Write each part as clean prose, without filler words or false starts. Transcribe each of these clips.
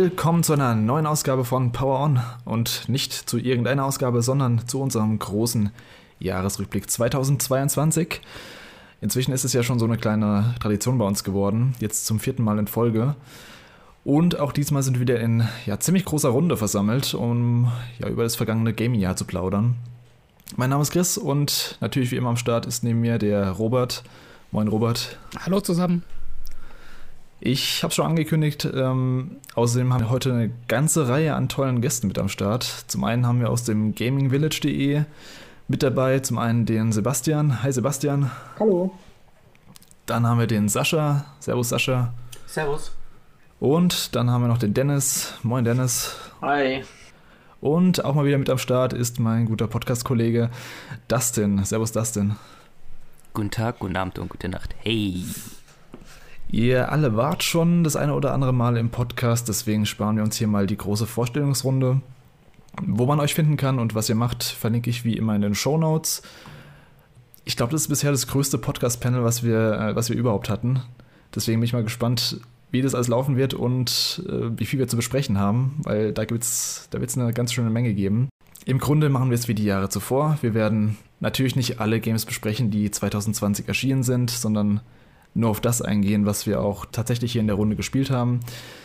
Willkommen zu einer neuen Ausgabe von Power On und nicht zu irgendeiner Ausgabe, sondern zu unserem großen Jahresrückblick 2022. Inzwischen ist es ja schon so eine kleine Tradition bei uns geworden, jetzt zum 4. Mal in Folge. Und auch diesmal sind wir wieder in ziemlich großer Runde versammelt, um über das vergangene Gaming-Jahr zu plaudern. Mein Name ist Chris und natürlich wie immer am Start ist neben mir der Robert. Moin Robert. Hallo zusammen. Ich habe schon angekündigt, außerdem haben wir heute eine ganze Reihe an tollen Gästen mit am Start. Zum einen haben wir aus dem gamingvillage.de mit dabei, zum einen den Sebastian. Hi Sebastian. Hallo. Dann haben wir den Sascha. Servus Sascha. Servus. Und dann haben wir noch den Dennis. Moin Dennis. Hi. Und auch mal wieder mit am Start ist mein guter Podcast-Kollege Dustin. Servus Dustin. Guten Tag, guten Abend und gute Nacht. Hey. Ihr alle wart schon das eine oder andere Mal im Podcast, deswegen sparen wir uns hier mal die große Vorstellungsrunde. Wo man euch finden kann und was ihr macht, verlinke ich wie immer in den Shownotes. Ich glaube, das ist bisher das größte Podcast-Panel, was wir überhaupt hatten. Deswegen bin ich mal gespannt, wie das alles laufen wird und wie viel wir zu besprechen haben, weil da wird es eine ganz schöne Menge geben. Im Grunde machen wir es wie die Jahre zuvor. Wir werden natürlich nicht alle Games besprechen, die 2020 erschienen sind, sondern nur auf das eingehen, was wir auch tatsächlich hier in der Runde gespielt haben.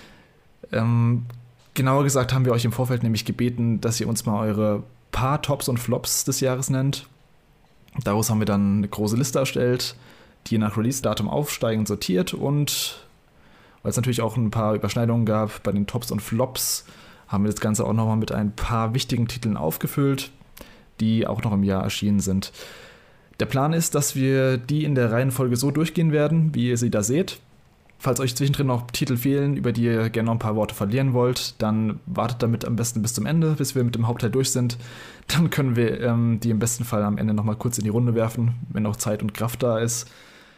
Genauer gesagt haben wir euch im Vorfeld nämlich gebeten, dass ihr uns mal eure paar Tops und Flops des Jahres nennt. Daraus haben wir dann eine große Liste erstellt, die nach Release-Datum aufsteigend sortiert, und weil es natürlich auch ein paar Überschneidungen gab bei den Tops und Flops, haben wir das Ganze auch nochmal mit ein paar wichtigen Titeln aufgefüllt, die auch noch im Jahr erschienen sind. Der Plan ist, dass wir die in der Reihenfolge so durchgehen werden, wie ihr sie da seht. Falls euch zwischendrin noch Titel fehlen, über die ihr gerne noch ein paar Worte verlieren wollt, dann wartet damit am besten bis zum Ende, bis wir mit dem Hauptteil durch sind. Dann können wir die im besten Fall am Ende nochmal kurz in die Runde werfen, wenn noch Zeit und Kraft da ist.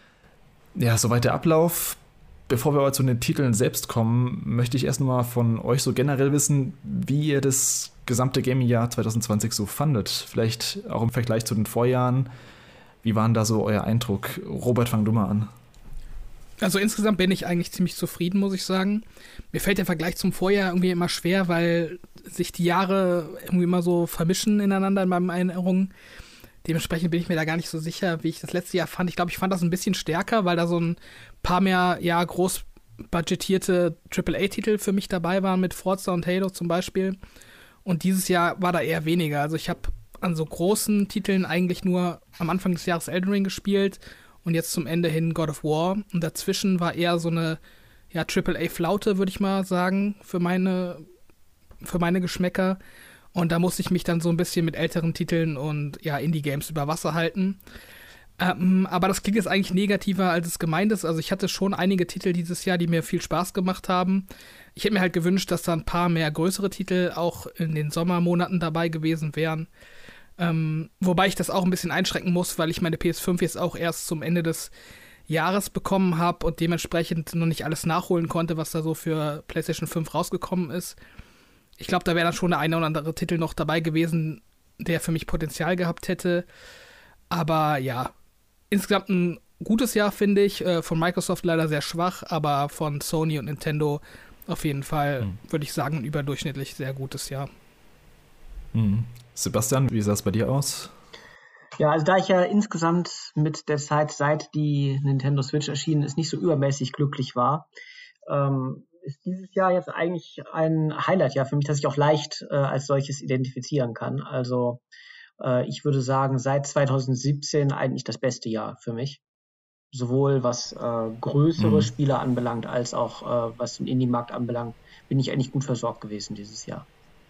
Ja, soweit der Ablauf. Bevor wir aber zu den Titeln selbst kommen, möchte ich erst nochmal von euch so generell wissen, wie ihr das gesamte Gaming-Jahr 2020 so fandet. Vielleicht auch im Vergleich zu den Vorjahren. Wie war denn da so euer Eindruck? Robert, fang du mal an. Also insgesamt bin ich eigentlich ziemlich zufrieden, muss ich sagen. Mir fällt der Vergleich zum Vorjahr irgendwie immer schwer, weil sich die Jahre irgendwie immer so vermischen ineinander in meinen Erinnerungen. Dementsprechend bin ich mir da gar nicht so sicher, wie ich das letzte Jahr fand. Ich glaube, ich fand das ein bisschen stärker, weil da so ein paar mehr groß budgetierte AAA-Titel für mich dabei waren, mit Forza und Halo zum Beispiel. Und dieses Jahr war da eher weniger. Also ich habe an so großen Titeln eigentlich nur am Anfang des Jahres Elden Ring gespielt und jetzt zum Ende hin God of War. Und dazwischen war eher so eine AAA-Flaute, würde ich mal sagen, für meine Geschmäcker. Und da musste ich mich dann so ein bisschen mit älteren Titeln und Indie-Games über Wasser halten. Aber das klingt jetzt eigentlich negativer, als es gemeint ist. Also ich hatte schon einige Titel dieses Jahr, die mir viel Spaß gemacht haben. Ich hätte mir halt gewünscht, dass da ein paar mehr größere Titel auch in den Sommermonaten dabei gewesen wären. Wobei ich das auch ein bisschen einschränken muss, weil ich meine PS5 jetzt auch erst zum Ende des Jahres bekommen habe und dementsprechend noch nicht alles nachholen konnte, was da so für PlayStation 5 rausgekommen ist. Ich glaube, da wäre dann schon der eine oder andere Titel noch dabei gewesen, der für mich Potenzial gehabt hätte. Aber ja, insgesamt ein gutes Jahr, finde ich. Von Microsoft leider sehr schwach, aber von Sony und Nintendo auf jeden Fall, würde ich sagen, ein überdurchschnittlich sehr gutes Jahr. Sebastian, wie sah es bei dir aus? Ja, also da ich ja insgesamt mit der Zeit, seit die Nintendo Switch erschienen ist, nicht so übermäßig glücklich war, ist dieses Jahr jetzt eigentlich ein Highlight-Jahr für mich, das ich auch leicht als solches identifizieren kann. Also ich würde sagen, seit 2017 eigentlich das beste Jahr für mich. Sowohl was größere Spiele anbelangt, als auch was den Indie-Markt anbelangt, bin ich eigentlich gut versorgt gewesen dieses Jahr.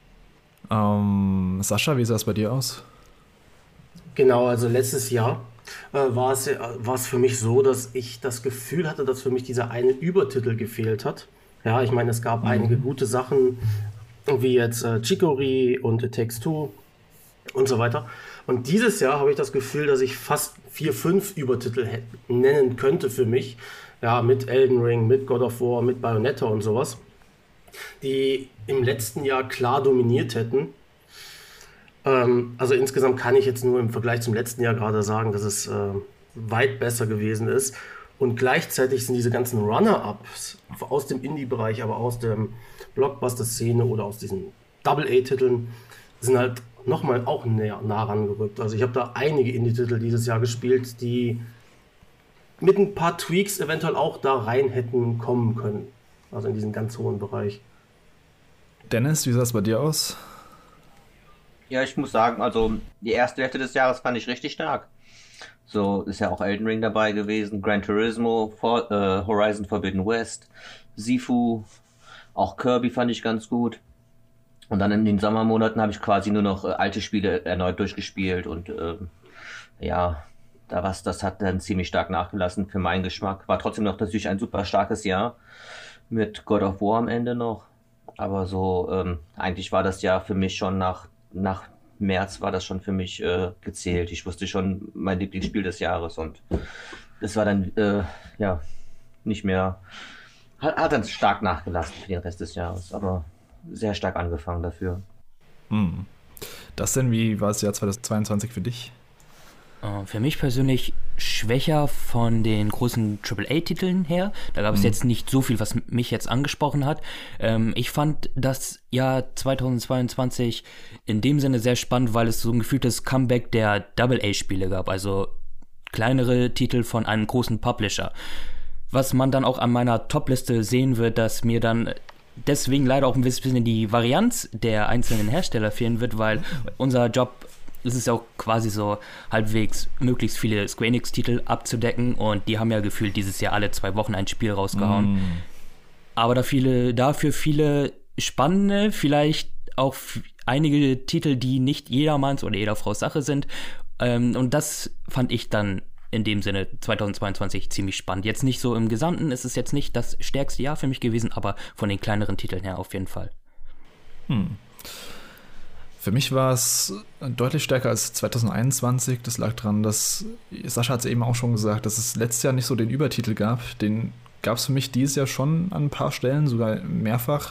Sascha, wie sah es bei dir aus? Genau, also letztes Jahr war es für mich so, dass ich das Gefühl hatte, dass für mich dieser eine Übertitel gefehlt hat. Ja, ich meine, es gab einige gute Sachen, wie jetzt Chicory und It Takes Two und so weiter. Und dieses Jahr habe ich das Gefühl, dass ich fast 4, 5 Übertitel nennen könnte für mich. Ja, mit Elden Ring, mit God of War, mit Bayonetta und sowas, die im letzten Jahr klar dominiert hätten. Also insgesamt kann ich jetzt nur im Vergleich zum letzten Jahr gerade sagen, dass es weit besser gewesen ist. Und gleichzeitig sind diese ganzen Runner-Ups aus dem Indie-Bereich, aber aus der Blockbuster-Szene oder aus diesen Double-A-Titeln, sind halt nochmal auch nah rangerückt. Also ich habe da einige Indie-Titel dieses Jahr gespielt, die mit ein paar Tweaks eventuell auch da rein hätten kommen können. Also in diesen ganz hohen Bereich. Dennis, wie sah es bei dir aus? Ja, ich muss sagen, also die erste Hälfte des Jahres fand ich richtig stark. So ist ja auch Elden Ring dabei gewesen, Gran Turismo, Horizon Forbidden West, Sifu, auch Kirby fand ich ganz gut. Und dann in den Sommermonaten habe ich quasi nur noch alte Spiele erneut durchgespielt und ja, das hat dann ziemlich stark nachgelassen für meinen Geschmack. War trotzdem noch natürlich ein super starkes Jahr mit God of War am Ende noch. Aber so, eigentlich war das Jahr für mich schon nach März war das schon für mich gezählt. Ich wusste schon mein Lieblingsspiel des Jahres und das war dann, ja, nicht mehr, hat dann stark nachgelassen für den Rest des Jahres, aber sehr stark angefangen dafür. Das denn, wie war das Jahr 2022 für dich? Für mich persönlich schwächer von den großen AAA-Titeln her. Da gab es jetzt nicht so viel, was mich jetzt angesprochen hat. Ich fand das Jahr 2022 in dem Sinne sehr spannend, weil es so ein gefühltes Comeback der AA-Spiele gab. Also kleinere Titel von einem großen Publisher. Was man dann auch an meiner Top-Liste sehen wird, dass mir dann deswegen leider auch ein bisschen die Varianz der einzelnen Hersteller fehlen wird, weil unser Job ist es ja auch quasi so halbwegs möglichst viele Square Enix-Titel abzudecken und die haben ja gefühlt dieses Jahr alle 2 Wochen ein Spiel rausgehauen. Aber dafür viele spannende, vielleicht auch einige Titel, die nicht jedermanns oder jeder Frau's Sache sind. Und das fand ich dann in dem Sinne 2022 ziemlich spannend. Jetzt nicht so im Gesamten, es ist jetzt nicht das stärkste Jahr für mich gewesen, aber von den kleineren Titeln her auf jeden Fall. Für mich war es deutlich stärker als 2021. Das lag daran, dass, Sascha hat es eben auch schon gesagt, dass es letztes Jahr nicht so den Übertitel gab. Den gab es für mich dieses Jahr schon an ein paar Stellen, sogar mehrfach.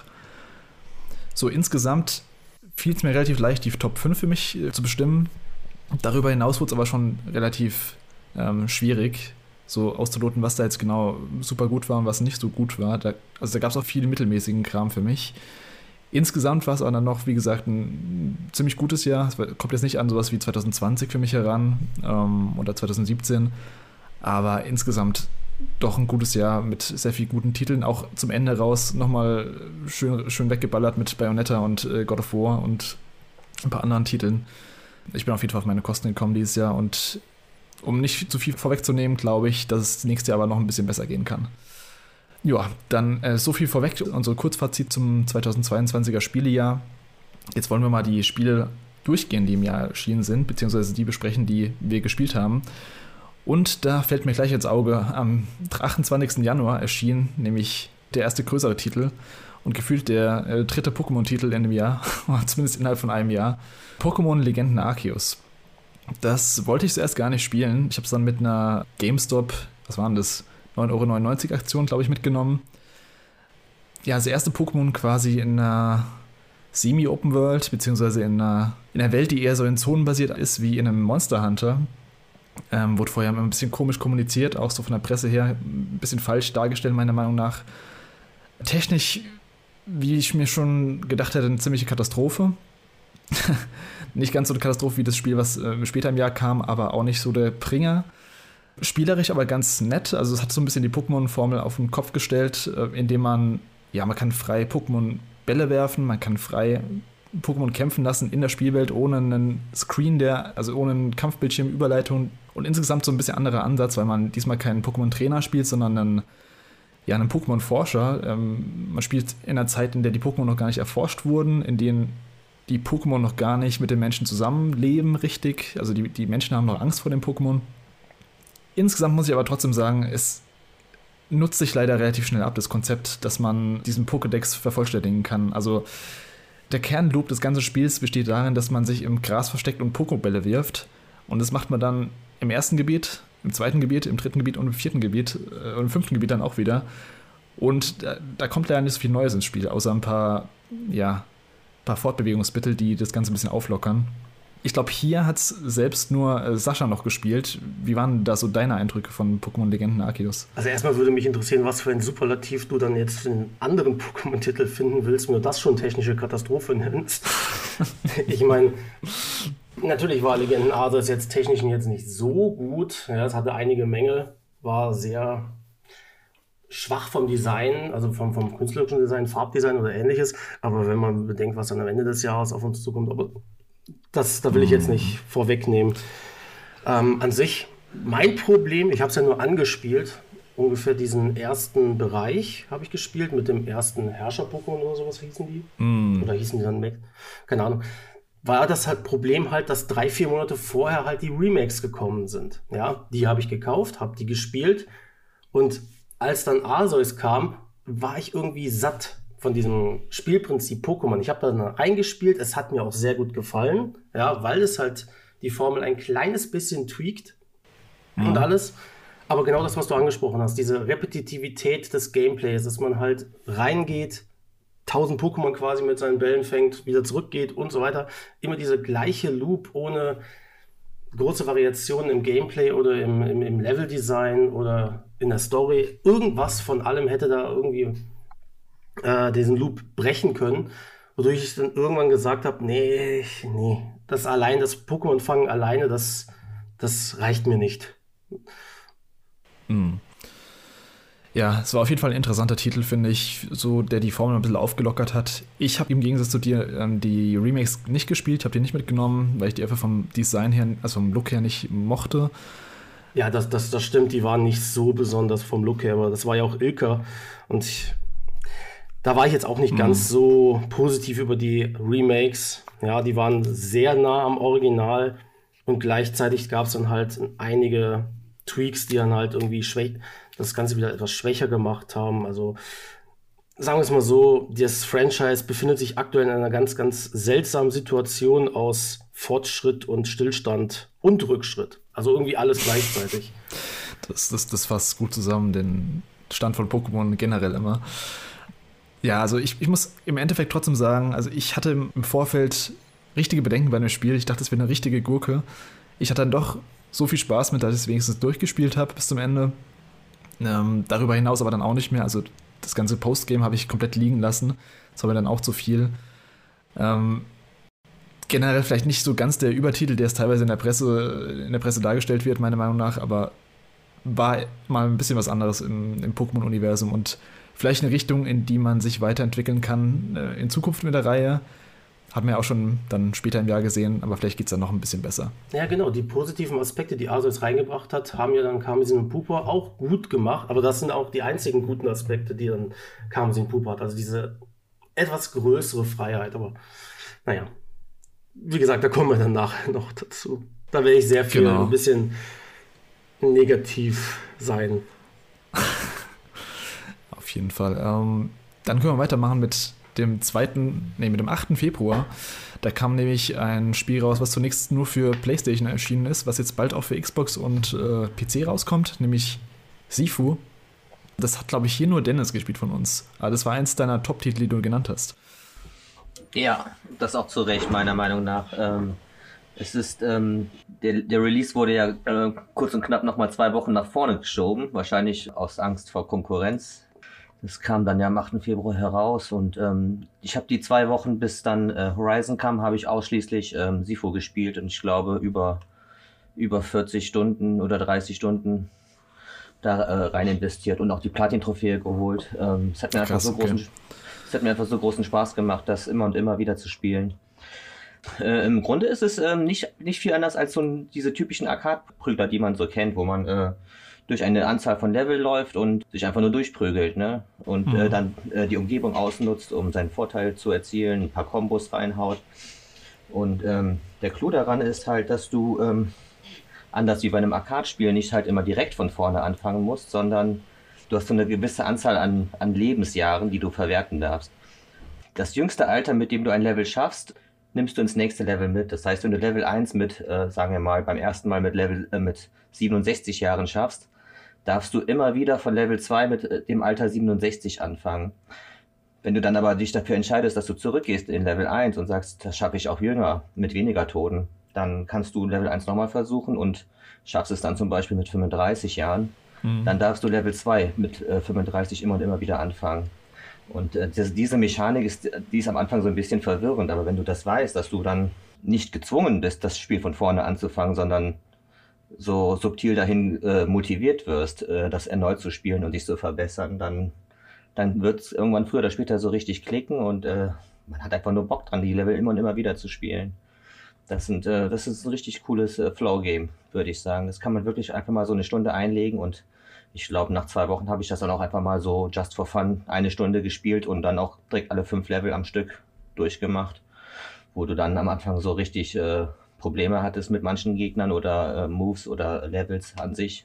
So insgesamt fiel es mir relativ leicht, die Top 5 für mich zu bestimmen. Darüber hinaus wurde es aber schon relativ schwierig, so auszuloten, was da jetzt genau super gut war und was nicht so gut war. Da gab es auch viel mittelmäßigen Kram für mich. Insgesamt war es aber dann noch, wie gesagt, ein ziemlich gutes Jahr. Es kommt jetzt nicht an sowas wie 2020 für mich heran oder 2017, aber insgesamt doch ein gutes Jahr mit sehr vielen guten Titeln. Auch zum Ende raus nochmal schön weggeballert mit Bayonetta und God of War und ein paar anderen Titeln. Ich bin auf jeden Fall auf meine Kosten gekommen dieses Jahr und um nicht zu viel vorwegzunehmen, glaube ich, dass es nächstes Jahr aber noch ein bisschen besser gehen kann. Ja, dann so viel vorweg, unser Kurzfazit zum 2022er Spielejahr. Jetzt wollen wir mal die Spiele durchgehen, die im Jahr erschienen sind, beziehungsweise die besprechen, die wir gespielt haben. Und da fällt mir gleich ins Auge, am 28. Januar erschien nämlich der erste größere Titel und gefühlt der dritte Pokémon-Titel in dem Jahr, zumindest innerhalb von einem Jahr, Pokémon Legenden Arceus. Das wollte ich zuerst gar nicht spielen. Ich habe es dann mit einer GameStop, was waren das, 9,99 € Aktion, glaube ich, mitgenommen. Ja, das erste Pokémon quasi in einer Semi-Open World, beziehungsweise in einer Welt, die eher so in Zonen basiert ist, wie in einem Monster Hunter. Wurde vorher ein bisschen komisch kommuniziert, auch so von der Presse her, ein bisschen falsch dargestellt, meiner Meinung nach. Technisch, wie ich mir schon gedacht hätte, eine ziemliche Katastrophe. Nicht ganz so eine Katastrophe wie das Spiel, was später im Jahr kam, aber auch nicht so der Bringer. Spielerisch aber ganz nett, also es hat so ein bisschen die Pokémon-Formel auf den Kopf gestellt, indem man kann frei Pokémon-Bälle werfen, man kann frei Pokémon kämpfen lassen in der Spielwelt, ohne einen Screen, ohne einen Kampfbildschirm, Überleitung und insgesamt so ein bisschen anderer Ansatz, weil man diesmal keinen Pokémon-Trainer spielt, sondern einen Pokémon-Forscher. Man spielt in einer Zeit, in der die Pokémon noch gar nicht erforscht wurden, in denen die Pokémon noch gar nicht mit den Menschen zusammenleben, richtig. Also die Menschen haben noch Angst vor den Pokémon. Insgesamt muss ich aber trotzdem sagen, es nutzt sich leider relativ schnell ab, das Konzept, dass man diesen Pokédex vervollständigen kann. Also der Kernloop des ganzen Spiels besteht darin, dass man sich im Gras versteckt und Pokébälle wirft. Und das macht man dann im ersten Gebiet, im zweiten Gebiet, im dritten Gebiet und im vierten Gebiet und im fünften Gebiet dann auch wieder. Und da kommt leider nicht so viel Neues ins Spiel, außer ein paar Fortbewegungsmittel, die das Ganze ein bisschen auflockern. Ich glaube, hier hat es selbst nur Sascha noch gespielt. Wie waren da so deine Eindrücke von Pokémon Legenden Arceus? Also erstmal würde mich interessieren, was für ein Superlativ du dann jetzt für einen anderen Pokémon-Titel finden willst, wenn du das schon technische Katastrophe nennst. Ich meine, natürlich war Legenden Arceus jetzt technisch jetzt nicht so gut. Ja, es hatte einige Mängel, war sehr schwach vom Design, also vom künstlerischen Design, Farbdesign oder ähnliches. Aber wenn man bedenkt, was dann am Ende des Jahres auf uns zukommt, aber da will ich jetzt nicht vorwegnehmen. An sich, mein Problem, ich habe es ja nur angespielt, ungefähr diesen ersten Bereich habe ich gespielt mit dem ersten Herrscher-Pokémon oder sowas hießen die. Oder hießen die dann Mac? Keine Ahnung. War das halt Problem halt, dass 3-4 Monate vorher halt die Remakes gekommen sind. Ja, die habe ich gekauft, habe die gespielt und als dann Arceus kam, war ich irgendwie satt von diesem Spielprinzip Pokémon. Ich habe da reingespielt, es hat mir auch sehr gut gefallen, ja, weil es halt die Formel ein kleines bisschen tweakt und alles. Aber genau das, was du angesprochen hast, diese Repetitivität des Gameplays, dass man halt reingeht, 1000 Pokémon quasi mit seinen Bällen fängt, wieder zurückgeht und so weiter. Immer diese gleiche Loop ohne große Variationen im Gameplay oder im Leveldesign oder in der Story. Irgendwas von allem hätte da irgendwie diesen Loop brechen können, wodurch ich dann irgendwann gesagt habe, nee, das Pokémon fangen alleine, das reicht mir nicht. Ja, es war auf jeden Fall ein interessanter Titel, finde ich, so der die Formel ein bisschen aufgelockert hat. Ich habe im Gegensatz zu dir die Remakes nicht gespielt, habe die nicht mitgenommen, weil ich die einfach vom Design her, also vom Look her nicht mochte. Ja, das stimmt, die waren nicht so besonders vom Look her, aber das war ja auch Ilka und da war ich jetzt auch nicht ganz so positiv über die Remakes. Ja, die waren sehr nah am Original und gleichzeitig gab es dann halt einige Tweaks, die dann halt irgendwie das Ganze wieder etwas schwächer gemacht haben. Also sagen wir es mal so, das Franchise befindet sich aktuell in einer ganz, ganz seltsamen Situation aus Fortschritt und Stillstand und Rückschritt. Also irgendwie alles gleichzeitig. Das fasst gut zusammen, den Stand von Pokémon generell immer. Ja, also ich muss im Endeffekt trotzdem sagen, also ich hatte im Vorfeld richtige Bedenken bei dem Spiel. Ich dachte, es wäre eine richtige Gurke. Ich hatte dann doch so viel Spaß mit, dass ich es wenigstens durchgespielt habe bis zum Ende. Darüber hinaus aber dann auch nicht mehr. Also das ganze Postgame habe ich komplett liegen lassen. Das war mir dann auch zu viel. Generell vielleicht nicht so ganz der Übertitel, der es teilweise in der Presse dargestellt wird, meiner Meinung nach, aber war mal ein bisschen was anderes im Pokémon-Universum und vielleicht eine Richtung, in die man sich weiterentwickeln kann in Zukunft mit der Reihe. Hat man ja auch schon dann später im Jahr gesehen, aber vielleicht geht es dann noch ein bisschen besser. Ja, genau. Die positiven Aspekte, die Arceus reingebracht hat, haben ja dann Karmesin und Purpur auch gut gemacht. Aber das sind auch die einzigen guten Aspekte, die dann Karmesin und Purpur hat. Also diese etwas größere Freiheit. Aber naja, wie gesagt, da kommen wir dann nachher noch dazu. Da werde ich sehr viel ein bisschen negativ sein. Auf jeden Fall. Dann können wir weitermachen mit dem 8. Februar. Da kam nämlich ein Spiel raus, was zunächst nur für PlayStation erschienen ist, was jetzt bald auch für Xbox und PC rauskommt, nämlich Sifu. Das hat, glaube ich, hier nur Dennis gespielt von uns. Aber das war eins deiner Top-Titel, die du genannt hast. Ja, das auch zu Recht, meiner Meinung nach. Es ist, der Release wurde ja kurz und knapp nochmal 2 Wochen nach vorne geschoben, wahrscheinlich aus Angst vor Konkurrenz. Das kam dann ja am 8. Februar heraus und ich habe die 2 Wochen, bis dann Horizon kam, habe ich ausschließlich Sifu gespielt und ich glaube über 40 Stunden oder 30 Stunden da rein investiert und auch die Platin-Trophäe geholt. Es hat mir einfach so großen Spaß gemacht, das immer und immer wieder zu spielen. Im Grunde ist es nicht viel anders als diese typischen Arcade-Prügler, die man so kennt, wo man durch eine Anzahl von Level läuft und sich einfach nur durchprügelt, ne? Und dann die Umgebung ausnutzt, um seinen Vorteil zu erzielen, ein paar Kombos reinhaut. Und der Clou daran ist halt, dass du anders wie bei einem Arcade-Spiel nicht halt immer direkt von vorne anfangen musst, sondern du hast so eine gewisse Anzahl an Lebensjahren, die du verwerten darfst. Das jüngste Alter, mit dem du ein Level schaffst, nimmst du ins nächste Level mit. Das heißt, wenn du Level 1 mit, sagen wir mal, beim ersten Mal mit 67 Jahren schaffst, darfst du immer wieder von Level 2 mit dem Alter 67 anfangen. Wenn du dann aber dich dafür entscheidest, dass du zurückgehst in Level 1 und sagst, das schaffe ich auch jünger, mit weniger Toten, dann kannst du Level 1 nochmal versuchen und schaffst es dann zum Beispiel mit 35 Jahren. Dann darfst du Level 2 mit 35 immer und immer wieder anfangen. Und diese Mechanik die ist am Anfang so ein bisschen verwirrend, aber wenn du das weißt, dass du dann nicht gezwungen bist, das Spiel von vorne anzufangen, sondern so subtil dahin motiviert wirst, das erneut zu spielen und dich zu verbessern, dann wird es irgendwann früher oder später so richtig klicken und man hat einfach nur Bock dran, die Level immer und immer wieder zu spielen. Das ist ein richtig cooles Flow-Game, würde ich sagen. Das kann man wirklich einfach mal so eine Stunde einlegen und ich glaube, nach 2 Wochen habe ich das dann auch einfach mal so just for fun 1 Stunde gespielt und dann auch direkt alle 5 Level am Stück durchgemacht, wo du dann am Anfang so richtig Probleme hattest mit manchen Gegnern oder Moves oder Levels an sich.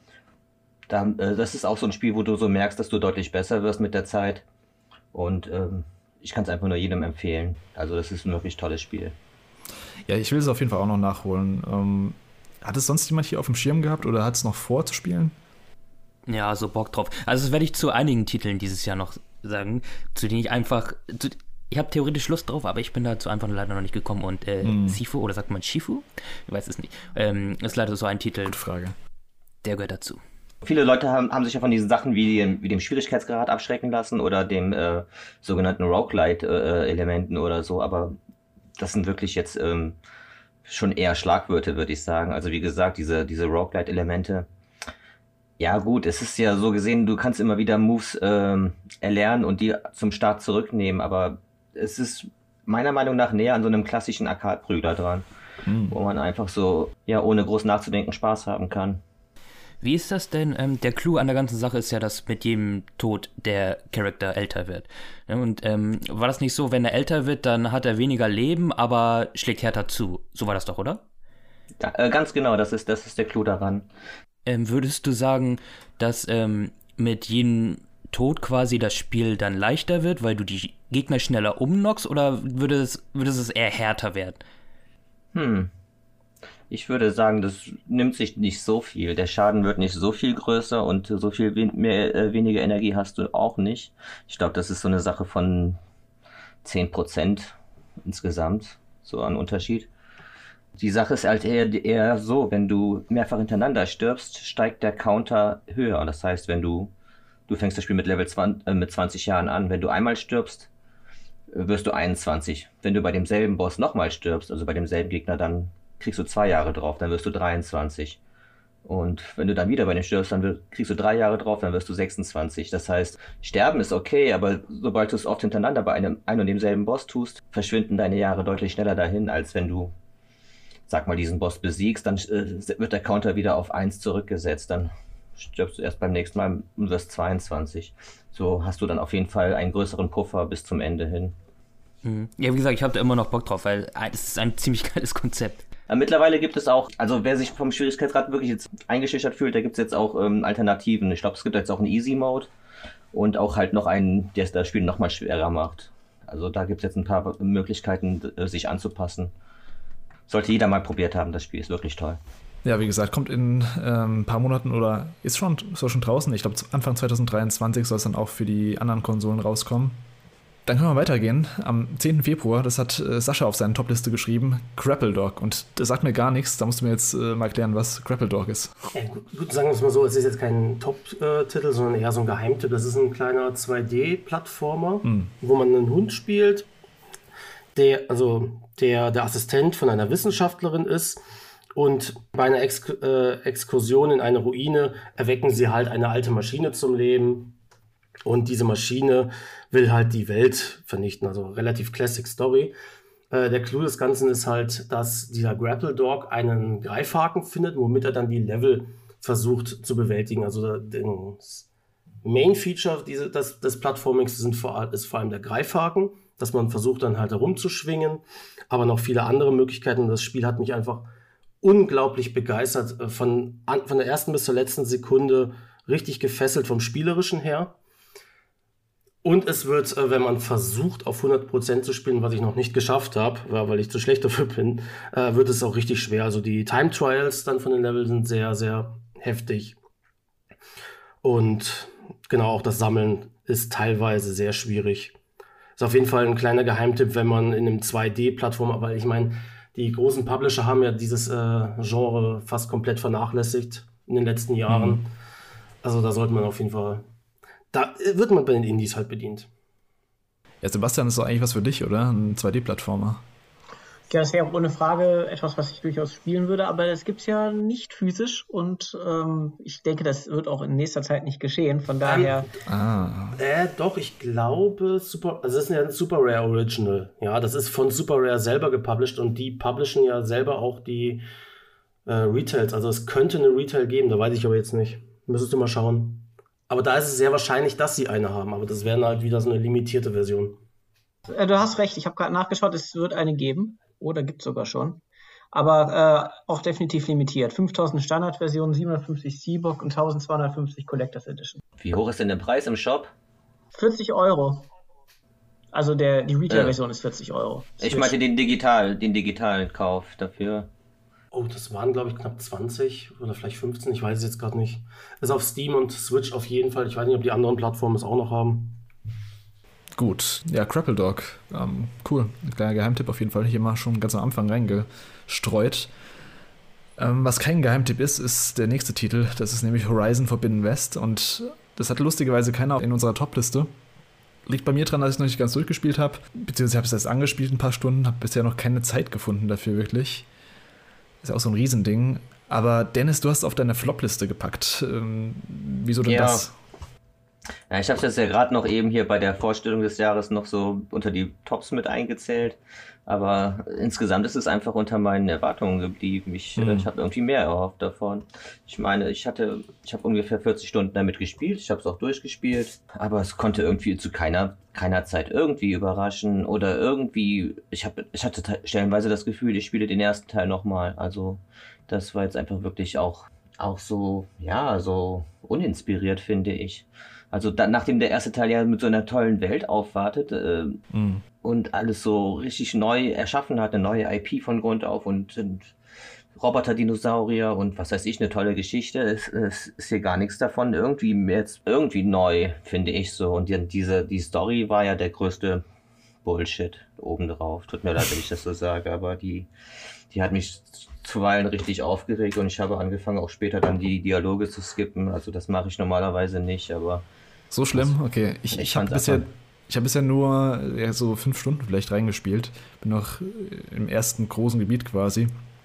Das ist auch so ein Spiel, wo du so merkst, dass du deutlich besser wirst mit der Zeit und ich kann es einfach nur jedem empfehlen. Also das ist ein wirklich tolles Spiel. Ja, ich will es auf jeden Fall auch noch nachholen. Hat es sonst jemand hier auf dem Schirm gehabt oder hat es noch vor zu spielen? Ja, so Bock drauf. Also das werde ich zu einigen Titeln dieses Jahr noch sagen, zu denen ich einfach... Ich habe theoretisch Lust drauf, aber ich bin dazu einfach leider noch nicht gekommen. Und Sifu, oder sagt man Shifu? Ich weiß es nicht. Ist leider so ein Titel. Gute Frage. Der gehört dazu. Viele Leute haben sich ja von diesen Sachen wie dem Schwierigkeitsgrad abschrecken lassen oder dem sogenannten Roguelite-Elementen oder so, aber das sind wirklich jetzt schon eher Schlagwörter, würde ich sagen. Also wie gesagt, diese Roguelite-Elemente, ja gut, es ist ja so gesehen, du kannst immer wieder Moves erlernen und die zum Start zurücknehmen, aber es ist meiner Meinung nach näher an so einem klassischen Arcade-Prügler dran, wo man einfach so, ja, ohne groß nachzudenken Spaß haben kann. Wie ist das denn? Der Clou an der ganzen Sache ist ja, dass mit jedem Tod der Charakter älter wird. Und war das nicht so, wenn er älter wird, dann hat er weniger Leben, aber schlägt härter zu? So war das doch, oder? Ja, ganz genau, das ist der Clou daran. Würdest du sagen, dass mit jedem Tod quasi das Spiel dann leichter wird, weil du die Gegner schneller umknockst, oder würde es eher härter werden? Ich würde sagen, das nimmt sich nicht so viel. Der Schaden wird nicht so viel größer und so viel weniger Energie hast du auch nicht. Ich glaube, das ist so eine Sache von 10% insgesamt, so an Unterschied. Die Sache ist halt eher so, wenn du mehrfach hintereinander stirbst, steigt der Counter höher. Das heißt, wenn du fängst das Spiel mit Level 20 Jahren an, wenn du einmal stirbst, wirst du 21. Wenn du bei demselben Boss nochmal stirbst, also bei demselben Gegner, dann kriegst du 2 Jahre drauf, dann wirst du 23. Und wenn du dann wieder bei dem stirbst, dann kriegst du 3 Jahre drauf, dann wirst du 26. Das heißt, Sterben ist okay, aber sobald du es oft hintereinander bei einem und demselben Boss tust, verschwinden deine Jahre deutlich schneller dahin, als wenn du, sag mal, diesen Boss besiegst, dann wird der Counter wieder auf 1 zurückgesetzt, dann stirbst du erst beim nächsten Mal und wirst 22. So hast du dann auf jeden Fall einen größeren Puffer bis zum Ende hin. Ja, wie gesagt, ich habe da immer noch Bock drauf, weil es ist ein ziemlich geiles Konzept. Mittlerweile gibt es auch, also wer sich vom Schwierigkeitsgrad wirklich jetzt eingeschüchtert fühlt, da gibt es jetzt auch Alternativen. Ich glaube, es gibt jetzt auch einen Easy-Mode und auch halt noch einen, der das Spiel nochmal schwerer macht. Also da gibt es jetzt ein paar Möglichkeiten, sich anzupassen. Sollte jeder mal probiert haben, das Spiel ist wirklich toll. Ja, wie gesagt, kommt in ein paar Monaten oder soll schon draußen. Ich glaube, Anfang 2023 soll es dann auch für die anderen Konsolen rauskommen. Dann können wir weitergehen. Am 10. Februar, das hat Sascha auf seine Topliste geschrieben, Grapple Dog. Und das sagt mir gar nichts. Da musst du mir jetzt mal erklären, was Grapple Dog ist. Ja, gut, sagen wir es mal so, es ist jetzt kein Top-Titel, sondern eher so ein Geheimtipp. Das ist ein kleiner 2D-Plattformer, wo man einen Hund spielt, der Assistent von einer Wissenschaftlerin ist. Und bei einer Exkursion in eine Ruine erwecken sie halt eine alte Maschine zum Leben. Und diese Maschine will halt die Welt vernichten, also relativ Classic Story. Der Clou des Ganzen ist halt, dass dieser Grapple Dog einen Greifhaken findet, womit er dann die Level versucht zu bewältigen. Also das Main Feature des Plattformings ist vor allem der Greifhaken, dass man versucht dann halt herumzuschwingen, aber noch viele andere Möglichkeiten. Und das Spiel hat mich einfach unglaublich begeistert, von der ersten bis zur letzten Sekunde richtig gefesselt vom Spielerischen her. Und es wird, wenn man versucht, auf 100% zu spielen, was ich noch nicht geschafft habe, weil ich zu schlecht dafür bin, wird es auch richtig schwer. Also die Time Trials dann von den Leveln sind sehr, sehr heftig. Und genau, auch das Sammeln ist teilweise sehr schwierig. Ist auf jeden Fall ein kleiner Geheimtipp, wenn man in einem 2D-Plattform, weil ich meine, Die großen Publisher haben ja dieses Genre fast komplett vernachlässigt in den letzten Jahren. Also da sollte man auf jeden Fall, da wird man bei den Indies halt bedient. Ja, Sebastian, ist doch eigentlich was für dich, oder? Ein 2D-Plattformer. Ja, das wäre auch ohne Frage etwas, was ich durchaus spielen würde, aber das gibt's ja nicht physisch und ich denke, das wird auch in nächster Zeit nicht geschehen. Von daher. Doch, ich glaube, also das ist ja ein Super Rare Original. Ja, das ist von Super Rare selber gepublished und die publishen ja selber auch die Retails. Also es könnte eine Retail geben, da weiß ich aber jetzt nicht. Müsstest du mal schauen. Aber da ist es sehr wahrscheinlich, dass sie eine haben, aber das wäre halt wieder so eine limitierte Version. Du hast recht, ich habe gerade nachgeschaut, es wird eine geben. Oder gibt es sogar schon. Aber auch definitiv limitiert. 5000 Standardversionen, 750 Seabook und 1250 Collectors Edition. Wie hoch ist denn der Preis im Shop? 40 Euro. Also die Retail-Version ist 40 Euro. Ich meinte den digitalen Kauf dafür. Oh, das waren, glaube ich, knapp 20 oder vielleicht 15, ich weiß es jetzt gerade nicht. Ist auf Steam und Switch auf jeden Fall. Ich weiß nicht, ob die anderen Plattformen es auch noch haben. Gut, ja, Crapple Dog, cool. Ein kleiner Geheimtipp auf jeden Fall, hier mal schon ganz am Anfang reingestreut. Was kein Geheimtipp ist der nächste Titel. Das ist nämlich Horizon Forbidden West und das hat lustigerweise keiner in unserer Top-Liste. Liegt bei mir dran, dass ich noch nicht ganz durchgespielt habe, beziehungsweise habe es erst angespielt ein paar Stunden, habe bisher noch keine Zeit gefunden dafür wirklich. Ist ja auch so ein Riesending. Aber Dennis, du hast es auf deine Flop-Liste gepackt. Wieso denn das? Ja, ich habe das ja gerade noch eben hier bei der Vorstellung des Jahres noch so unter die Tops mit eingezählt. Aber insgesamt ist es einfach unter meinen Erwartungen geblieben. Ich habe irgendwie mehr erhofft davon. Ich meine, ich habe ungefähr 40 Stunden damit gespielt. Ich habe es auch durchgespielt. Aber es konnte irgendwie zu keiner Zeit irgendwie überraschen. Oder irgendwie, ich hatte stellenweise das Gefühl, ich spiele den ersten Teil nochmal. Also das war jetzt einfach wirklich auch so, ja, so uninspiriert, finde ich. Also nachdem der erste Teil ja mit so einer tollen Welt aufwartet und alles so richtig neu erschaffen hat, eine neue IP von Grund auf und Roboter-Dinosaurier und was weiß ich, eine tolle Geschichte, es ist hier gar nichts davon irgendwie neu, finde ich so. Und die Story war ja der größte Bullshit obendrauf. Tut mir leid, wenn ich das so sage, aber die hat mich zuweilen richtig aufgeregt und ich habe angefangen, auch später dann die Dialoge zu skippen. Also das mache ich normalerweise nicht, aber... So schlimm? Okay. Ich habe bisher nur so 5 Stunden vielleicht reingespielt. Bin noch im ersten großen Gebiet quasi.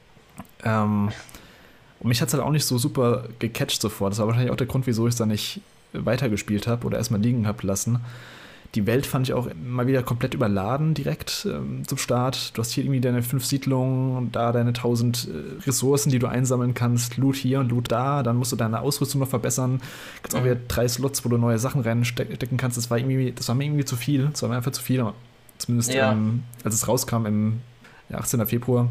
Und mich hat es halt auch nicht so super gecatcht sofort. Das war wahrscheinlich auch der Grund, wieso ich es dann nicht weitergespielt habe oder erstmal liegen habe lassen. Die Welt fand ich auch mal wieder komplett überladen direkt zum Start. Du hast hier irgendwie deine 5 Siedlungen und da deine 1000 Ressourcen, die du einsammeln kannst. Loot hier und Loot da. Dann musst du deine Ausrüstung noch verbessern. Gibt auch wieder 3 Slots, wo du neue Sachen reinstecken kannst. Das war mir irgendwie zu viel. Das war mir einfach zu viel. Zumindest als es rauskam im 18. Februar.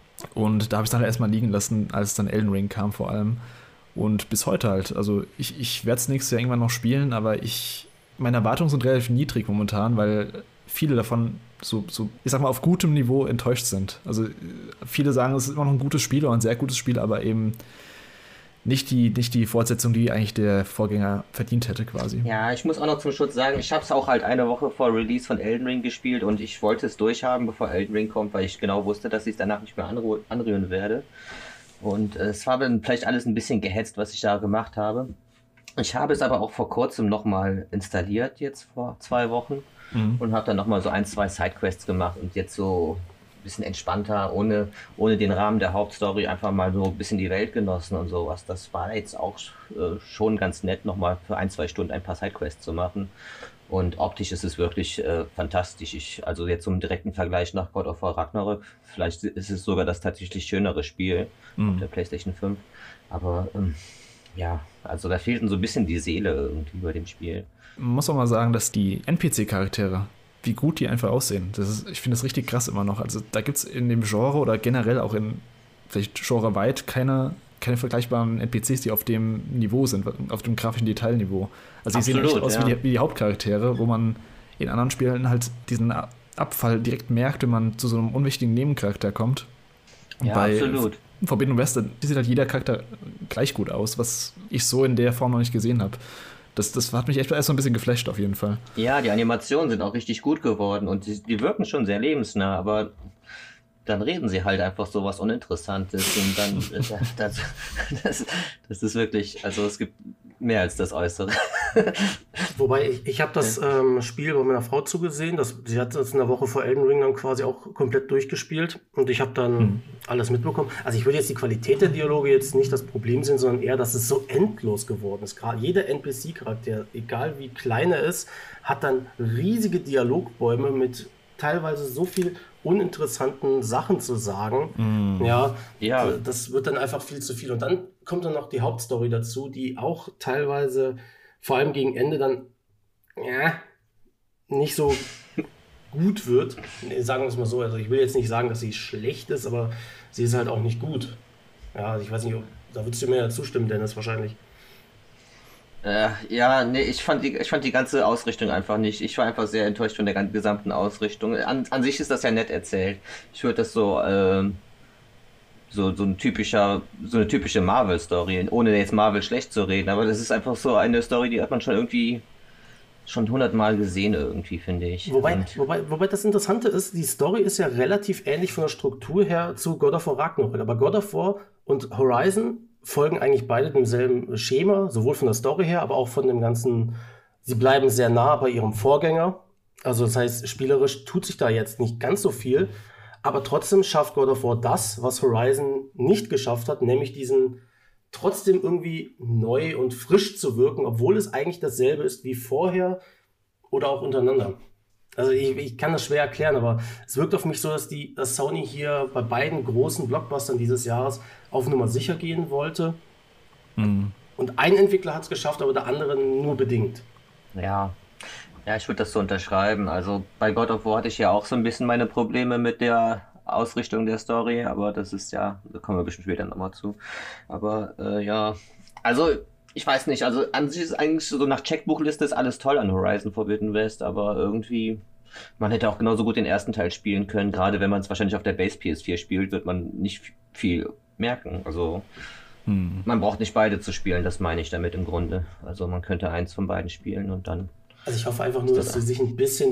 Und da habe ich es dann erstmal liegen lassen, als dann Elden Ring kam vor allem. Und bis heute halt. Also ich werde es nächstes Jahr irgendwann noch spielen, aber meine Erwartungen sind relativ niedrig momentan, weil viele davon so, ich sag mal, auf gutem Niveau enttäuscht sind. Also viele sagen, es ist immer noch ein gutes Spiel oder ein sehr gutes Spiel, aber eben nicht die Fortsetzung, die eigentlich der Vorgänger verdient hätte quasi. Ja, ich muss auch noch zum Schutz sagen, ich habe es auch halt eine Woche vor Release von Elden Ring gespielt und ich wollte es durchhaben, bevor Elden Ring kommt, weil ich genau wusste, dass ich es danach nicht mehr anrühren werde. Und es war dann vielleicht alles ein bisschen gehetzt, was ich da gemacht habe. Ich habe es aber auch vor kurzem nochmal installiert, jetzt vor 2 Wochen, und habe dann nochmal so 1-2 Sidequests gemacht und jetzt so ein bisschen entspannter, ohne den Rahmen der Hauptstory, einfach mal so ein bisschen die Welt genossen und sowas. Das war jetzt auch schon ganz nett, nochmal für 1-2 Stunden ein paar Sidequests zu machen. Und optisch ist es wirklich fantastisch. Also jetzt so im direkten Vergleich nach God of War Ragnarök, vielleicht ist es sogar das tatsächlich schönere Spiel auf der PlayStation 5. Aber ja, also da fehlt so ein bisschen die Seele irgendwie bei dem Spiel. Man muss auch mal sagen, dass die NPC-Charaktere, wie gut die einfach aussehen, ich finde das richtig krass immer noch. Also da gibt es in dem Genre oder generell auch in vielleicht genreweit keine vergleichbaren NPCs, die auf dem Niveau sind, auf dem grafischen Detailniveau. Also die sehen echt aus wie die Hauptcharaktere, wo man in anderen Spielen halt diesen Abfall direkt merkt, wenn man zu so einem unwichtigen Nebencharakter kommt. Ja, absolut. Forbidden West, sieht halt jeder Charakter gleich gut aus, was ich so in der Form noch nicht gesehen habe. Das hat mich echt erst so ein bisschen geflasht auf jeden Fall. Ja, die Animationen sind auch richtig gut geworden und die wirken schon sehr lebensnah, aber dann reden sie halt einfach so was Uninteressantes und dann, das ist wirklich, also es gibt mehr als das Äußere. Wobei, ich habe das Spiel bei meiner Frau zugesehen. Sie hat das in der Woche vor Elden Ring dann quasi auch komplett durchgespielt. Und ich habe dann alles mitbekommen. Also ich würde jetzt die Qualität der Dialoge jetzt nicht das Problem sehen, sondern eher, dass es so endlos geworden ist. Gerade jeder NPC-Charakter, egal wie klein er ist, hat dann riesige Dialogbäume mit teilweise so viel uninteressanten Sachen zu sagen. Ja, das wird dann einfach viel zu viel. Und dann kommt dann noch die Hauptstory dazu, die auch teilweise, vor allem gegen Ende, dann nicht so gut wird. Sagen wir es mal so. Also ich will jetzt nicht sagen, dass sie schlecht ist, aber sie ist halt auch nicht gut. Ja, also ich weiß nicht, da würdest du mir ja zustimmen, Dennis, wahrscheinlich. Ich fand die ganze Ausrichtung einfach nicht. Ich war einfach sehr enttäuscht von der gesamten Ausrichtung. An sich ist das ja nett erzählt. Ich würde das so eine typische Marvel-Story, ohne jetzt Marvel schlecht zu reden, aber das ist einfach so eine Story, die hat man schon 100-mal gesehen irgendwie, finde ich. Wobei das Interessante ist, die Story ist ja relativ ähnlich von der Struktur her zu God of War Ragnarök, aber God of War und Horizon folgen eigentlich beide demselben Schema, sowohl von der Story her, aber auch von dem ganzen, sie bleiben sehr nah bei ihrem Vorgänger. Also das heißt, spielerisch tut sich da jetzt nicht ganz so viel, aber trotzdem schafft God of War das, was Horizon nicht geschafft hat, nämlich diesen trotzdem irgendwie neu und frisch zu wirken, obwohl es eigentlich dasselbe ist wie vorher oder auch untereinander. Also ich kann das schwer erklären, aber es wirkt auf mich so, dass Sony hier bei beiden großen Blockbustern dieses Jahres auf Nummer sicher gehen wollte. Und ein Entwickler hat es geschafft, aber der andere nur bedingt. Ja, ich würde das so unterschreiben. Also bei God of War hatte ich ja auch so ein bisschen meine Probleme mit der Ausrichtung der Story, aber das ist da kommen wir bestimmt später nochmal zu. Aber also ich weiß nicht, also an sich ist eigentlich so nach Checkbuchliste ist alles toll an Horizon Forbidden West, aber irgendwie, man hätte auch genauso gut den ersten Teil spielen können, gerade wenn man es wahrscheinlich auf der Base PS4 spielt, wird man nicht viel merken. Also man braucht nicht beide zu spielen, das meine ich damit im Grunde. Also man könnte eins von beiden spielen und dann... Also ich hoffe einfach nur, dass sie sich ein bisschen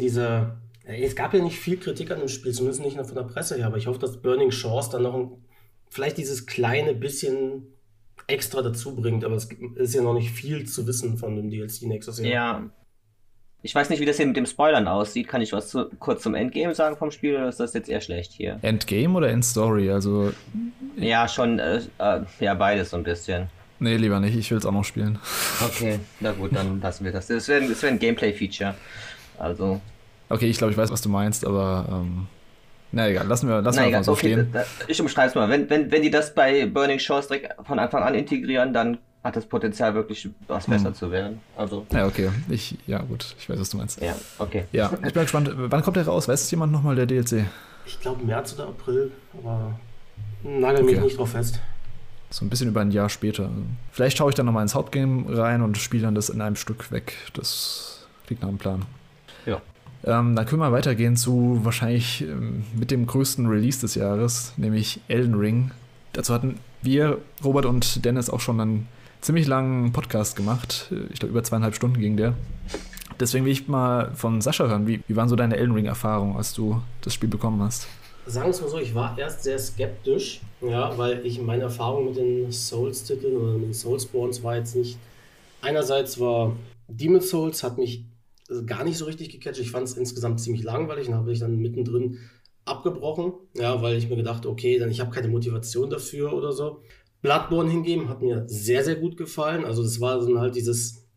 es gab ja nicht viel Kritik an dem Spiel, zumindest nicht nur von der Presse her, aber ich hoffe, dass Burning Shores dann noch vielleicht dieses kleine bisschen extra dazu bringt, aber es ist ja noch nicht viel zu wissen von dem DLC nächstes Jahr. Ja. Ich weiß nicht, wie das hier mit dem Spoilern aussieht. Kann ich was kurz zum Endgame sagen vom Spiel oder ist das jetzt eher schlecht hier? Endgame oder Endstory? Also. Ja, schon, beides so ein bisschen. Nee, lieber nicht. Ich will es auch noch spielen. Okay, na gut, dann lassen wir das. Das wäre ein Gameplay-Feature. Also. Okay, ich glaube, ich weiß, was du meinst, aber. Na egal, lassen wir einfach so stehen. Ich umschreibe es mal. Wenn die das bei Burning Shores direkt von Anfang an integrieren, dann hat das Potenzial wirklich was besser zu werden. Also. Ja, okay. Gut, ich weiß, was du meinst. Ja, okay. Ja, ich bin gespannt. Wann kommt der raus? Weiß es jemand nochmal, der DLC? Ich glaube März oder April, aber nagel mich nicht drauf fest. So ein bisschen über ein Jahr später. Vielleicht schaue ich dann nochmal ins Hauptgame rein und spiele dann das in einem Stück weg. Das klingt nach einem Plan. Ja. Dann können wir weitergehen zu wahrscheinlich mit dem größten Release des Jahres, nämlich Elden Ring. Dazu hatten wir, Robert und Dennis, auch schon einen ziemlich langen Podcast gemacht. Ich glaube, über 2,5 Stunden ging der. Deswegen will ich mal von Sascha hören. Wie waren so deine Elden Ring-Erfahrungen, als du das Spiel bekommen hast? Sagen wir es mal so, ich war erst sehr skeptisch, weil meine Erfahrung mit den Souls-Titeln oder mit den Soulsborns war jetzt nicht. Einerseits war Demon's Souls, hat mich gar nicht so richtig gecatcht. Ich fand es insgesamt ziemlich langweilig und habe ich dann mittendrin abgebrochen, weil ich mir gedacht, okay, ich habe keine Motivation dafür oder so. Bloodborne hingegen hat mir sehr, sehr gut gefallen. Also das war dann halt dieses,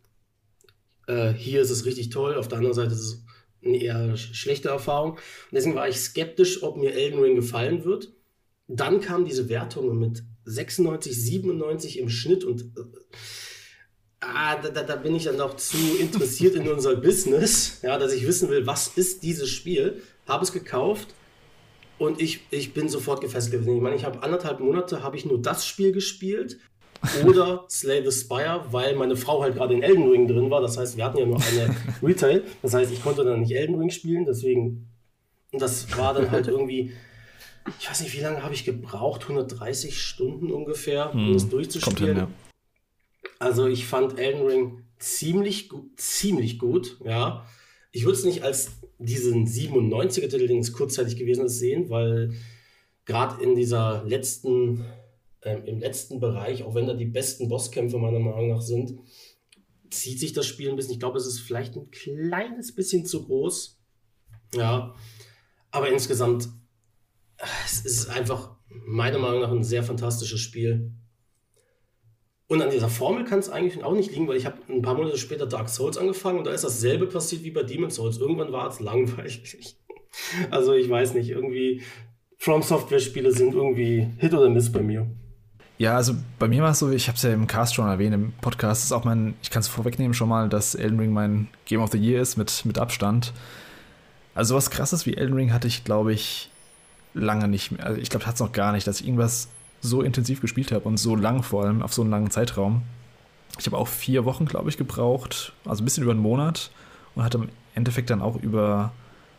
hier ist es richtig toll, auf der anderen Seite ist es eine eher schlechte Erfahrung. Und deswegen war ich skeptisch, ob mir Elden Ring gefallen wird. Dann kamen diese Wertungen mit 96, 97 im Schnitt und da bin ich dann noch zu interessiert in unser Business, dass ich wissen will, was ist dieses Spiel. Habe es gekauft und ich bin sofort gefesselt gewesen. Ich meine, ich habe 1,5 Monate nur das Spiel gespielt oder Slay the Spire, weil meine Frau halt gerade in Elden Ring drin war. Das heißt, wir hatten ja nur eine Retail. Das heißt, ich konnte dann nicht Elden Ring spielen, deswegen, und das war dann halt irgendwie, ich weiß nicht, wie lange habe ich gebraucht, 130 Stunden ungefähr, um das durchzuspielen. Kommt hin, ja. Also ich fand Elden Ring ziemlich gut, ja. Ich würde es nicht als diesen 97er-Titel, den es kurzzeitig gewesen ist, sehen, weil gerade in dieser letzten, im letzten Bereich, auch wenn da die besten Bosskämpfe meiner Meinung nach sind, zieht sich das Spiel ein bisschen. Ich glaube, es ist vielleicht ein kleines bisschen zu groß. Ja, aber insgesamt, es ist einfach meiner Meinung nach ein sehr fantastisches Spiel. Und an dieser Formel kann es eigentlich auch nicht liegen, weil ich habe ein paar Monate später Dark Souls angefangen und da ist dasselbe passiert wie bei Demon's Souls. Irgendwann war es langweilig. Also ich weiß nicht, irgendwie From Software-Spiele sind irgendwie Hit oder Miss bei mir. Ja, also bei mir war es so, ich habe es ja im Cast schon erwähnt, im Podcast ist auch ich kann es vorwegnehmen schon mal, dass Elden Ring mein Game of the Year ist mit Abstand. Also was Krasses wie Elden Ring hatte ich, glaube ich, lange nicht mehr. Also ich glaube, ich hatte es noch gar nicht, dass ich irgendwas so intensiv gespielt habe und so lang vor allem, auf so einen langen Zeitraum. Ich habe auch 4 Wochen, glaube ich, gebraucht, also ein bisschen über einen Monat und hatte im Endeffekt dann auch über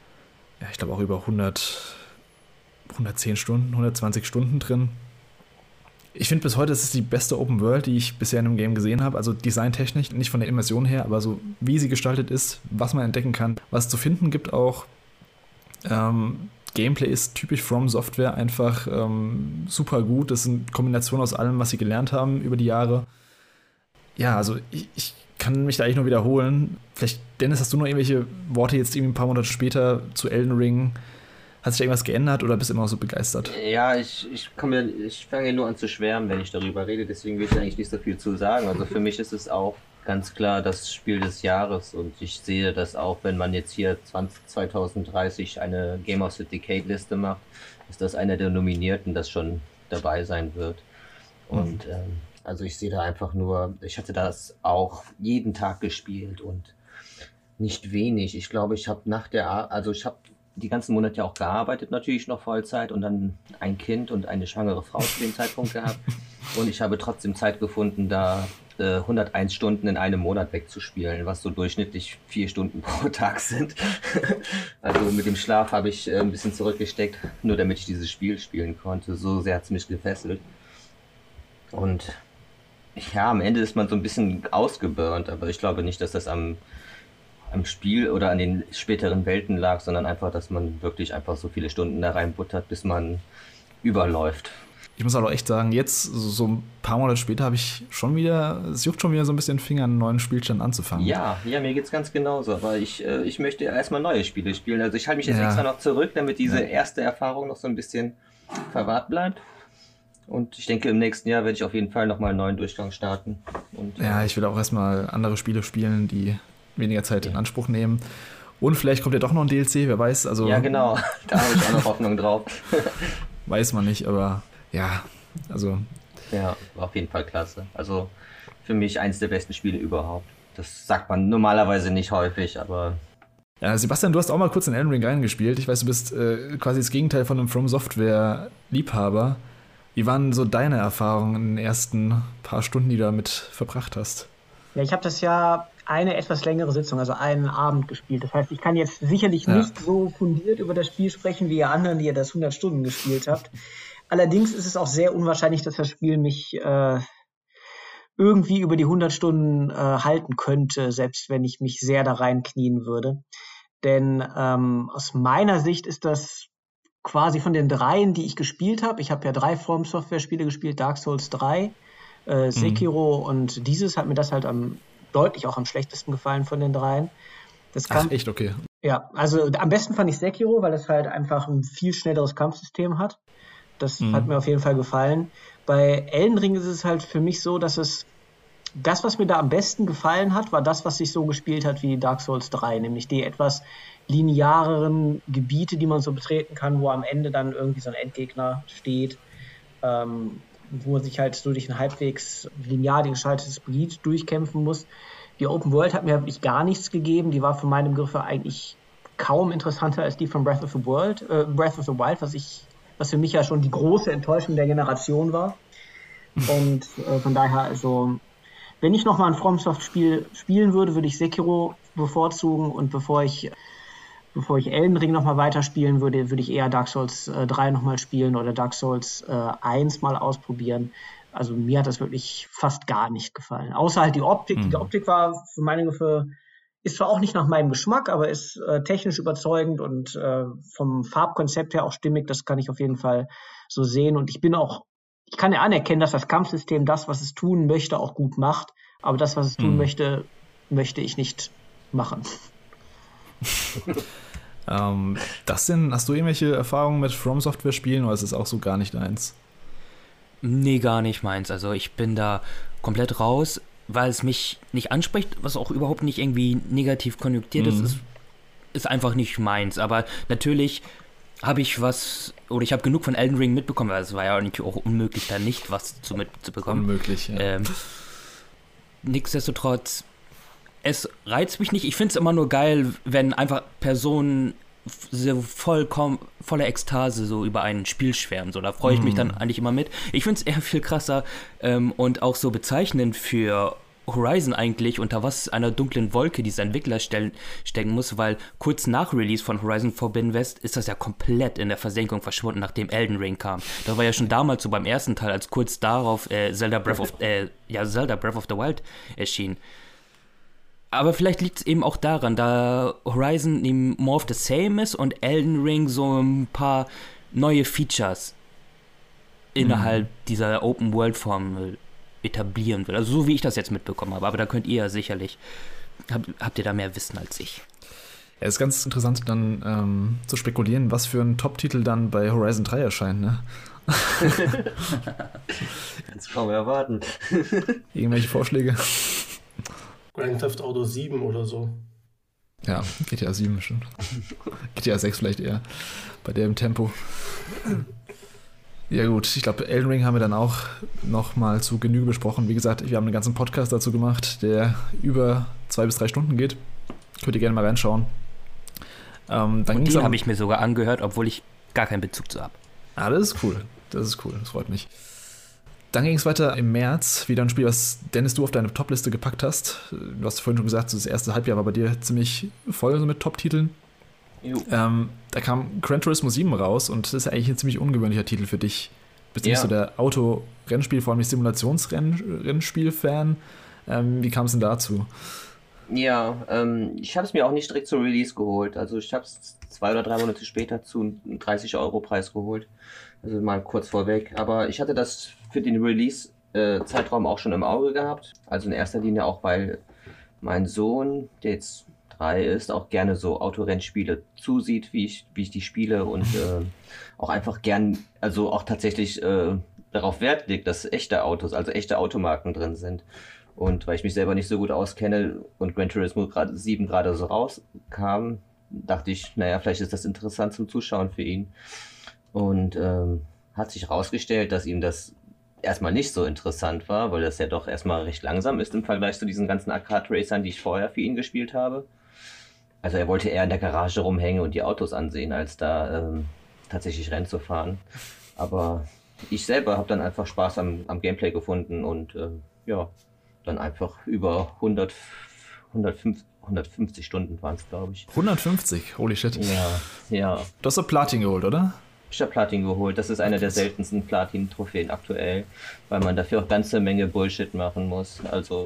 110 Stunden, 120 Stunden drin. Ich finde bis heute, es ist die beste Open World, die ich bisher in einem Game gesehen habe. Also designtechnisch, nicht von der Immersion her, aber so wie sie gestaltet ist, was man entdecken kann, was es zu finden gibt auch. Gameplay ist typisch From Software, einfach super gut. Das ist eine Kombination aus allem, was sie gelernt haben über die Jahre. Ja, also ich kann mich da eigentlich nur wiederholen. Vielleicht, Dennis, hast du noch irgendwelche Worte jetzt irgendwie ein paar Monate später zu Elden Ring? Hat sich da irgendwas geändert oder bist du immer noch so begeistert? Ja, ich fange nur an zu schwärmen, wenn ich darüber rede, deswegen will ich eigentlich nicht so viel zu sagen. Also für mich ist es auch ganz klar das Spiel des Jahres und ich sehe das auch, wenn man jetzt hier 2030 eine Game of the Decade Liste macht, ist das einer der Nominierten, das schon dabei sein wird. Und also ich sehe da einfach nur, ich hatte das auch jeden Tag gespielt und nicht wenig. Ich glaube, ich habe ich habe die ganzen Monate ja auch gearbeitet, natürlich noch Vollzeit und dann ein Kind und eine schwangere Frau zu dem Zeitpunkt gehabt. Und ich habe trotzdem Zeit gefunden, da 101 Stunden in einem Monat wegzuspielen, was so durchschnittlich 4 Stunden pro Tag sind. Also mit dem Schlaf habe ich ein bisschen zurückgesteckt, nur damit ich dieses Spiel spielen konnte. So sehr hat es mich gefesselt. Und ja, am Ende ist man so ein bisschen ausgeburnt, aber ich glaube nicht, dass das am Spiel oder an den späteren Welten lag, sondern einfach, dass man wirklich einfach so viele Stunden da reinbuttert, bis man überläuft. Ich muss auch echt sagen, jetzt, so ein paar Monate später, habe ich schon wieder, es juckt schon wieder so ein bisschen den Finger, einen neuen Spielstand anzufangen. Ja, mir geht's ganz genauso, aber ich möchte erstmal neue Spiele spielen. Also ich halte mich jetzt extra noch zurück, damit diese erste Erfahrung noch so ein bisschen verwahrt bleibt. Und ich denke, im nächsten Jahr werde ich auf jeden Fall nochmal einen neuen Durchgang starten. Und, ja, ich will auch erstmal andere Spiele spielen, die weniger Zeit in Anspruch nehmen. Und vielleicht kommt ja doch noch ein DLC, wer weiß. Also, ja, genau, da habe ich auch noch Hoffnung drauf. Weiß man nicht, aber ja, also. Ja, war auf jeden Fall klasse. Also für mich eins der besten Spiele überhaupt. Das sagt man normalerweise nicht häufig, aber... Ja, Sebastian, du hast auch mal kurz in Elden Ring reingespielt. Ich weiß, du bist quasi das Gegenteil von einem From Software-Liebhaber. Wie waren so deine Erfahrungen in den ersten paar Stunden, die du damit verbracht hast? Ja, ich habe das ja eine etwas längere Sitzung, also einen Abend gespielt. Das heißt, ich kann jetzt sicherlich nicht so fundiert über das Spiel sprechen, wie ihr anderen, die ihr das 100 Stunden gespielt habt. Allerdings ist es auch sehr unwahrscheinlich, dass das Spiel mich irgendwie über die 100 Stunden halten könnte, selbst wenn ich mich sehr da reinknien würde. Denn aus meiner Sicht ist das quasi von den 3, die ich gespielt habe. Ich habe ja 3 From Software Spiele gespielt, Dark Souls 3, Sekiro und dieses hat mir das halt deutlich auch am schlechtesten gefallen von den 3. Ach, echt? Okay. Ja, also am besten fand ich Sekiro, weil es halt einfach ein viel schnelleres Kampfsystem hat. Das hat mir auf jeden Fall gefallen. Bei Elden Ring ist es halt für mich so, dass das, was mir da am besten gefallen hat, war das, was sich so gespielt hat wie Dark Souls 3, nämlich die etwas lineareren Gebiete, die man so betreten kann, wo am Ende dann irgendwie so ein Endgegner steht, wo man sich halt so durch ein halbwegs linear gestaltetes Gebiet durchkämpfen muss. Die Open World hat mir wirklich gar nichts gegeben. Die war für meine Begriffe eigentlich kaum interessanter als die von Breath of the Wild, was für mich ja schon die große Enttäuschung der Generation war. Und von daher, also, wenn ich nochmal ein FromSoft-Spiel spielen würde, würde ich Sekiro bevorzugen und bevor ich Elden Ring nochmal weiterspielen würde, würde ich eher Dark Souls 3 nochmal spielen oder Dark Souls 1 mal ausprobieren. Also mir hat das wirklich fast gar nicht gefallen. Außer halt die Optik. Die Optik war für meine Begriffe Ist zwar auch nicht nach meinem Geschmack, aber ist technisch überzeugend und vom Farbkonzept her auch stimmig. Das kann ich auf jeden Fall so sehen. Und ich kann ja anerkennen, dass das Kampfsystem das, was es tun möchte, auch gut macht. Aber das, was es tun möchte ich nicht machen. Hast du irgendwelche Erfahrungen mit From Software Spielen oder ist es auch so gar nicht deins? Nee, gar nicht meins. Also ich bin da komplett raus, weil es mich nicht anspricht, was auch überhaupt nicht irgendwie negativ konjunktiert ist einfach nicht meins. Aber natürlich habe ich ich habe genug von Elden Ring mitbekommen, weil es war ja auch unmöglich, da nicht was mitzubekommen. Unmöglich, ja. Nichtsdestotrotz, es reizt mich nicht. Ich finde es immer nur geil, wenn einfach Personen so voller Ekstase so über ein Spiel schwärmen. So, da freue ich mich dann eigentlich immer mit. Ich finde es eher viel krasser und auch so bezeichnend für Horizon eigentlich, unter was einer dunklen Wolke dieser Entwickler stecken muss, weil kurz nach Release von Horizon Forbidden West ist das ja komplett in der Versenkung verschwunden, nachdem Elden Ring kam. Das war ja schon damals so beim ersten Teil, als kurz darauf Zelda Breath of the Wild erschien. Aber vielleicht liegt es eben auch daran, da Horizon eben more of the same ist und Elden Ring so ein paar neue Features innerhalb dieser Open-World-Form etablieren will. Also so wie ich das jetzt mitbekommen habe. Aber da könnt ihr ja sicherlich, habt ihr da mehr Wissen als ich. Ja, es ist ganz interessant dann zu spekulieren, was für ein Top-Titel dann bei Horizon 3 erscheint, ne? Kannst du kaum erwarten. Irgendwelche Vorschläge? Grand Theft Auto 7 oder so. Ja, GTA 7 bestimmt. GTA 6 vielleicht eher. Bei dem Tempo. Ja gut, ich glaube, Elden Ring haben wir dann auch noch mal zu Genüge besprochen. Wie gesagt, wir haben einen ganzen Podcast dazu gemacht, der über 2 bis 3 Stunden geht. Könnt ihr gerne mal reinschauen. Und den habe ich mir sogar angehört, obwohl ich gar keinen Bezug zu habe. Ah, das ist cool. Das freut mich. Dann ging es weiter im März, wieder ein Spiel, was Dennis, du auf deine Top-Liste gepackt hast. Du hast vorhin schon gesagt, das erste Halbjahr war bei dir ziemlich voll so mit Top-Titeln. Da kam Gran Turismo 7 raus und das ist ja eigentlich ein ziemlich ungewöhnlicher Titel für dich. Bist du nicht so der Auto-Rennspiel, vor allem Simulationsrennspiel-Fan? Wie kam es denn dazu? Ja, ich habe es mir auch nicht direkt zur Release geholt. Also ich habe es 2 oder 3 Monate später zu einem 30-Euro-Preis geholt. Also mal kurz vorweg. Aber ich hatte das für den Release-Zeitraum auch schon im Auge gehabt. Also in erster Linie auch, weil mein Sohn, der jetzt 3 ist, auch gerne so Autorennspiele zusieht, wie ich die spiele und auch einfach gern, also auch tatsächlich darauf Wert legt, dass echte Autos, also echte Automarken drin sind. Und weil ich mich selber nicht so gut auskenne und Gran Turismo 7 gerade so rauskam, dachte ich, naja, vielleicht ist das interessant zum Zuschauen für ihn. Und hat sich herausgestellt, dass ihm das erstmal nicht so interessant war, weil das ja doch erstmal recht langsam ist im Vergleich zu diesen ganzen Arcade-Racern, die ich vorher für ihn gespielt habe. Also er wollte eher in der Garage rumhängen und die Autos ansehen, als da tatsächlich Rennen zu fahren. Aber ich selber habe dann einfach Spaß am Gameplay gefunden und dann einfach über 150 Stunden waren es, glaube ich. 150? Holy shit. Ja. Du hast doch Platin geholt, oder? Ich habe Platin geholt. Das ist eine der seltensten Platin-Trophäen aktuell, weil man dafür auch ganze Menge Bullshit machen muss. Also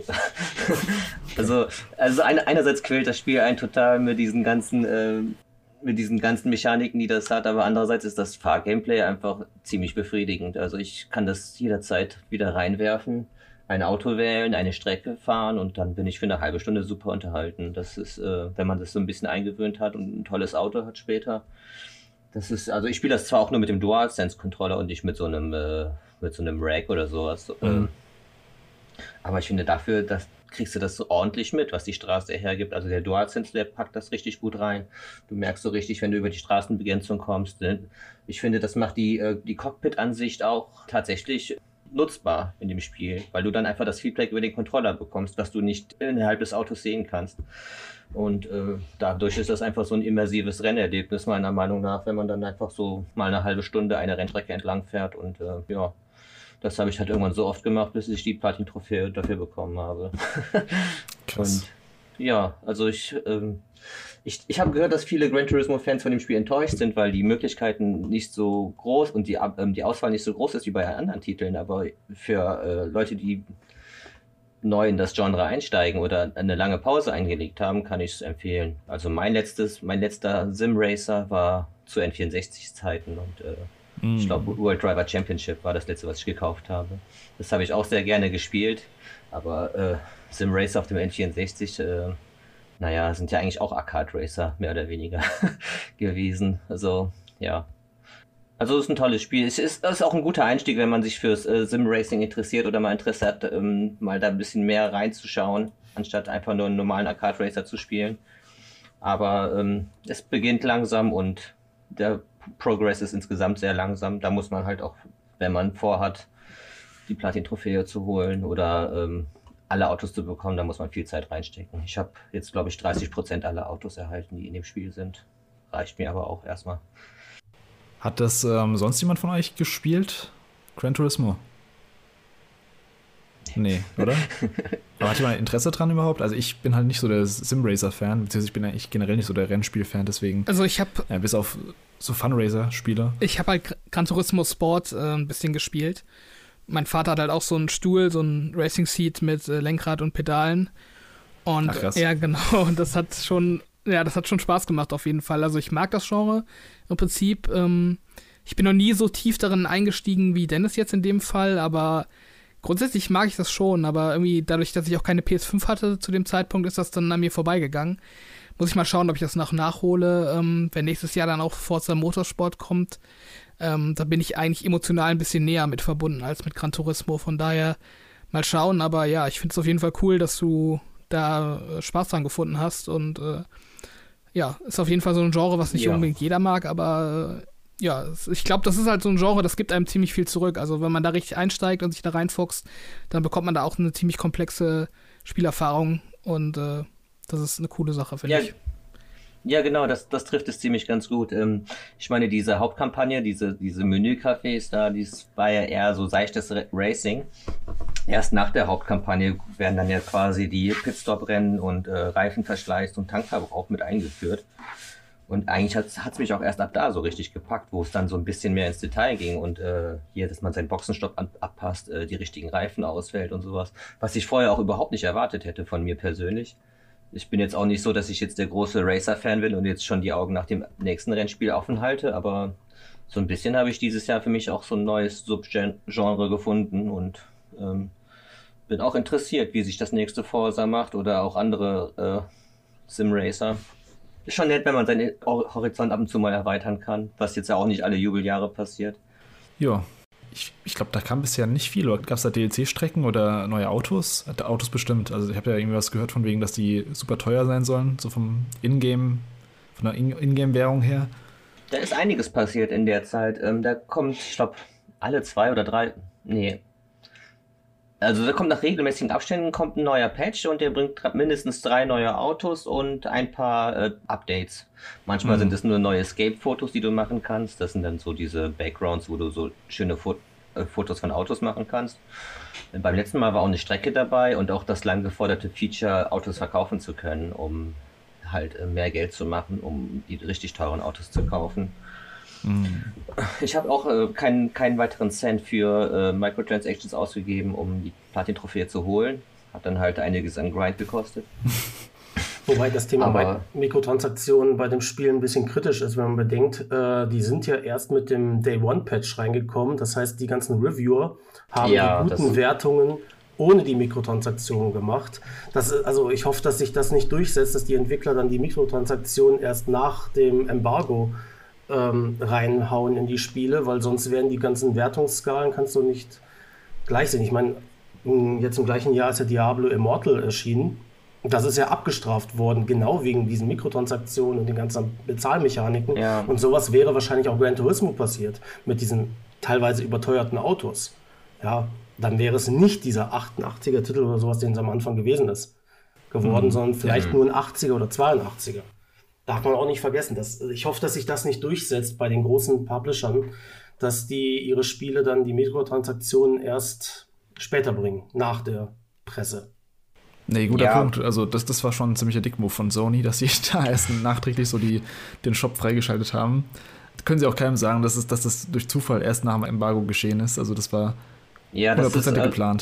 einerseits quält das Spiel einen total mit diesen ganzen Mechaniken, die das hat, aber andererseits ist das Fahrgameplay einfach ziemlich befriedigend. Also ich kann das jederzeit wieder reinwerfen, ein Auto wählen, eine Strecke fahren und dann bin ich für eine halbe Stunde super unterhalten. Das ist, wenn man das so ein bisschen eingewöhnt hat und ein tolles Auto hat später. Das ist, also ich spiele das zwar auch nur mit dem DualSense-Controller und nicht mit so einem Rack oder sowas. Aber ich finde dafür, kriegst du das so ordentlich mit, was die Straße hergibt. Also der DualSense, der packt das richtig gut rein. Du merkst so richtig, wenn du über die Straßenbegrenzung kommst. Ne? Ich finde, das macht die Cockpit-Ansicht auch tatsächlich nutzbar in dem Spiel, weil du dann einfach das Feedback über den Controller bekommst, was du nicht innerhalb des Autos sehen kannst. Und dadurch ist das einfach so ein immersives Rennerlebnis, meiner Meinung nach, wenn man dann einfach so mal eine halbe Stunde eine Rennstrecke entlang fährt. Und das habe ich halt irgendwann so oft gemacht, bis ich die Platin-Trophäe dafür bekommen habe. Krass. Und ja, also ich habe gehört, dass viele Gran Turismo-Fans von dem Spiel enttäuscht sind, weil die Möglichkeiten nicht so groß und die Auswahl nicht so groß ist wie bei anderen Titeln. Aber für Leute, die neu in das Genre einsteigen oder eine lange Pause eingelegt haben, kann ich es empfehlen. Also mein letzter Sim-Racer war zu N64-Zeiten und ich glaube World Driver Championship war das letzte, was ich gekauft habe. Das habe ich auch sehr gerne gespielt, aber Sim-Racer auf dem N64, sind ja eigentlich auch Arcade-Racer, mehr oder weniger gewesen. Also, ja. Also es ist ein tolles Spiel. Es ist auch ein guter Einstieg, wenn man sich fürs Sim-Racing interessiert oder mal Interesse hat, mal da ein bisschen mehr reinzuschauen, anstatt einfach nur einen normalen Arcade-Racer zu spielen. Aber es beginnt langsam und der Progress ist insgesamt sehr langsam. Da muss man halt auch, wenn man vorhat, die Platin-Trophäe zu holen oder alle Autos zu bekommen, da muss man viel Zeit reinstecken. Ich habe jetzt, glaube ich, 30% aller Autos erhalten, die in dem Spiel sind. Reicht mir aber auch erstmal. Hat das sonst jemand von euch gespielt? Gran Turismo? Nee, oder? Aber hat jemand Interesse dran überhaupt? Also ich bin halt nicht so der Sim-Racer-Fan, beziehungsweise ich bin eigentlich generell nicht so der Rennspiel-Fan, deswegen. Also ich habe bis auf so Fun-Racer-Spieler. Ich habe halt Gran Turismo Sport ein bisschen gespielt. Mein Vater hat halt auch so einen Stuhl, so ein Racing-Seat mit Lenkrad und Pedalen. Und ach, krass. Ja, genau. Und das hat schon Spaß gemacht auf jeden Fall. Also ich mag das Genre im Prinzip. Ich bin noch nie so tief darin eingestiegen wie Dennis jetzt in dem Fall, aber grundsätzlich mag ich das schon. Aber irgendwie dadurch, dass ich auch keine PS5 hatte zu dem Zeitpunkt, ist das dann an mir vorbeigegangen. Muss ich mal schauen, ob ich das nachhole, wenn nächstes Jahr dann auch Forza Motorsport kommt. Da bin ich eigentlich emotional ein bisschen näher mit verbunden als mit Gran Turismo. Von daher mal schauen. Aber ja, ich finde es auf jeden Fall cool, dass du da Spaß dran gefunden hast. Und ist auf jeden Fall so ein Genre, was nicht unbedingt jeder mag. Aber ich glaube, das ist halt so ein Genre, das gibt einem ziemlich viel zurück. Also wenn man da richtig einsteigt und sich da reinfuchst, dann bekommt man da auch eine ziemlich komplexe Spielerfahrung. Und das ist eine coole Sache, finde ich. Ja, genau, das trifft es ziemlich ganz gut. Ich meine, diese Hauptkampagne, diese Menü-Cafés da, dies war ja eher so seichtes Racing. Erst nach der Hauptkampagne werden dann ja quasi die Pitstop-Rennen und Reifenverschleiß und Tankverbrauch mit eingeführt. Und eigentlich hat's mich auch erst ab da so richtig gepackt, wo es dann so ein bisschen mehr ins Detail ging und hier, dass man seinen Boxenstopp abpasst, die richtigen Reifen auswählt und sowas, was ich vorher auch überhaupt nicht erwartet hätte von mir persönlich. Ich bin jetzt auch nicht so, dass ich jetzt der große Racer-Fan bin und jetzt schon die Augen nach dem nächsten Rennspiel offen halte, aber so ein bisschen habe ich dieses Jahr für mich auch so ein neues Subgenre gefunden und bin auch interessiert, wie sich das nächste Forza macht oder auch andere Sim-Racer. Ist schon nett, wenn man seinen Horizont ab und zu mal erweitern kann, was jetzt ja auch nicht alle Jubeljahre passiert. Ja, ich glaube, da kam bisher nicht viel. Gab es da DLC-Strecken oder neue Autos? Autos bestimmt. Also ich habe ja irgendwie was gehört von wegen, dass die super teuer sein sollen, so von der Ingame-Währung her. Da ist einiges passiert in der Zeit. Da kommt, ich glaube, alle 2 oder 3, also da kommt nach regelmäßigen Abständen kommt ein neuer Patch und der bringt mindestens 3 neue Autos und ein paar Updates. Manchmal sind es nur neue Escape-Fotos, die du machen kannst. Das sind dann so diese Backgrounds, wo du so schöne Fotos von Autos machen kannst. Beim letzten Mal war auch eine Strecke dabei und auch das lang geforderte Feature, Autos verkaufen zu können, um halt mehr Geld zu machen, um die richtig teuren Autos zu kaufen. Ich habe auch keinen weiteren Cent für Microtransactions ausgegeben, um die Platin-Trophäe zu holen. Hat dann halt einiges an Grind gekostet. Wobei das Thema bei Mikrotransaktionen bei dem Spiel ein bisschen kritisch ist, wenn man bedenkt, die sind ja erst mit dem Day-One-Patch reingekommen. Das heißt, die ganzen Reviewer haben die guten Wertungen ohne die Mikrotransaktionen gemacht. Also ich hoffe, dass sich das nicht durchsetzt, dass die Entwickler dann die Mikrotransaktionen erst nach dem Embargo reinhauen in die Spiele, weil sonst werden die ganzen Wertungsskalen kannst du nicht gleich sehen. Ich meine, jetzt im gleichen Jahr ist ja Diablo Immortal erschienen. Und das ist ja abgestraft worden, genau wegen diesen Mikrotransaktionen und den ganzen Bezahlmechaniken. Ja. Und sowas wäre wahrscheinlich auch Gran Turismo passiert, mit diesen teilweise überteuerten Autos. Ja, dann wäre es nicht dieser 88er-Titel oder sowas, den es am Anfang gewesen ist, geworden, sondern vielleicht nur ein 80er oder 82er. Darf man auch nicht vergessen. Ich hoffe, dass sich das nicht durchsetzt bei den großen Publishern, dass die ihre Spiele dann die Mikrotransaktionen erst später bringen, nach der Presse. Nee, guter Punkt. Also das war schon ein ziemlicher Dickmove von Sony, dass sie da erst nachträglich so den Shop freigeschaltet haben. Können sie auch keinem sagen, dass das durch Zufall erst nach dem Embargo geschehen ist. Also das war 100% geplant.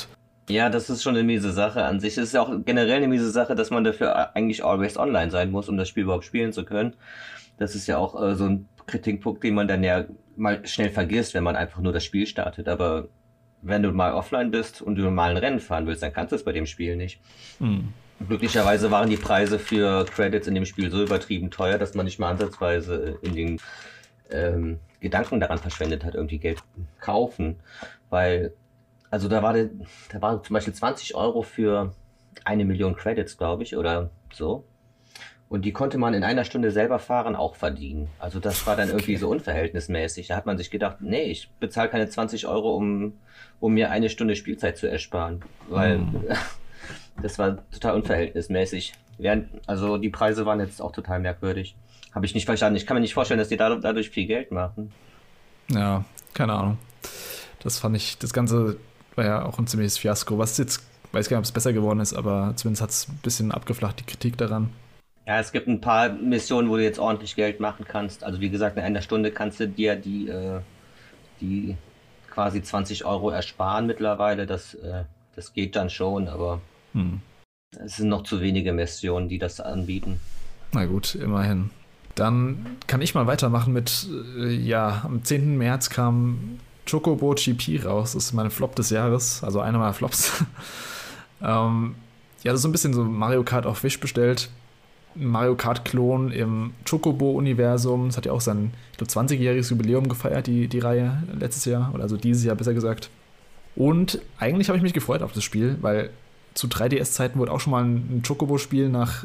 Ja, das ist schon eine miese Sache an sich. Es ist ja auch generell eine miese Sache, dass man dafür eigentlich always online sein muss, um das Spiel überhaupt spielen zu können. Das ist ja auch so ein Kritikpunkt, den man dann ja mal schnell vergisst, wenn man einfach nur das Spiel startet. Aber wenn du mal offline bist und du mal ein Rennen fahren willst, dann kannst du es bei dem Spiel nicht. Glücklicherweise waren die Preise für Credits in dem Spiel so übertrieben teuer, dass man nicht mal ansatzweise in den Gedanken daran verschwendet hat, irgendwie Geld kaufen. Weil, also da waren zum Beispiel 20 Euro für 1 Million Credits, glaube ich, oder so. Und die konnte man in einer Stunde selber fahren auch verdienen. Also das war dann irgendwie so unverhältnismäßig. Da hat man sich gedacht, nee, ich bezahle keine 20 Euro, um mir 1 Stunde Spielzeit zu ersparen. Weil das war total unverhältnismäßig. Also die Preise waren jetzt auch total merkwürdig. Habe ich nicht verstanden. Ich kann mir nicht vorstellen, dass die dadurch viel Geld machen. Ja, keine Ahnung. Das Ganze war ja auch ein ziemliches Fiasko. Was jetzt, weiß gar nicht, ob es besser geworden ist, aber zumindest hat es ein bisschen abgeflacht, die Kritik daran. Ja, es gibt ein paar Missionen, wo du jetzt ordentlich Geld machen kannst. Also wie gesagt, in 1 Stunde kannst du dir die quasi 20 Euro ersparen mittlerweile. Das geht dann schon, aber es sind noch zu wenige Missionen, die das anbieten. Na gut, immerhin. Dann kann ich mal weitermachen mit, am 10. März kam Chocobo GP raus. Das ist mein Flop des Jahres, also einer meiner Flops. Das ist so ein bisschen so Mario Kart auf Wish bestellt. Mario Kart-Klon im Chocobo-Universum. Das hat ja auch sein, ich glaube, 20-jähriges Jubiläum gefeiert, die Reihe letztes Jahr, oder also dieses Jahr besser gesagt. Und eigentlich habe ich mich gefreut auf das Spiel, weil zu 3DS-Zeiten wurde auch schon mal ein Chocobo-Spiel nach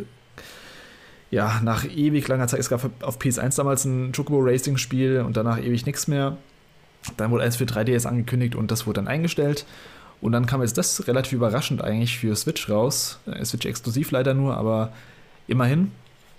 ewig langer Zeit. Es gab auf PS1 damals ein Chocobo-Racing-Spiel und danach ewig nichts mehr. Dann wurde eins für 3DS angekündigt und das wurde dann eingestellt. Und dann kam jetzt das relativ überraschend eigentlich für Switch raus. Switch-exklusiv leider nur, aber immerhin.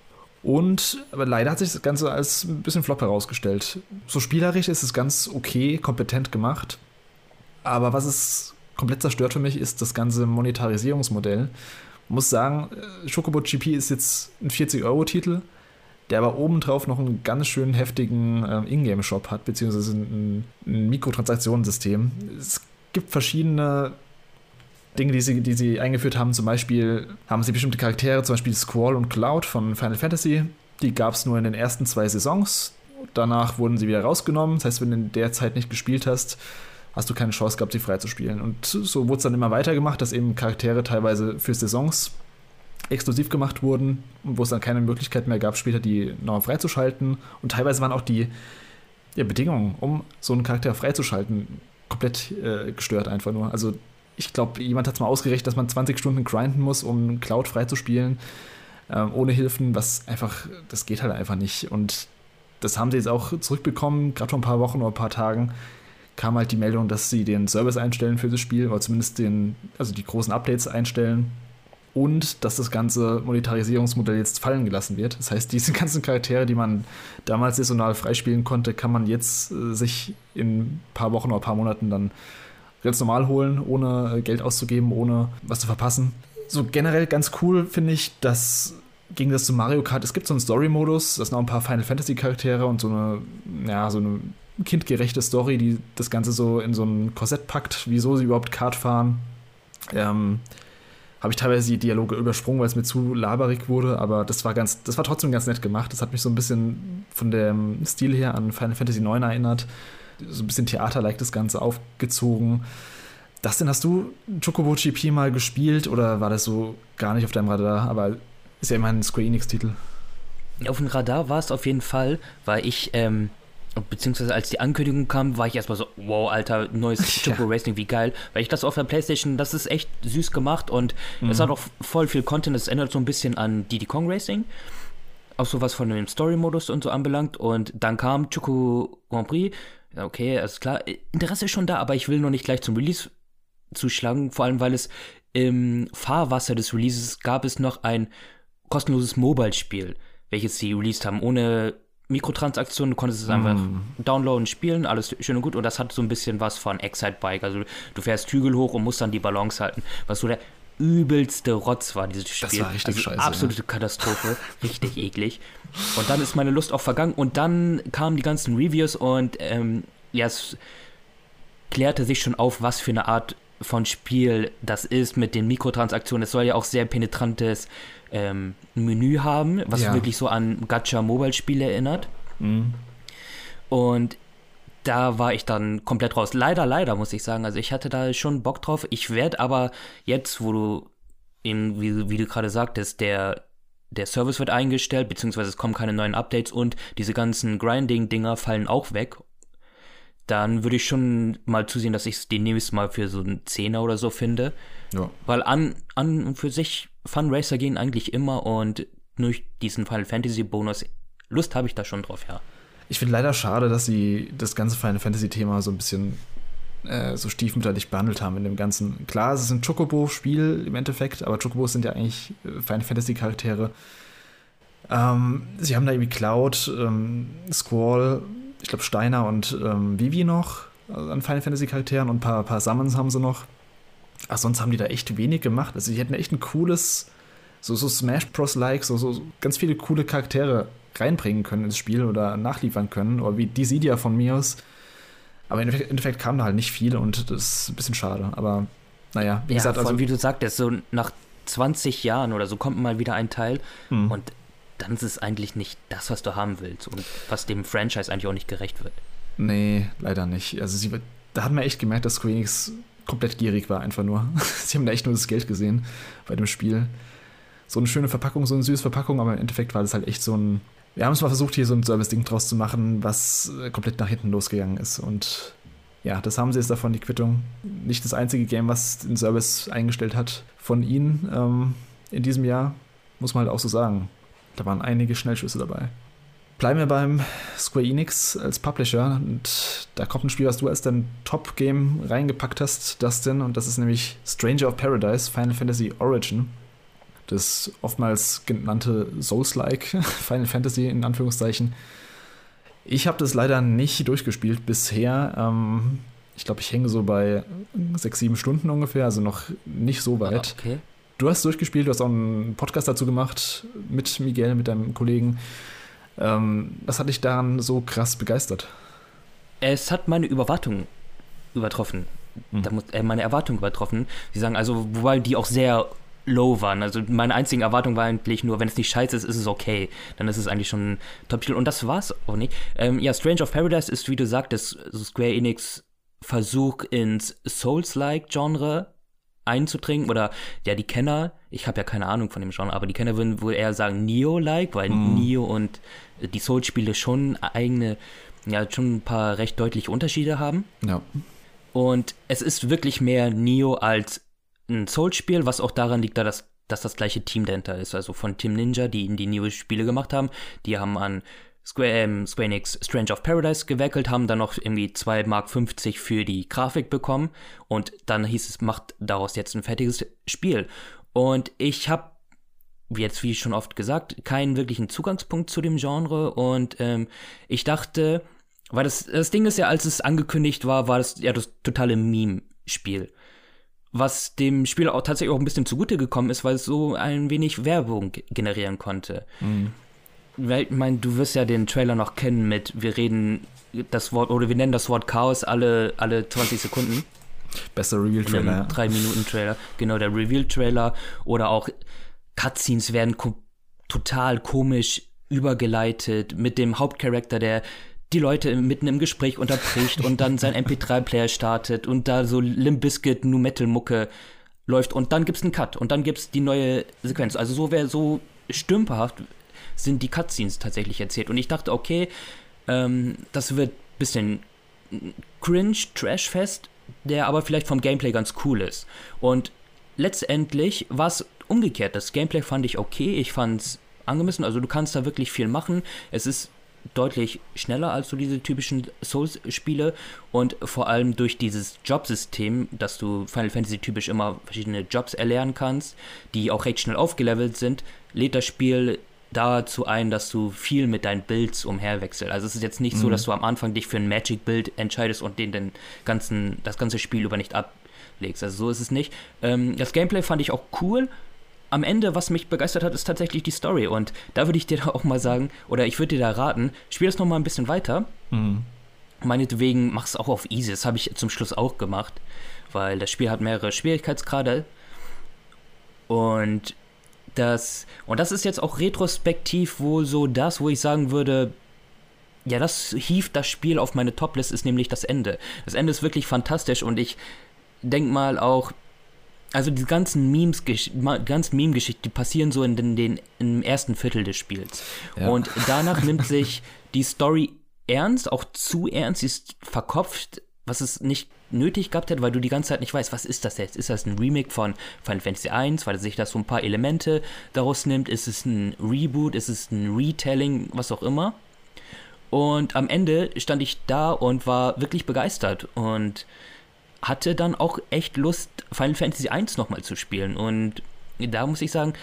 Aber leider hat sich das Ganze als ein bisschen Flop herausgestellt. So spielerisch ist es ganz okay, kompetent gemacht. Aber was es komplett zerstört für mich, ist das ganze Monetarisierungsmodell. Ich muss sagen, Chocobo GP ist jetzt ein 40-Euro-Titel, der aber obendrauf noch einen ganz schön heftigen Ingame-Shop hat, beziehungsweise ein Mikrotransaktionssystem. Es gibt verschiedene Dinge, die sie eingeführt haben. Zum Beispiel haben sie bestimmte Charaktere, zum Beispiel Squall und Cloud von Final Fantasy. Die gab es nur in den ersten 2 Saisons. Danach wurden sie wieder rausgenommen. Das heißt, wenn du in der Zeit nicht gespielt hast, hast du keine Chance gehabt, sie freizuspielen. Und so wurde es dann immer weitergemacht, dass eben Charaktere teilweise für Saisons exklusiv gemacht wurden, wo es dann keine Möglichkeit mehr gab, später die nochmal freizuschalten. Und teilweise waren auch die Bedingungen, um so einen Charakter freizuschalten, komplett gestört einfach nur. Also ich glaube, jemand hat es mal ausgerechnet, dass man 20 Stunden grinden muss, um Cloud freizuspielen, ohne Hilfen, das geht halt einfach nicht. Und das haben sie jetzt auch zurückbekommen, gerade vor ein paar Wochen oder ein paar Tagen kam halt die Meldung, dass sie den Service einstellen für das Spiel, oder zumindest die großen Updates einstellen und dass das ganze Monetarisierungsmodell jetzt fallen gelassen wird. Das heißt, diese ganzen Charaktere, die man damals saisonal freispielen konnte, kann man jetzt sich in ein paar Wochen oder ein paar Monaten dann ganz normal holen, ohne Geld auszugeben, ohne was zu verpassen. So generell ganz cool finde ich, dass gegen das zu Mario Kart, es gibt so einen Story-Modus, das sind auch ein paar Final Fantasy-Charaktere und so eine kindgerechte Story, die das Ganze so in so ein Korsett packt, wieso sie überhaupt Kart fahren. Habe ich teilweise die Dialoge übersprungen, weil es mir zu laberig wurde, aber das war trotzdem ganz nett gemacht. Das hat mich so ein bisschen von dem Stil her an Final Fantasy 9 erinnert. So ein bisschen Theater-like das Ganze aufgezogen. Dustin, hast du Chocobo GP mal gespielt oder war das so gar nicht auf deinem Radar? Aber ist ja immerhin ein Square Enix-Titel. Auf dem Radar war es auf jeden Fall, weil ich, beziehungsweise als die Ankündigung kam, war ich erstmal so, wow, Alter, neues Chocobo Racing, wie geil. Weil ich das auf der Playstation, das ist echt süß gemacht und es hat auch voll viel Content, das erinnert so ein bisschen an Diddy Kong Racing. Auch sowas von dem Story-Modus und so anbelangt. Und dann kam Choco Grand Prix. Okay, alles klar. Interesse ist schon da, aber ich will noch nicht gleich zum Release zuschlagen. Vor allem, weil es im Fahrwasser des Releases gab es noch ein kostenloses Mobile-Spiel, welches sie released haben. Ohne Mikrotransaktionen, du konntest es einfach downloaden, spielen, alles schön und gut. Und das hat so ein bisschen was von Excite-Bike. Also du fährst Hügel hoch und musst dann die Balance halten. Was so der übelste Rotz war, dieses Spiel. Das war richtig scheiße. Absolute Katastrophe. Richtig eklig. Und dann ist meine Lust auch vergangen. Und dann kamen die ganzen Reviews und es klärte sich schon auf, was für eine Art von Spiel das ist mit den Mikrotransaktionen. Es soll ja auch sehr penetrantes Menü haben, was wirklich so an Gacha-Mobile-Spiele erinnert. Mhm. Und da war ich dann komplett raus. Leider, muss ich sagen. Also ich hatte da schon Bock drauf. Ich werde aber jetzt, wo du eben, wie du gerade sagtest, der Service wird eingestellt, beziehungsweise es kommen keine neuen Updates und diese ganzen Grinding-Dinger fallen auch weg. Dann würde ich schon mal zusehen, dass ich es demnächst mal für so einen 10er oder so finde. Ja. Weil an und für sich Funracer gehen eigentlich immer und durch diesen Final Fantasy Bonus Lust habe ich da schon drauf, ja. Ich finde leider schade, dass sie das ganze Final Fantasy Thema so ein bisschen so stiefmütterlich behandelt haben in dem Ganzen. Klar, es ist ein Chocobo-Spiel im Endeffekt, aber Chocobos sind ja eigentlich Final Fantasy Charaktere. Sie haben da irgendwie Cloud, Squall, ich glaube Steiner und Vivi noch an Final Fantasy Charakteren und ein paar Summons haben sie noch. Ach, sonst haben die da echt wenig gemacht. Also die hätten echt ein cooles, so Smash Bros-like, so ganz viele coole Charaktere reinbringen können ins Spiel oder nachliefern können. Oder wie Dissidia von mir aus. Aber im Endeffekt kam da halt nicht viel und das ist ein bisschen schade. Aber naja, wie gesagt, also wie du sagtest, so nach 20 Jahren oder so kommt mal wieder ein Teil und dann ist es eigentlich nicht das, was du haben willst und was dem Franchise eigentlich auch nicht gerecht wird. Nee, leider nicht. Also da hat man echt gemerkt, dass Square Enix komplett gierig war, einfach nur. Sie haben da echt nur das Geld gesehen bei dem Spiel. So eine schöne Verpackung, so eine süße Verpackung, aber im Endeffekt war das halt echt so ein. Wir haben es mal versucht, hier so ein Service-Ding draus zu machen, was komplett nach hinten losgegangen ist. Und ja, das haben sie jetzt davon, die Quittung. Nicht das einzige Game, was den Service eingestellt hat von ihnen in diesem Jahr, muss man halt auch so sagen. Da waren einige Schnellschüsse dabei. Bleiben wir beim Square Enix als Publisher. Und da kommt ein Spiel, was du als dein Top-Game reingepackt hast, Dustin. Und das ist nämlich Stranger of Paradise, Final Fantasy Origin. Das oftmals genannte Souls-like Final Fantasy in Anführungszeichen. Ich habe das leider nicht durchgespielt bisher. Ich glaube, ich hänge so bei 6-7 Stunden ungefähr, also noch nicht so weit. Okay. Du hast durchgespielt, du hast auch einen Podcast dazu gemacht mit Miguel, mit deinem Kollegen. Was hat dich daran so krass begeistert? Es hat meine Erwartungen übertroffen. Meine Erwartungen übertroffen. Sie sagen also, wobei die auch sehr low waren. Also meine einzige Erwartung war eigentlich nur, wenn es nicht scheiße ist, ist es okay. Dann ist es eigentlich schon ein Top-Spiel. Und das war's auch nicht. Stranger of Paradise ist, wie du sagtest, Square Enix Versuch ins Souls-like-Genre einzudringen. Oder ja, die Kenner, ich habe ja keine Ahnung von dem Genre, aber die Kenner würden wohl eher sagen Neo-like, weil Neo und die Souls-Spiele schon schon ein paar recht deutliche Unterschiede haben. Ja. Und es ist wirklich mehr Neo als ein Souls-Spiel, was auch daran liegt, dass das gleiche Team dahinter ist. Also von Team Ninja, die die Neo-Spiele gemacht haben. Die haben an Square Enix Stranger of Paradise gewerkelt, haben dann noch irgendwie 2,50 Mark für die Grafik bekommen. Und dann hieß es, macht daraus jetzt ein fertiges Spiel. Und ich habe, wie schon oft gesagt, keinen wirklichen Zugangspunkt zu dem Genre. Und ich dachte, weil das Ding ist ja, als es angekündigt war das ja das totale Meme-Spiel. Was dem Spiel auch tatsächlich auch ein bisschen zugute gekommen ist, weil es so ein wenig Werbung generieren konnte. Weil, ich meine, du wirst ja den Trailer noch kennen mit, wir nennen das Wort Chaos alle 20 Sekunden. Bester Reveal-Trailer. 3-Minuten-Trailer, genau, der Reveal-Trailer. Oder auch Cutscenes werden total komisch übergeleitet mit dem Hauptcharakter, der die Leute mitten im Gespräch unterbricht und dann sein MP3-Player startet und da so Limp Bizkit Nu Metal Mucke läuft und dann gibt's einen Cut und dann gibt's die neue Sequenz. Also so stümperhaft sind die Cutscenes tatsächlich erzählt. Und ich dachte, okay, das wird ein bisschen cringe, Trashfest, der aber vielleicht vom Gameplay ganz cool ist. Und letztendlich war es umgekehrt. Das Gameplay fand ich okay, ich fand's angemessen. Also du kannst da wirklich viel machen. Es ist deutlich schneller als so diese typischen Souls-Spiele und vor allem durch dieses Jobsystem, dass du Final Fantasy typisch immer verschiedene Jobs erlernen kannst, die auch recht schnell aufgelevelt sind, lädt das Spiel dazu ein, dass du viel mit deinen Builds umherwechselst. Also es ist jetzt nicht so, dass du am Anfang dich für ein Magic-Build entscheidest und das ganze Spiel über nicht ablegst. Also so ist es nicht. Das Gameplay fand ich auch cool. Am Ende, was mich begeistert hat, ist tatsächlich die Story. Und da würde ich dir auch mal sagen, oder ich würde dir da raten, spiel das noch mal ein bisschen weiter. Meinetwegen mach es auch auf easy. Das habe ich zum Schluss auch gemacht. weil das Spiel hat mehrere Schwierigkeitsgrade. Und das ist jetzt auch retrospektiv wohl so das, wo ich sagen würde, ja, das hieft das Spiel auf meine Top-List, ist nämlich das Ende. Das Ende ist wirklich fantastisch und ich denke mal auch, also die ganzen Meme-Geschichten, die passieren so im ersten Viertel des Spiels. Ja. Und danach nimmt sich die Story ernst, auch zu ernst, sie ist verkopft, was es nicht nötig gehabt hätte, weil du die ganze Zeit nicht weißt, was ist das jetzt? Ist das ein Remake von Final Fantasy 1, weil sich das so ein paar Elemente daraus nimmt? Ist es ein Reboot? Ist es ein Retelling? Was auch immer. Und am Ende stand ich da und war wirklich begeistert und hatte dann auch echt Lust, Final Fantasy 1 nochmal zu spielen. Und da muss ich sagen,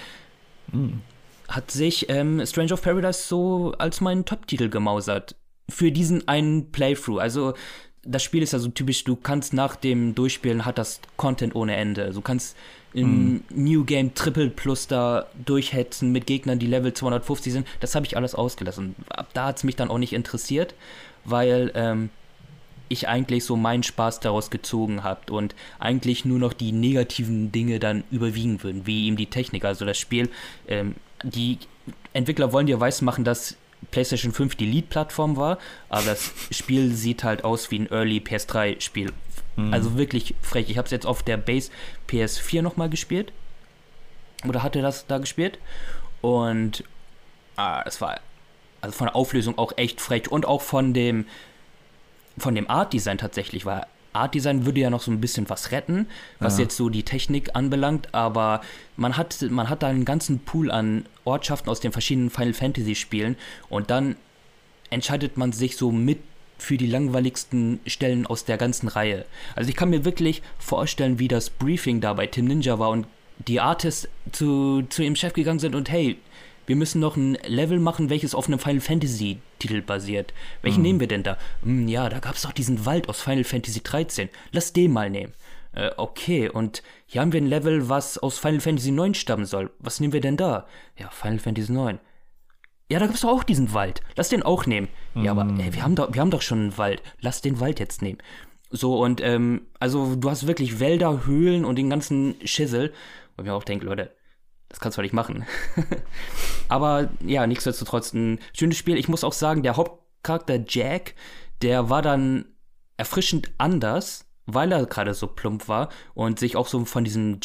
hat sich Stranger of Paradise so als meinen Top-Titel gemausert. Für diesen einen Playthrough. Also das Spiel ist ja so typisch, du kannst nach dem Durchspielen, hat das Content ohne Ende. Du kannst im New Game Triple Plus da durchhetzen mit Gegnern, die Level 250 sind. Das habe ich alles ausgelassen. Ab da hat es mich dann auch nicht interessiert, weil ich eigentlich so meinen Spaß daraus gezogen habe und eigentlich nur noch die negativen Dinge dann überwiegen würden, wie eben die Technik. Also das Spiel, die Entwickler wollen dir weismachen, dass PlayStation 5 die Lead-Plattform war, aber das Spiel sieht halt aus wie ein Early PS3-Spiel. Also wirklich frech. Ich habe es jetzt auf der Base PS4 nochmal gespielt. Oder hatte das da gespielt. Und es war also von der Auflösung auch echt frech. Und auch von dem Art-Design tatsächlich, weil Art-Design würde ja noch so ein bisschen was retten, was jetzt so die Technik anbelangt, aber man hat da einen ganzen Pool an Ortschaften aus den verschiedenen Final Fantasy Spielen und dann entscheidet man sich so mit für die langweiligsten Stellen aus der ganzen Reihe. Also ich kann mir wirklich vorstellen, wie das Briefing da bei Team Ninja war und die Artists zu ihrem Chef gegangen sind und hey, wir müssen noch ein Level machen, welches auf einem Final Fantasy Titel basiert. Welchen nehmen wir denn da? Ja, da gab es doch diesen Wald aus Final Fantasy 13. Lass den mal nehmen. Okay, und hier haben wir ein Level, was aus Final Fantasy 9 stammen soll. Was nehmen wir denn da? Ja, Final Fantasy 9. Ja, da gab es doch auch diesen Wald. Lass den auch nehmen. Ja, aber wir haben doch schon einen Wald. Lass den Wald jetzt nehmen. So, und also du hast wirklich Wälder, Höhlen und den ganzen Schissel. Und ich mir auch denke, Leute, das kannst du nicht machen. Aber ja, nichtsdestotrotz ein schönes Spiel. Ich muss auch sagen, der Hauptcharakter Jack, der war dann erfrischend anders, weil er gerade so plump war und sich auch so von diesem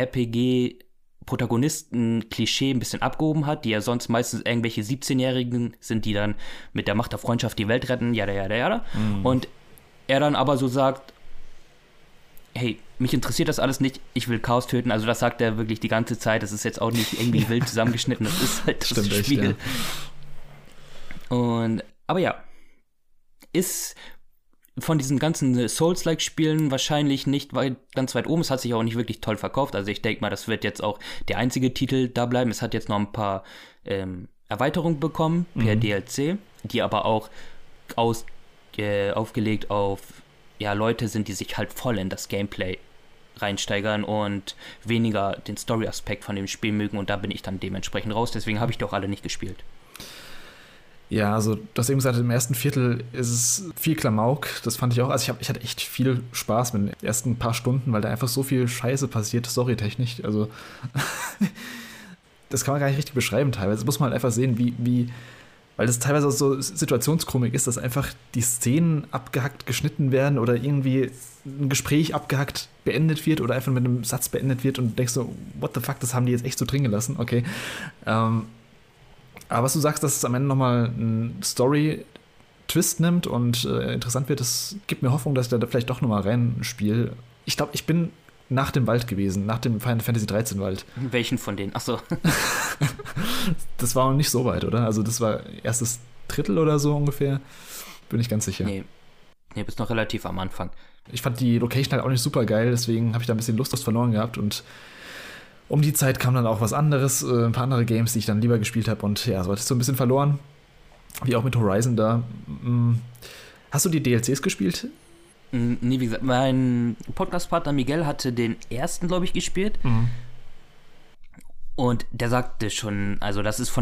JRPG-Protagonisten-Klischee ein bisschen abgehoben hat, die ja sonst meistens irgendwelche 17-Jährigen sind, die dann mit der Macht der Freundschaft die Welt retten, jada. Und er dann aber so sagt, hey, mich interessiert das alles nicht, ich will Chaos töten. Also das sagt er wirklich die ganze Zeit. Das ist jetzt auch nicht irgendwie wild zusammengeschnitten, das ist halt das Stimmt Spiel. echt, ja. Aber ja, ist von diesen ganzen Souls-like-Spielen wahrscheinlich nicht ganz weit oben. Es hat sich auch nicht wirklich toll verkauft. Also ich denke mal, das wird jetzt auch der einzige Titel da bleiben. Es hat jetzt noch ein paar Erweiterungen bekommen per DLC, die aber auch aufgelegt auf Leute sind, die sich halt voll in das Gameplay reinsteigern und weniger den Story-Aspekt von dem Spiel mögen und da bin ich dann dementsprechend raus, deswegen habe ich die auch alle nicht gespielt. Ja, also du hast eben gesagt, im ersten Viertel ist es viel Klamauk, das fand ich auch, also ich hatte echt viel Spaß mit den ersten paar Stunden, weil da einfach so viel Scheiße passiert, storytechnisch, also das kann man gar nicht richtig beschreiben teilweise, das muss man halt einfach sehen, wie weil das teilweise auch so Situationskomik ist, dass einfach die Szenen abgehackt geschnitten werden oder irgendwie ein Gespräch abgehackt beendet wird oder einfach mit einem Satz beendet wird und du denkst so, what the fuck, das haben die jetzt echt so drin gelassen, okay. Aber was du sagst, dass es am Ende nochmal einen Story-Twist nimmt und interessant wird, das gibt mir Hoffnung, dass ich da vielleicht doch nochmal reinspiele. Ich glaube, ich bin nach dem Wald gewesen, nach dem Final Fantasy 13 Wald. Welchen von denen? Achso. Das war noch nicht so weit, oder? Also das war erstes Drittel oder so ungefähr. Bin ich ganz sicher. Nee, bist noch relativ am Anfang. Ich fand die Location halt auch nicht super geil, deswegen habe ich da ein bisschen Lust verloren gehabt und um die Zeit kam dann auch was anderes, ein paar andere Games, die ich dann lieber gespielt habe und ja, so hatte ich so ein bisschen verloren. Wie auch mit Horizon da. Hast du die DLCs gespielt? Nee, wie gesagt, mein Podcast-Partner Miguel hatte den ersten, glaube ich, gespielt. Und der sagte schon, also das ist vom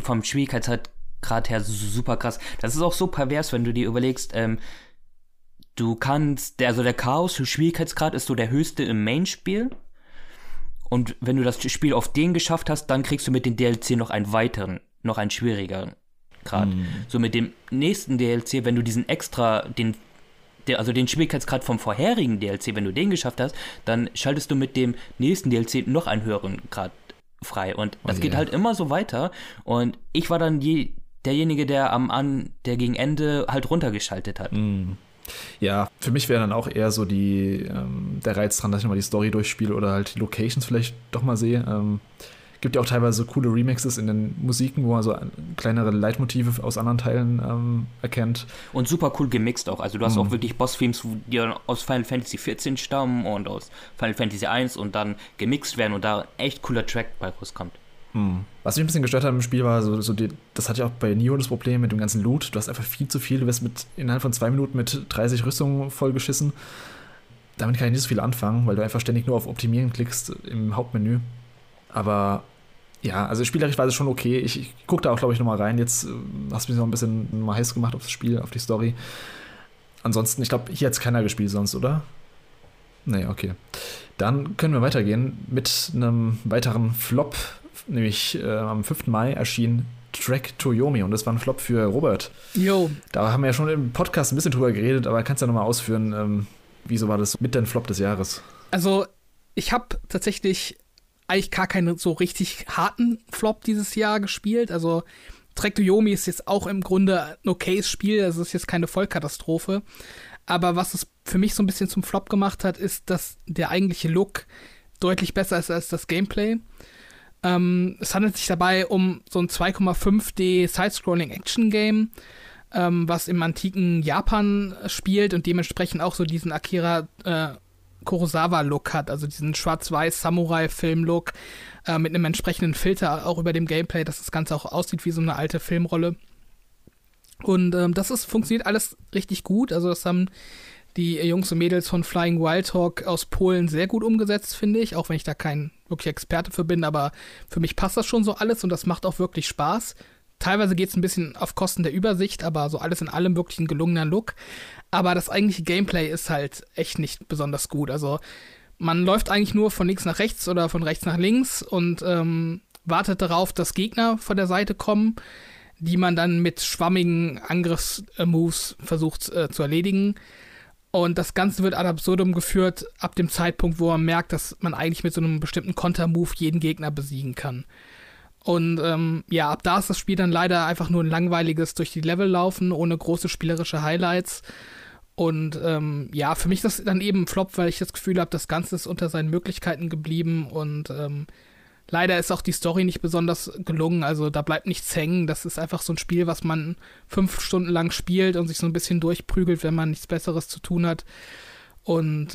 Schwierigkeitsgrad her super krass. Das ist auch so pervers, wenn du dir überlegst, du kannst, der Chaos-Schwierigkeitsgrad ist so der höchste im Main-Spiel. Und wenn du das Spiel auf den geschafft hast, dann kriegst du mit dem DLC noch einen weiteren, noch einen schwierigeren Grad. So mit dem nächsten DLC, wenn du diesen extra, den Schwierigkeitsgrad vom vorherigen DLC, wenn du den geschafft hast, dann schaltest du mit dem nächsten DLC noch einen höheren Grad frei. Und das geht halt immer so weiter. Und ich war dann derjenige, der gegen Ende halt runtergeschaltet hat. Ja, für mich wäre dann auch eher so der Reiz dran, dass ich nochmal die Story durchspiele oder halt die Locations vielleicht doch mal sehe. Gibt ja auch teilweise coole Remixes in den Musiken, wo man so kleinere Leitmotive aus anderen Teilen erkennt. Und super cool gemixt auch. Also du hast auch wirklich Boss-Themes, die aus Final Fantasy 14 stammen und aus Final Fantasy 1 und dann gemixt werden und da echt cooler Track bei rauskommt. Was mich ein bisschen gestört hat im Spiel war, das hatte ja auch bei Nioh das Problem mit dem ganzen Loot. Du hast einfach viel zu viel. Du wirst innerhalb von 2 Minuten mit 30 Rüstungen vollgeschissen. Damit kann ich nicht so viel anfangen, weil du einfach ständig nur auf Optimieren klickst im Hauptmenü. Aber ja, also spielerisch war es schon okay. Ich gucke da auch, glaube ich, nochmal rein. Jetzt hast du mich noch ein bisschen mal heiß gemacht auf das Spiel, auf die Story. Ansonsten, ich glaube, hier hat es keiner gespielt sonst, oder? Nee, okay. Dann können wir weitergehen mit einem weiteren Flop. Nämlich am 5. Mai erschien Trek to Yomi und das war ein Flop für Robert. Jo. Da haben wir ja schon im Podcast ein bisschen drüber geredet, aber kannst du ja nochmal ausführen, wieso war das mit deinem Flop des Jahres? Also, ich habe tatsächlich eigentlich gar keinen so richtig harten Flop dieses Jahr gespielt. Also, Trek to Yomi ist jetzt auch im Grunde ein okayes Spiel, also es ist jetzt keine Vollkatastrophe. Aber was es für mich so ein bisschen zum Flop gemacht hat, ist, dass der eigentliche Look deutlich besser ist als das Gameplay. Es handelt sich dabei um so ein 2,5D Side-Scrolling-Action-Game, was im antiken Japan spielt und dementsprechend auch so diesen Akira Kurosawa-Look hat, also diesen schwarz-weiß-Samurai-Film-Look mit einem entsprechenden Filter auch über dem Gameplay, dass das Ganze auch aussieht wie so eine alte Filmrolle. Und funktioniert alles richtig gut, also das haben die Jungs und Mädels von Flying Wild Hog aus Polen sehr gut umgesetzt, finde ich, auch wenn ich da kein wirklich Experte für bin, aber für mich passt das schon so alles und das macht auch wirklich Spaß. Teilweise geht es ein bisschen auf Kosten der Übersicht, aber so alles in allem wirklich ein gelungener Look. Aber das eigentliche Gameplay ist halt echt nicht besonders gut. Also man läuft eigentlich nur von links nach rechts oder von rechts nach links und wartet darauf, dass Gegner von der Seite kommen, die man dann mit schwammigen Angriffsmoves versucht zu erledigen. Und das Ganze wird ad absurdum geführt ab dem Zeitpunkt, wo man merkt, dass man eigentlich mit so einem bestimmten Kontermove jeden Gegner besiegen kann. Und ab da ist das Spiel dann leider einfach nur ein langweiliges durch die Level laufen, ohne große spielerische Highlights. Und für mich ist das dann eben ein Flop, weil ich das Gefühl habe, das Ganze ist unter seinen Möglichkeiten geblieben und leider ist auch die Story nicht besonders gelungen, also da bleibt nichts hängen. Das ist einfach so ein Spiel, was man 5 Stunden lang spielt und sich so ein bisschen durchprügelt, wenn man nichts Besseres zu tun hat. Und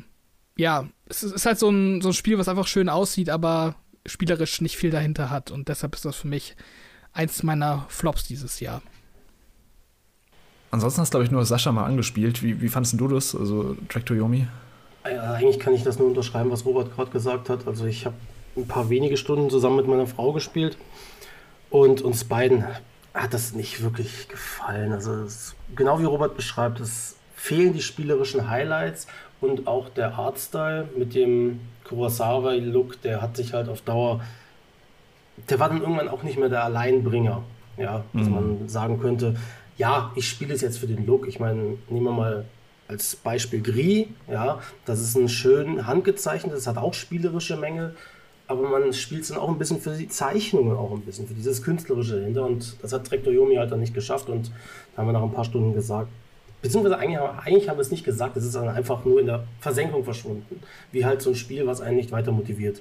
es ist halt so ein Spiel, was einfach schön aussieht, aber spielerisch nicht viel dahinter hat. Und deshalb ist das für mich eins meiner Flops dieses Jahr. Ansonsten hast du, glaube ich, nur Sascha mal angespielt. Wie fandest du das, also Trek to Yomi? Ja, eigentlich kann ich das nur unterschreiben, was Robert gerade gesagt hat. Also ich habe ein paar wenige Stunden zusammen mit meiner Frau gespielt und uns beiden hat das nicht wirklich gefallen. Also genau wie Robert beschreibt, es fehlen die spielerischen Highlights und auch der Artstyle mit dem Kurosawa-Look, der hat sich halt auf Dauer, der war dann irgendwann auch nicht mehr der Alleinbringer. Ja, dass man sagen könnte, ja, ich spiele es jetzt für den Look. Ich meine, nehmen wir mal als Beispiel Gris, ja, das ist ein schön handgezeichnetes, das hat auch spielerische Mängel, aber man spielt es dann auch ein bisschen für die Zeichnungen, auch ein bisschen für dieses Künstlerische dahinter und das hat Trek to Yomi halt dann nicht geschafft und da haben wir nach ein paar Stunden gesagt, beziehungsweise eigentlich haben wir es nicht gesagt, es ist dann einfach nur in der Versenkung verschwunden, wie halt so ein Spiel, was einen nicht weiter motiviert.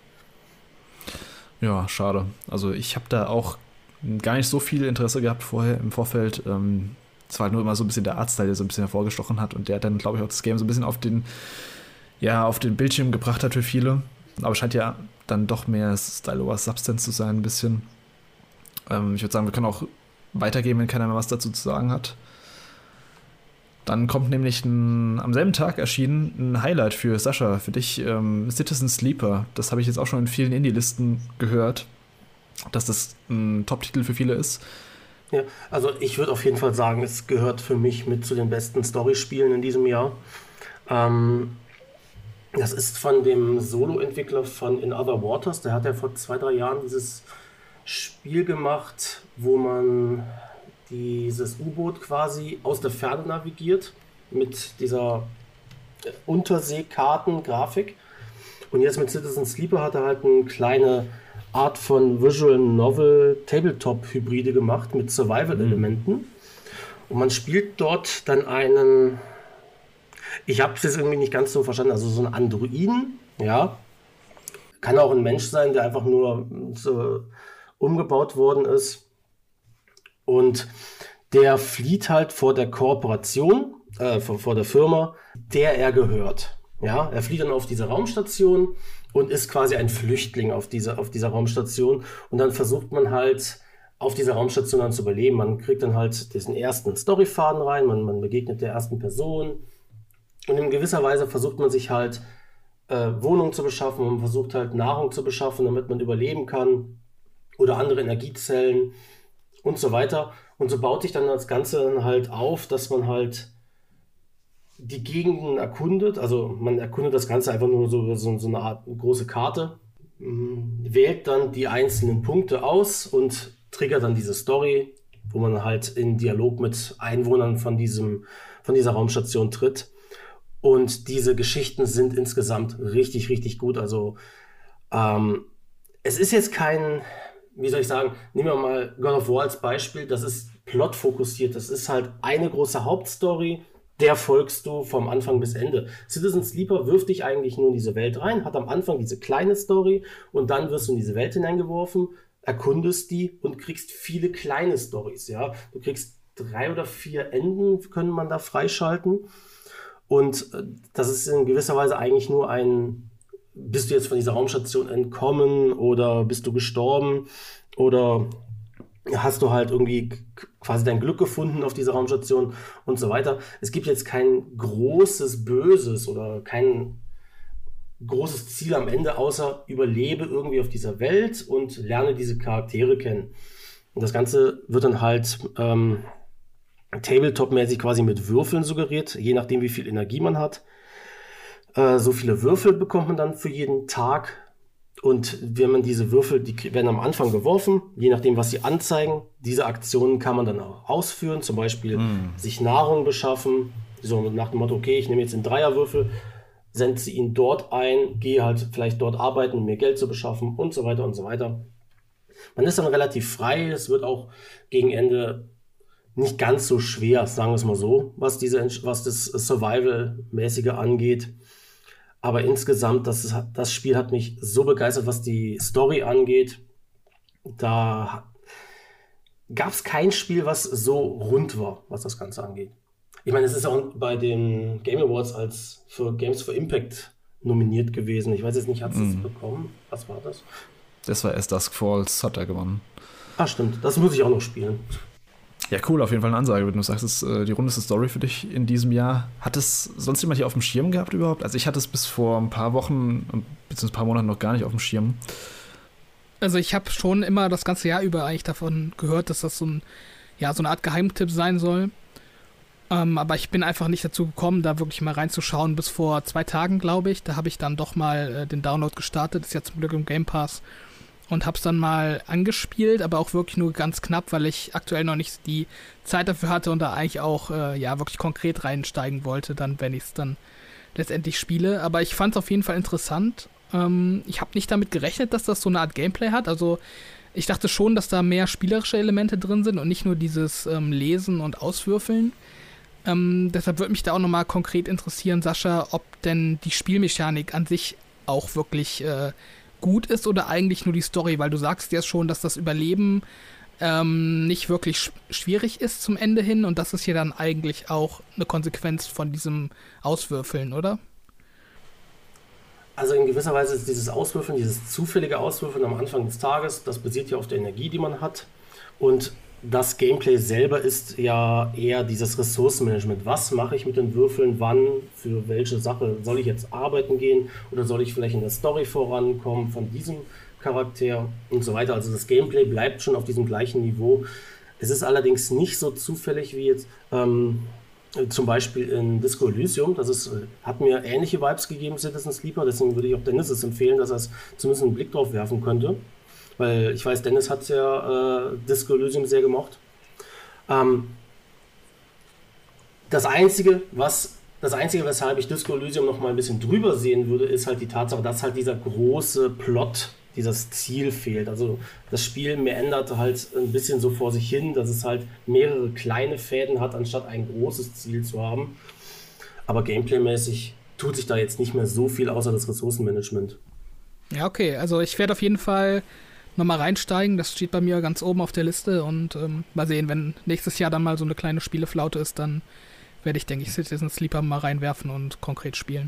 Ja, schade. Also ich habe da auch gar nicht so viel Interesse gehabt vorher im Vorfeld. Es war halt nur immer so ein bisschen der Artstyle, der so ein bisschen hervorgestochen hat und der dann, glaube ich, auch das Game so ein bisschen auf den Bildschirm gebracht hat für viele. Aber scheint ja dann doch mehr Style over Substance zu sein, ein bisschen. Ich würde sagen, wir können auch weitergehen, wenn keiner mehr was dazu zu sagen hat. Dann kommt nämlich am selben Tag erschienen ein Highlight für Sascha, für dich, Citizen Sleeper. Das habe ich jetzt auch schon in vielen Indie-Listen gehört, dass das ein Top-Titel für viele ist. Ja, also ich würde auf jeden Fall sagen, es gehört für mich mit zu den besten Storyspielen in diesem Jahr. Das ist von dem Solo-Entwickler von In Other Waters. Der hat ja vor 2, 3 Jahren dieses Spiel gemacht, wo man dieses U-Boot quasi aus der Ferne navigiert mit dieser Unterseekarten-Grafik. Und jetzt mit Citizen Sleeper hat er halt eine kleine Art von Visual Novel Tabletop-Hybride gemacht mit Survival-Elementen. Und man spielt dort dann einen, ich habe es jetzt irgendwie nicht ganz so verstanden, also so einen Androiden, ja. Kann auch ein Mensch sein, der einfach nur so umgebaut worden ist. Und der flieht halt vor der Kooperation, vor der Firma, der er gehört. Ja, er flieht dann auf diese Raumstation und ist quasi ein Flüchtling auf dieser Raumstation. Und dann versucht man halt auf dieser Raumstation dann zu überleben. Man kriegt dann halt diesen ersten Storyfaden rein, man begegnet der ersten Person. Und in gewisser Weise versucht man sich halt Wohnungen zu beschaffen, man versucht halt Nahrung zu beschaffen, damit man überleben kann. Oder andere Energiezellen und so weiter. Und so baut sich dann das Ganze dann halt auf, dass man halt die Gegenden erkundet. Also man erkundet das Ganze einfach nur so eine Art große Karte, wählt dann die einzelnen Punkte aus und triggert dann diese Story, wo man halt in Dialog mit Einwohnern von dieser Raumstation tritt. Und diese Geschichten sind insgesamt richtig, richtig gut. Also es ist jetzt kein, wie soll ich sagen, nehmen wir mal God of War als Beispiel, das ist plotfokussiert, das ist halt eine große Hauptstory, der folgst du vom Anfang bis Ende. Citizen Sleeper wirft dich eigentlich nur in diese Welt rein, hat am Anfang diese kleine Story und dann wirst du in diese Welt hineingeworfen, erkundest die und kriegst viele kleine Stories, ja. Du kriegst 3 oder 4 Enden, können man da freischalten und das ist in gewisser Weise eigentlich nur bist du jetzt von dieser Raumstation entkommen oder bist du gestorben oder hast du halt irgendwie quasi dein Glück gefunden auf dieser Raumstation und so weiter. Es gibt jetzt kein großes Böses oder kein großes Ziel am Ende, außer überlebe irgendwie auf dieser Welt und lerne diese Charaktere kennen. Und das Ganze wird dann halt Tabletop-mäßig quasi mit Würfeln suggeriert, je nachdem wie viel Energie man hat. So viele Würfel bekommt man dann für jeden Tag. Und wenn man diese Würfel, die werden am Anfang geworfen, je nachdem, was sie anzeigen. Diese Aktionen kann man dann auch ausführen, zum Beispiel sich Nahrung beschaffen, so nach dem Motto, okay, ich nehme jetzt einen Dreierwürfel, setze ihn dort ein, gehe halt vielleicht dort arbeiten, um mir Geld zu beschaffen und so weiter und so weiter. Man ist dann relativ frei, es wird auch gegen Ende nicht ganz so schwer, sagen wir es mal so, was das Survival-mäßige angeht. Aber insgesamt, das Spiel hat mich so begeistert, was die Story angeht. Da gab es kein Spiel, was so rund war, was das Ganze angeht. Ich meine, es ist auch bei den Game Awards als für Games for Impact nominiert gewesen. Ich weiß jetzt nicht, hat es das bekommen? Was war das? Das war erst Dusk Falls, hat er gewonnen. Ah, stimmt. Das muss ich auch noch spielen. Ja, cool, auf jeden Fall eine Ansage, wenn du sagst, es ist die rundeste Story für dich in diesem Jahr. Hat es sonst jemand hier auf dem Schirm gehabt überhaupt? Also ich hatte es bis vor ein paar Wochen, bzw. ein paar Monaten noch gar nicht auf dem Schirm. Also ich habe schon immer das ganze Jahr über eigentlich davon gehört, dass das so eine Art Geheimtipp sein soll. Aber ich bin einfach nicht dazu gekommen, da wirklich mal reinzuschauen, bis vor 2 Tagen, glaube ich. Da habe ich dann doch mal den Download gestartet, ist ja zum Glück im Game Pass. Und hab's dann mal angespielt, aber auch wirklich nur ganz knapp, weil ich aktuell noch nicht die Zeit dafür hatte und da eigentlich auch wirklich konkret reinsteigen wollte, dann, wenn ich es dann letztendlich spiele. Aber ich fand es auf jeden Fall interessant. Ich habe nicht damit gerechnet, dass das so eine Art Gameplay hat. Also ich dachte schon, dass da mehr spielerische Elemente drin sind und nicht nur dieses Lesen und Auswürfeln. Deshalb würde mich da auch nochmal konkret interessieren, Sascha, ob denn die Spielmechanik an sich auch wirklich gut ist oder eigentlich nur die Story, weil du sagst ja schon, dass das Überleben nicht wirklich schwierig ist zum Ende hin und das ist ja dann eigentlich auch eine Konsequenz von diesem Auswürfeln, oder? Also in gewisser Weise ist dieses Auswürfeln, dieses zufällige Auswürfeln am Anfang des Tages, das basiert ja auf der Energie, die man hat und das Gameplay selber ist ja eher dieses Ressourcenmanagement. Was mache ich mit den Würfeln, wann, für welche Sache? Soll ich jetzt arbeiten gehen oder soll ich vielleicht in der Story vorankommen von diesem Charakter und so weiter? Also das Gameplay bleibt schon auf diesem gleichen Niveau. Es ist allerdings nicht so zufällig wie jetzt zum Beispiel in Disco Elysium. Hat mir ähnliche Vibes gegeben, Citizen Sleeper. Deswegen würde ich auch Dennis es empfehlen, dass er es zumindest einen Blick drauf werfen könnte. Weil ich weiß, Dennis hat ja Disco Elysium sehr gemocht. Das Einzige, weshalb ich Disco Elysium noch mal ein bisschen drüber sehen würde, ist halt die Tatsache, dass halt dieser große Plot, dieses Ziel fehlt. Also das Spiel meandert halt ein bisschen so vor sich hin, dass es halt mehrere kleine Fäden hat, anstatt ein großes Ziel zu haben. Aber gameplaymäßig tut sich da jetzt nicht mehr so viel, außer das Ressourcenmanagement. Ja, okay. Also ich werde auf jeden Fall nochmal reinsteigen. Das steht bei mir ganz oben auf der Liste. Und mal sehen, wenn nächstes Jahr dann mal so eine kleine Spieleflaute ist, dann werde ich, denke ich, Citizen Sleeper mal reinwerfen und konkret spielen.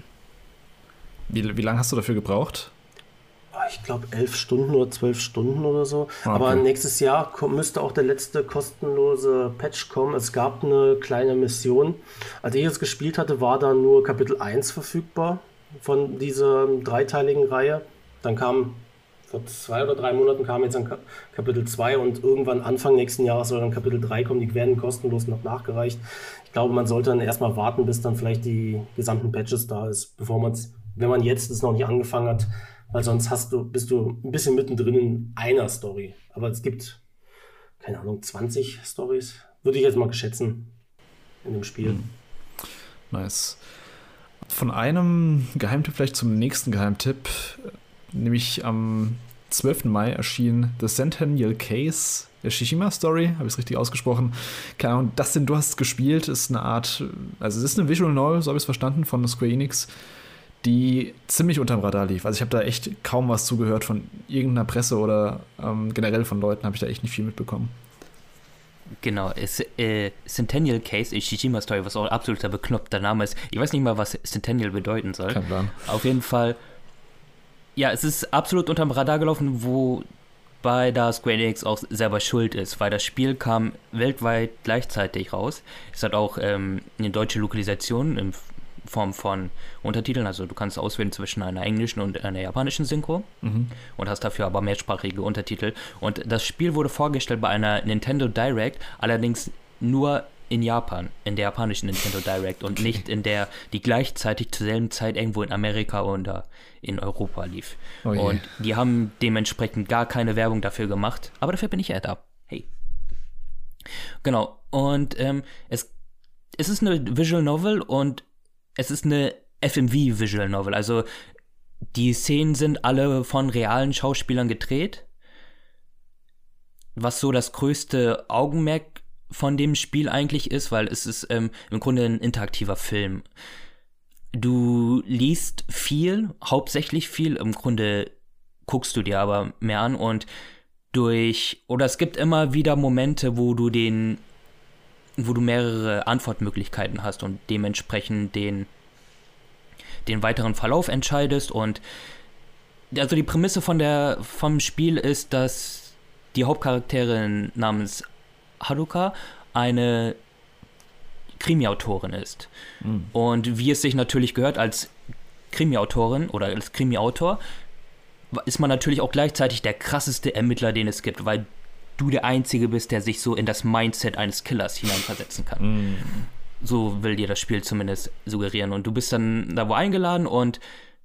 Wie lange hast du dafür gebraucht? Ich glaube 11 Stunden oder 12 Stunden oder so. Okay. Aber nächstes Jahr müsste auch der letzte kostenlose Patch kommen. Es gab eine kleine Mission. Als ich es gespielt hatte, war da nur Kapitel 1 verfügbar von dieser dreiteiligen Reihe. Dann kam vor 2 oder 3 Monaten kam jetzt dann Kapitel 2 und irgendwann Anfang nächsten Jahres soll dann Kapitel 3 kommen. Die werden kostenlos noch nachgereicht. Ich glaube, man sollte dann erstmal warten, bis dann vielleicht die gesamten Patches da ist, wenn man jetzt es noch nicht angefangen hat, weil sonst bist du ein bisschen mittendrin in einer Story. Aber es gibt, keine Ahnung, 20 Stories, würde ich jetzt mal schätzen, in dem Spiel. Nice. Von einem Geheimtipp vielleicht zum nächsten Geheimtipp, nämlich am 12. Mai erschien The Centennial Case, der Tsushima Story, habe ich es richtig ausgesprochen? Keine Ahnung, du hast gespielt, ist eine Art, also es ist eine Visual Novel, so habe ich es verstanden, von Square Enix, die ziemlich unterm Radar lief. Also ich habe da echt kaum was zugehört von irgendeiner Presse oder generell von Leuten habe ich da echt nicht viel mitbekommen. Genau, Centennial Case, Tsushima Story, was auch ein absoluter bekloppter Name ist. Ich weiß nicht mal, was Centennial bedeuten soll. Kein Plan. Auf jeden Fall, ja, es ist absolut unterm Radar gelaufen, wobei da Square Enix auch selber schuld ist, weil das Spiel kam weltweit gleichzeitig raus. Es hat auch eine deutsche Lokalisation in Form von Untertiteln, also du kannst auswählen zwischen einer englischen und einer japanischen Synchro und hast dafür aber mehrsprachige Untertitel. Und das Spiel wurde vorgestellt bei einer Nintendo Direct, allerdings nur in Japan, in der japanischen Nintendo Direct und nicht in der, die gleichzeitig zur selben Zeit irgendwo in Amerika oder in Europa lief. Oh je. Und die haben dementsprechend gar keine Werbung dafür gemacht, aber dafür bin ich ja da. Hey. Genau, und es ist eine Visual Novel und es ist eine FMV Visual Novel, also die Szenen sind alle von realen Schauspielern gedreht, was so das größte Augenmerk von dem Spiel eigentlich ist, weil es ist im Grunde ein interaktiver Film. Du liest viel, hauptsächlich viel, im Grunde guckst du dir aber mehr an und es gibt immer wieder Momente, wo du mehrere Antwortmöglichkeiten hast und dementsprechend den weiteren Verlauf entscheidest. Und also die Prämisse vom Spiel ist, dass die Hauptcharakterin namens Haruka eine Krimi-Autorin ist. Und wie es sich natürlich gehört als Krimi-Autorin oder als Krimi-Autor, ist man natürlich auch gleichzeitig der krasseste Ermittler, den es gibt, weil du der Einzige bist, der sich so in das Mindset eines Killers hineinversetzen kann. So will dir das Spiel zumindest suggerieren. Und du bist dann da wo eingeladen und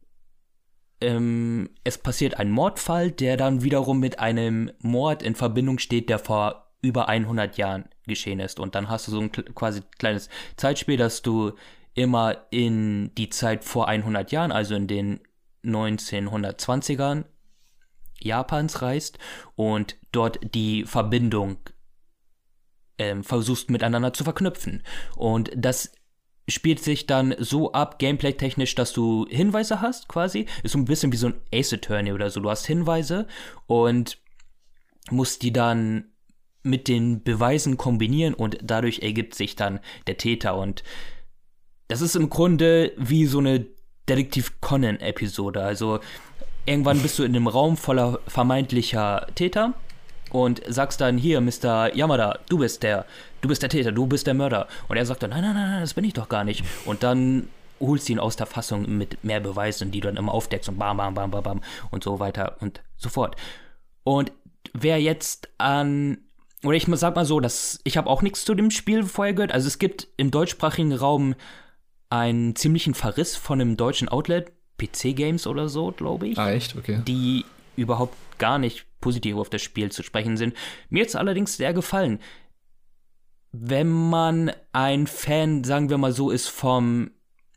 es passiert ein Mordfall, der dann wiederum mit einem Mord in Verbindung steht, der vor über 100 Jahren geschehen ist. Und dann hast du so ein quasi kleines Zeitspiel, dass du immer in die Zeit vor 100 Jahren, also in den 1920ern Japans reist und dort die Verbindung versuchst miteinander zu verknüpfen. Und das spielt sich dann so ab, gameplay-technisch, dass du Hinweise hast, quasi. Ist so ein bisschen wie so ein Ace Attorney oder so. Du hast Hinweise und musst die dann mit den Beweisen kombinieren und dadurch ergibt sich dann der Täter. Und das ist im Grunde wie so eine Detektiv Conan-Episode. Also irgendwann bist du in einem Raum voller vermeintlicher Täter und sagst dann, hier, Mr. Yamada, du bist der Täter, du bist der Mörder. Und er sagt dann, nein, das bin ich doch gar nicht. Und dann holst du ihn aus der Fassung mit mehr Beweisen, die du dann immer aufdeckst und bam, bam, bam, bam, bam und so weiter und so fort. Und wer jetzt an oder ich sag mal so, ich habe auch nichts zu dem Spiel vorher gehört. Also es gibt im deutschsprachigen Raum einen ziemlichen Verriss von einem deutschen Outlet, PC Games oder so, glaube ich. Ah, echt? Okay. Die überhaupt gar nicht positiv auf das Spiel zu sprechen sind. Mir hat es allerdings sehr gefallen. Wenn man ein Fan, sagen wir mal so, ist von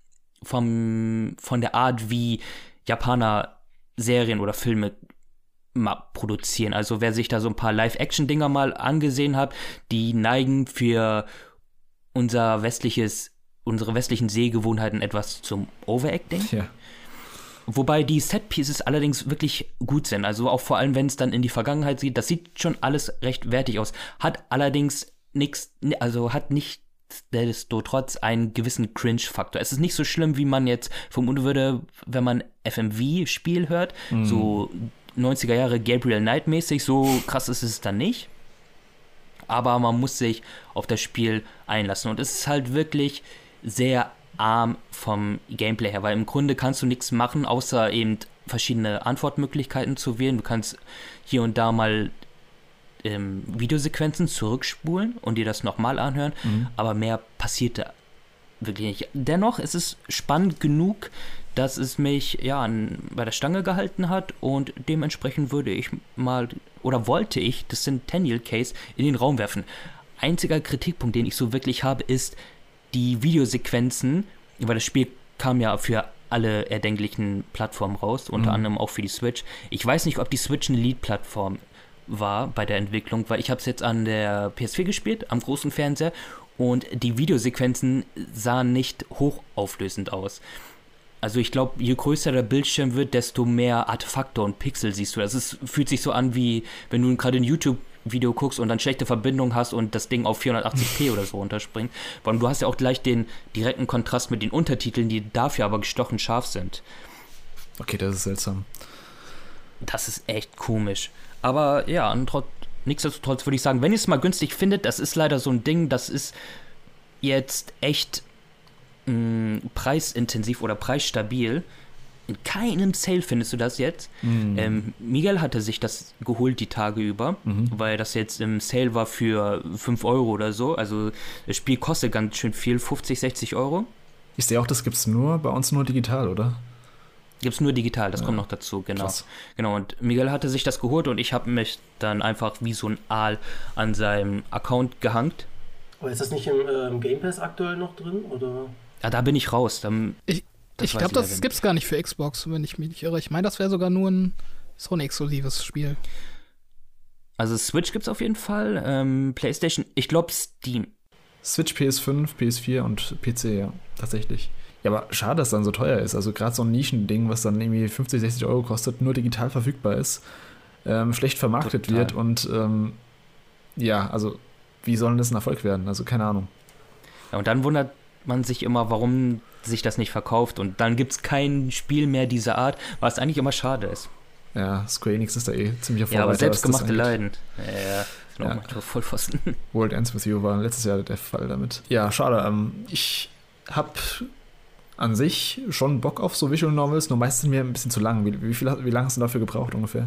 der Art, wie Japaner Serien oder Filme produzieren. Also wer sich da so ein paar Live-Action-Dinger mal angesehen hat, die neigen für unsere westlichen Sehgewohnheiten etwas zum Overacting. Ja. Wobei die Set-Pieces allerdings wirklich gut sind. Also auch vor allem, wenn es dann in die Vergangenheit sieht, das sieht schon alles recht wertig aus. Hat allerdings hat nichtsdestotrotz einen gewissen Cringe-Faktor. Es ist nicht so schlimm, wie man jetzt vermuten würde, wenn man FMV-Spiel hört. So 90er Jahre Gabriel Knight-mäßig. So krass ist es dann nicht. Aber man muss sich auf das Spiel einlassen. Und es ist halt wirklich sehr arm vom Gameplay her, weil im Grunde kannst du nichts machen, außer eben verschiedene Antwortmöglichkeiten zu wählen. Du kannst hier und da mal Videosequenzen zurückspulen und dir das nochmal anhören, aber mehr passiert da wirklich nicht. Dennoch ist es spannend genug, dass es mich bei der Stange gehalten hat und dementsprechend wollte ich das Centennial Case in den Raum werfen. Einziger Kritikpunkt, den ich so wirklich habe, ist die Videosequenzen, weil das Spiel kam ja für alle erdenklichen Plattformen raus, unter anderem auch für die Switch. Ich weiß nicht, ob die Switch eine Lead-Plattform war bei der Entwicklung, weil ich habe es jetzt an der PS4 gespielt, am großen Fernseher, und die Videosequenzen sahen nicht hochauflösend aus. Also ich glaube, je größer der Bildschirm wird, desto mehr Artefakte und Pixel siehst du. Fühlt sich so an, wie wenn du gerade ein YouTube-Video guckst und dann schlechte Verbindung hast und das Ding auf 480p oder so runterspringt. Weil du hast ja auch gleich den direkten Kontrast mit den Untertiteln, die dafür aber gestochen scharf sind. Okay, das ist seltsam. Das ist echt komisch. Aber ja, nichtsdestotrotz würde ich sagen, wenn ihr es mal günstig findet, das ist leider so ein Ding, das ist jetzt echt preisintensiv oder preisstabil. In keinem Sale findest du das jetzt. Miguel hatte sich das geholt die Tage über, weil das jetzt im Sale war für 5 Euro oder so. Also das Spiel kostet ganz schön viel, 50, 60 Euro. Ich sehe auch, das gibt es bei uns nur digital, oder? Gibt es nur digital, das kommt noch dazu, genau. Krass. Genau, und Miguel hatte sich das geholt und ich habe mich dann einfach wie so ein Aal an seinem Account gehangt. Aber ist das nicht im Game Pass aktuell noch drin, oder? Ja, da bin ich raus. Ich glaube, das gibt's gar nicht für Xbox, wenn ich mich nicht irre. Ich meine, das wäre sogar nur ein Sony-exklusives Spiel. Also Switch gibt's auf jeden Fall, PlayStation, ich glaube Steam. Switch, PS5, PS4 und PC, ja, tatsächlich. Ja, aber schade, dass es dann so teuer ist. Also gerade so ein Nischending, was dann irgendwie 50, 60 Euro kostet, nur digital verfügbar ist, schlecht vermarktet wird und also wie soll denn das ein Erfolg werden? Also keine Ahnung. Ja, und dann wundert man sich immer, warum sich das nicht verkauft und dann gibt's kein Spiel mehr dieser Art, was eigentlich immer schade ist. Ja, Square Enix ist da ziemlich Vorreiter. Ja, aber selbstgemachte Leiden. Ja, Vollpfosten. World Ends With You war letztes Jahr der Fall damit. Ja, schade. Ich habe an sich schon Bock auf so Visual Novels, nur meistens mir ein bisschen zu lang. Wie lange hast du dafür gebraucht ungefähr?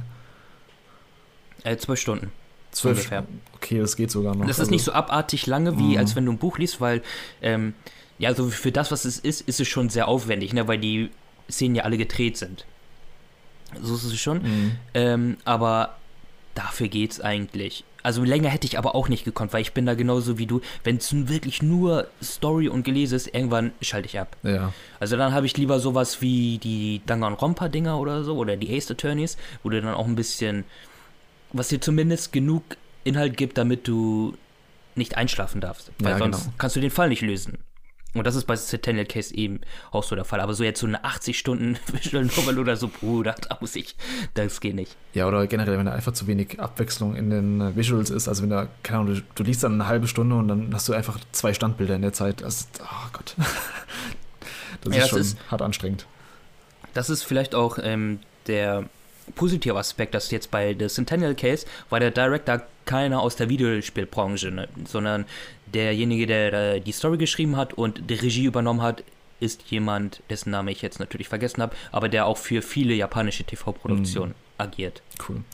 12 Stunden. 12 ungefähr. Okay, das geht sogar noch. Das ist nicht so abartig lange, wie als wenn du ein Buch liest, weil so für das, was es ist es schon sehr aufwendig, ne, weil die Szenen ja alle gedreht sind. So ist es schon. Aber dafür geht's eigentlich. Also länger hätte ich aber auch nicht gekonnt, weil ich bin da genauso wie du. Wenn es wirklich nur Story und Gelese ist, irgendwann schalte ich ab. Ja. Also dann habe ich lieber sowas wie die Danganronpa-Dinger oder so oder die Ace Attorneys, wo du dann auch ein bisschen, was dir zumindest genug Inhalt gibt, damit du nicht einschlafen darfst. Weil sonst kannst du den Fall nicht lösen. Und das ist bei Centennial Case eben auch so der Fall. Aber so jetzt so eine 80 Stunden Visual Novel oder so, Bruder, das geht nicht. Ja, oder generell, wenn da einfach zu wenig Abwechslung in den Visuals ist. Also wenn da, keine Ahnung, du liest dann eine halbe Stunde und dann hast du einfach 2 Standbilder in der Zeit. Oh Gott. Das ist hart anstrengend. Das ist vielleicht auch der positive Aspekt, dass jetzt bei The Centennial Case war der Director keiner aus der Videospielbranche, ne, sondern derjenige, der die Story geschrieben hat und die Regie übernommen hat, ist jemand, dessen Name ich jetzt natürlich vergessen habe, aber der auch für viele japanische TV-Produktionen agiert. Cool.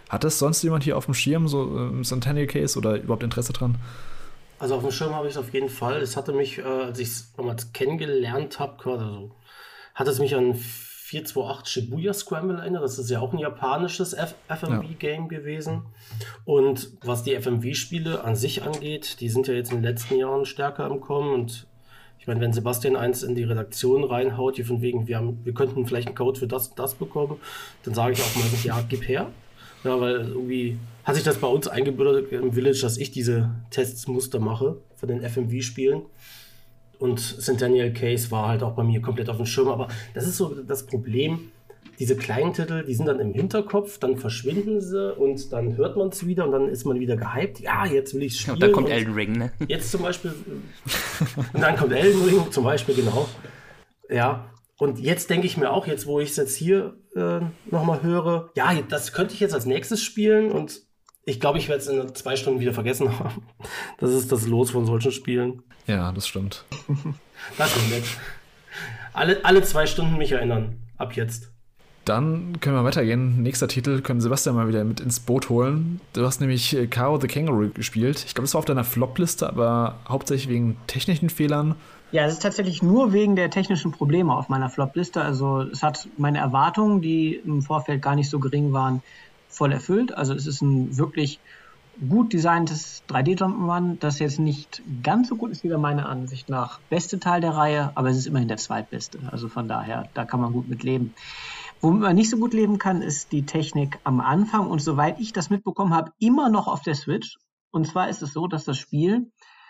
Hat das sonst jemand hier auf dem Schirm, so Centennial Case, oder überhaupt Interesse dran? Also auf dem Schirm habe ich es auf jeden Fall. Es hatte mich, als ich es damals kennengelernt habe, also, hat es mich an 428 Shibuya Scramble erinnert. Das ist ja auch ein japanisches FMV-Game gewesen. Und was die FMV-Spiele an sich angeht, die sind ja jetzt in den letzten Jahren stärker im Kommen. Und ich meine, wenn Sebastian eins in die Redaktion reinhaut, hier von wegen, wir könnten vielleicht einen Code für das und das bekommen, dann sage ich auch mal, ja, gib her. Ja, weil irgendwie hat sich das bei uns eingebürgert im Village, dass ich diese Testmuster mache von den FMV-Spielen. Und Centennial Case war halt auch bei mir komplett auf dem Schirm. Aber das ist so das Problem. Diese kleinen Titel, die sind dann im Hinterkopf, dann verschwinden sie und dann hört man es wieder und dann ist man wieder gehypt. Ja, jetzt will ich spielen. Und dann kommt Elden Ring, ne? Jetzt zum Beispiel. Und dann kommt Elden Ring zum Beispiel, genau. Ja. Und jetzt denke ich mir auch, jetzt wo ich es jetzt hier nochmal höre, ja, das könnte ich jetzt als nächstes spielen und ich glaube, ich werde es in 2 Stunden wieder vergessen haben. Das ist das Los von solchen Spielen. Ja, das stimmt. Das ist nett. Alle 2 Stunden mich erinnern. Ab jetzt. Dann können wir weitergehen. Nächster Titel können Sebastian mal wieder mit ins Boot holen. Du hast nämlich Kao the Kangaroo gespielt. Ich glaube, das war auf deiner Flop-Liste, aber hauptsächlich wegen technischen Fehlern. Ja, es ist tatsächlich nur wegen der technischen Probleme auf meiner Flop-Liste. Also es hat meine Erwartungen, die im Vorfeld gar nicht so gering waren, voll erfüllt. Also es ist ein wirklich gut designtes 3D-Jump'n'Run, das jetzt nicht ganz so gut ist, wie meiner Ansicht nach beste Teil der Reihe, aber es ist immerhin der zweitbeste. Also von daher, da kann man gut mit leben. Womit man nicht so gut leben kann, ist die Technik am Anfang und soweit ich das mitbekommen habe, immer noch auf der Switch. Und zwar ist es so, dass das Spiel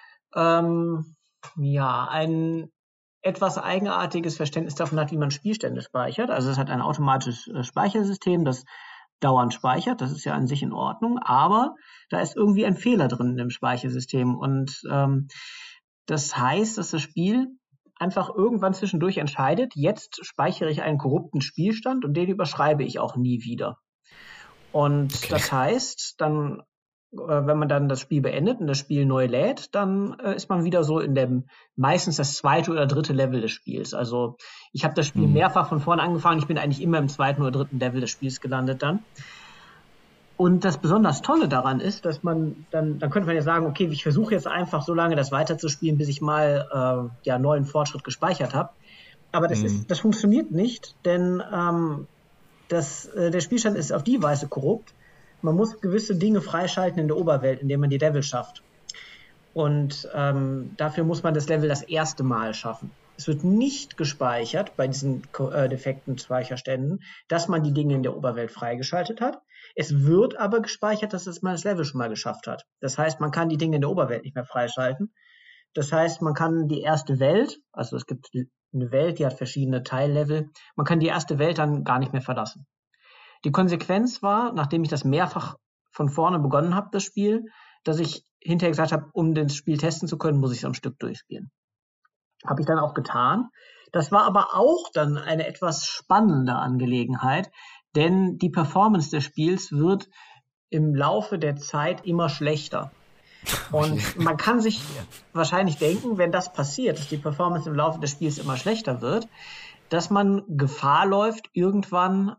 ein etwas eigenartiges Verständnis davon hat, wie man Spielstände speichert. Also es hat ein automatisches Speichersystem, das dauernd speichert. Das ist ja an sich in Ordnung, aber da ist irgendwie ein Fehler drin im Speichersystem. Und das heißt, dass das Spiel einfach irgendwann zwischendurch entscheidet, jetzt speichere ich einen korrupten Spielstand und den überschreibe ich auch nie wieder. Und das heißt, dann wenn man dann das Spiel beendet und das Spiel neu lädt, dann ist man wieder so in dem meistens das 2. oder 3. Level des Spiels. Also ich habe das Spiel mehrfach von vorne angefangen. Ich bin eigentlich immer im 2. oder 3. Level des Spiels gelandet dann. Und das besonders Tolle daran ist, dass man dann könnte man ja sagen, okay, ich versuche jetzt einfach so lange das weiterzuspielen, bis ich mal neuen Fortschritt gespeichert habe. Aber das funktioniert nicht, denn der Spielstand ist auf die Weise korrupt. Man muss gewisse Dinge freischalten in der Oberwelt, indem man die Level schafft. Und dafür muss man das Level das erste Mal schaffen. Es wird nicht gespeichert bei diesen defekten Speicherständen, dass man die Dinge in der Oberwelt freigeschaltet hat. Es wird aber gespeichert, dass man das Level schon mal geschafft hat. Das heißt, man kann die Dinge in der Oberwelt nicht mehr freischalten. Das heißt, man kann die erste Welt, also es gibt eine Welt, die hat verschiedene Teillevel, man kann die erste Welt dann gar nicht mehr verlassen. Die Konsequenz war, nachdem ich das mehrfach von vorne begonnen habe, das Spiel, dass ich hinterher gesagt habe, um das Spiel testen zu können, muss ich es am Stück durchspielen. Habe ich dann auch getan. Das war aber auch dann eine etwas spannende Angelegenheit, denn die Performance des Spiels wird im Laufe der Zeit immer schlechter. Und man kann sich wahrscheinlich denken, wenn das passiert, dass die Performance im Laufe des Spiels immer schlechter wird, dass man Gefahr läuft, irgendwann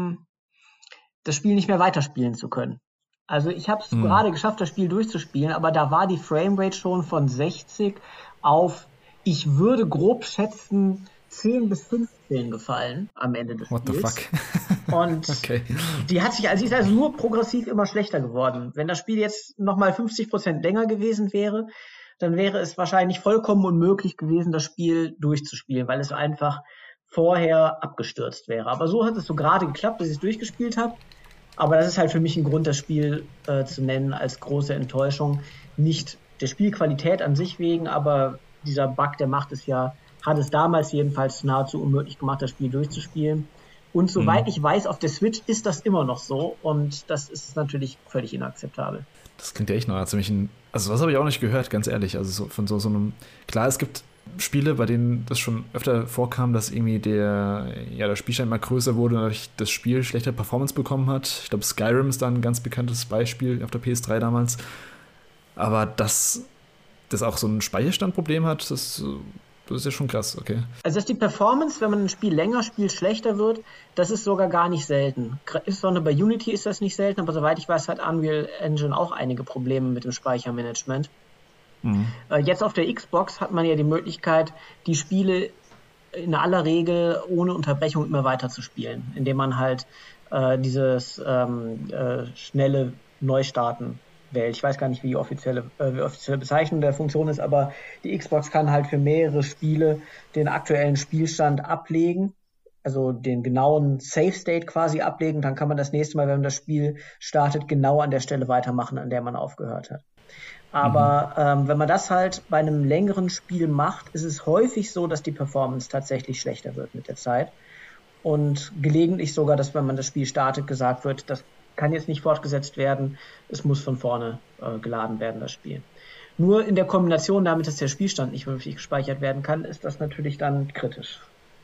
das Spiel nicht mehr weiterspielen zu können. Also ich habe es gerade geschafft, das Spiel durchzuspielen, aber da war die Framerate schon von 60 auf, ich würde grob schätzen, 10 bis 15 gefallen am Ende des Spiels. What the fuck? Und die ist also nur progressiv immer schlechter geworden. Wenn das Spiel jetzt nochmal 50% länger gewesen wäre, dann wäre es wahrscheinlich vollkommen unmöglich gewesen, das Spiel durchzuspielen, weil es einfach vorher abgestürzt wäre. Aber so hat es so gerade geklappt, dass ich es durchgespielt habe. Aber das ist halt für mich ein Grund, das Spiel zu nennen als große Enttäuschung. Nicht der Spielqualität an sich wegen, aber dieser Bug, der hat es damals jedenfalls nahezu unmöglich gemacht, das Spiel durchzuspielen. Und soweit ich weiß, auf der Switch ist das immer noch so und das ist natürlich völlig inakzeptabel. Das klingt ja echt noch ziemlich also das habe ich auch nicht gehört, ganz ehrlich. Also so, von so einem, klar, es gibt Spiele, bei denen das schon öfter vorkam, dass irgendwie der Spielstand mal größer wurde und dadurch das Spiel schlechter Performance bekommen hat. Ich glaube, Skyrim ist da ein ganz bekanntes Beispiel auf der PS3 damals. Aber dass das auch so ein Speicherstandproblem hat, das Das ist ja schon krass, okay. Also, dass die Performance, wenn man ein Spiel länger spielt, schlechter wird, das ist sogar gar nicht selten. Insbesondere bei Unity ist das nicht selten, aber soweit ich weiß, hat Unreal Engine auch einige Probleme mit dem Speichermanagement. Jetzt auf der Xbox hat man ja die Möglichkeit, die Spiele in aller Regel ohne Unterbrechung immer weiter zu spielen, indem man halt dieses schnelle Neustarten wählt. Ich weiß gar nicht, wie die offizielle Bezeichnung der Funktion ist, aber die Xbox kann halt für mehrere Spiele den aktuellen Spielstand ablegen, also den genauen Save State quasi ablegen. Dann kann man das nächste Mal, wenn man das Spiel startet, genau an der Stelle weitermachen, an der man aufgehört hat. Aber wenn man das halt bei einem längeren Spiel macht, ist es häufig so, dass die Performance tatsächlich schlechter wird mit der Zeit. Und gelegentlich sogar, dass wenn man das Spiel startet, gesagt wird, das kann jetzt nicht fortgesetzt werden, es muss von vorne geladen werden, das Spiel. Nur in der Kombination damit, dass der Spielstand nicht vernünftig gespeichert werden kann, ist das natürlich dann kritisch.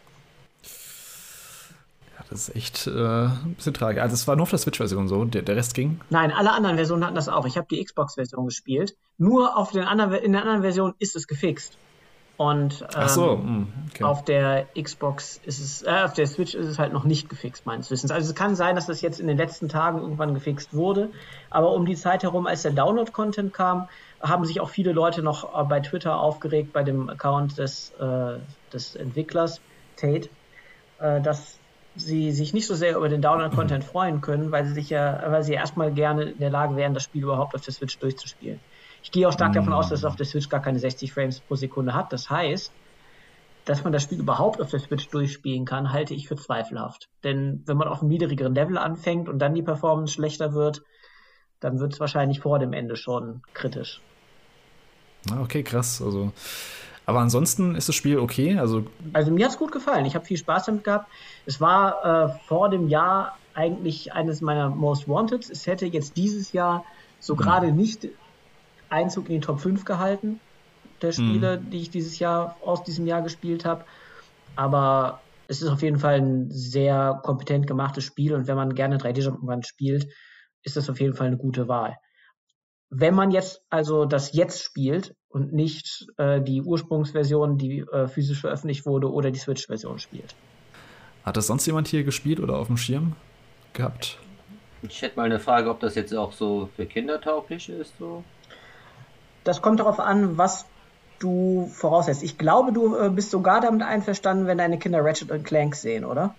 Ja, das ist echt ein bisschen tragisch. Also es war nur auf der Switch-Version so, der Rest ging? Nein, alle anderen Versionen hatten das auch. Ich habe die Xbox-Version gespielt. Nur in der anderen Version ist es gefixt. Und Ach so, okay. Auf der Xbox ist es, auf der Switch ist es halt noch nicht gefixt, meines Wissens. Also es kann sein, dass das jetzt in den letzten Tagen irgendwann gefixt wurde, aber um die Zeit herum, als der Download-Content kam, haben sich auch viele Leute noch bei Twitter aufgeregt, bei dem Account des Entwicklers, Tate, dass sie sich nicht so sehr über den Download-Content freuen können, weil sie erstmal gerne in der Lage wären, das Spiel überhaupt auf der Switch durchzuspielen. Ich gehe auch stark davon aus, dass es auf der Switch gar keine 60 Frames pro Sekunde hat. Das heißt, dass man das Spiel überhaupt auf der Switch durchspielen kann, halte ich für zweifelhaft. Denn wenn man auf einem niedrigeren Level anfängt und dann die Performance schlechter wird, dann wird es wahrscheinlich vor dem Ende schon kritisch. Okay, krass. Also, aber ansonsten ist das Spiel okay? Also mir hat es gut gefallen. Ich habe viel Spaß damit gehabt. Es war vor dem Jahr eigentlich eines meiner Most Wanted. Es hätte jetzt dieses Jahr so gerade nicht Einzug in die Top 5 gehalten, der Spiele, die ich aus diesem Jahr gespielt habe. Aber es ist auf jeden Fall ein sehr kompetent gemachtes Spiel und wenn man gerne 3D-Jump'n'Run spielt, ist das auf jeden Fall eine gute Wahl. Wenn man jetzt also das jetzt spielt und nicht die Ursprungsversion, die physisch veröffentlicht wurde, oder die Switch-Version spielt. Hat das sonst jemand hier gespielt oder auf dem Schirm gehabt? Ich hätte mal eine Frage, ob das jetzt auch so für Kinder tauglich ist, so. Das kommt darauf an, was du voraussetzt. Ich glaube, du bist sogar damit einverstanden, wenn deine Kinder Ratchet & Clank sehen, oder?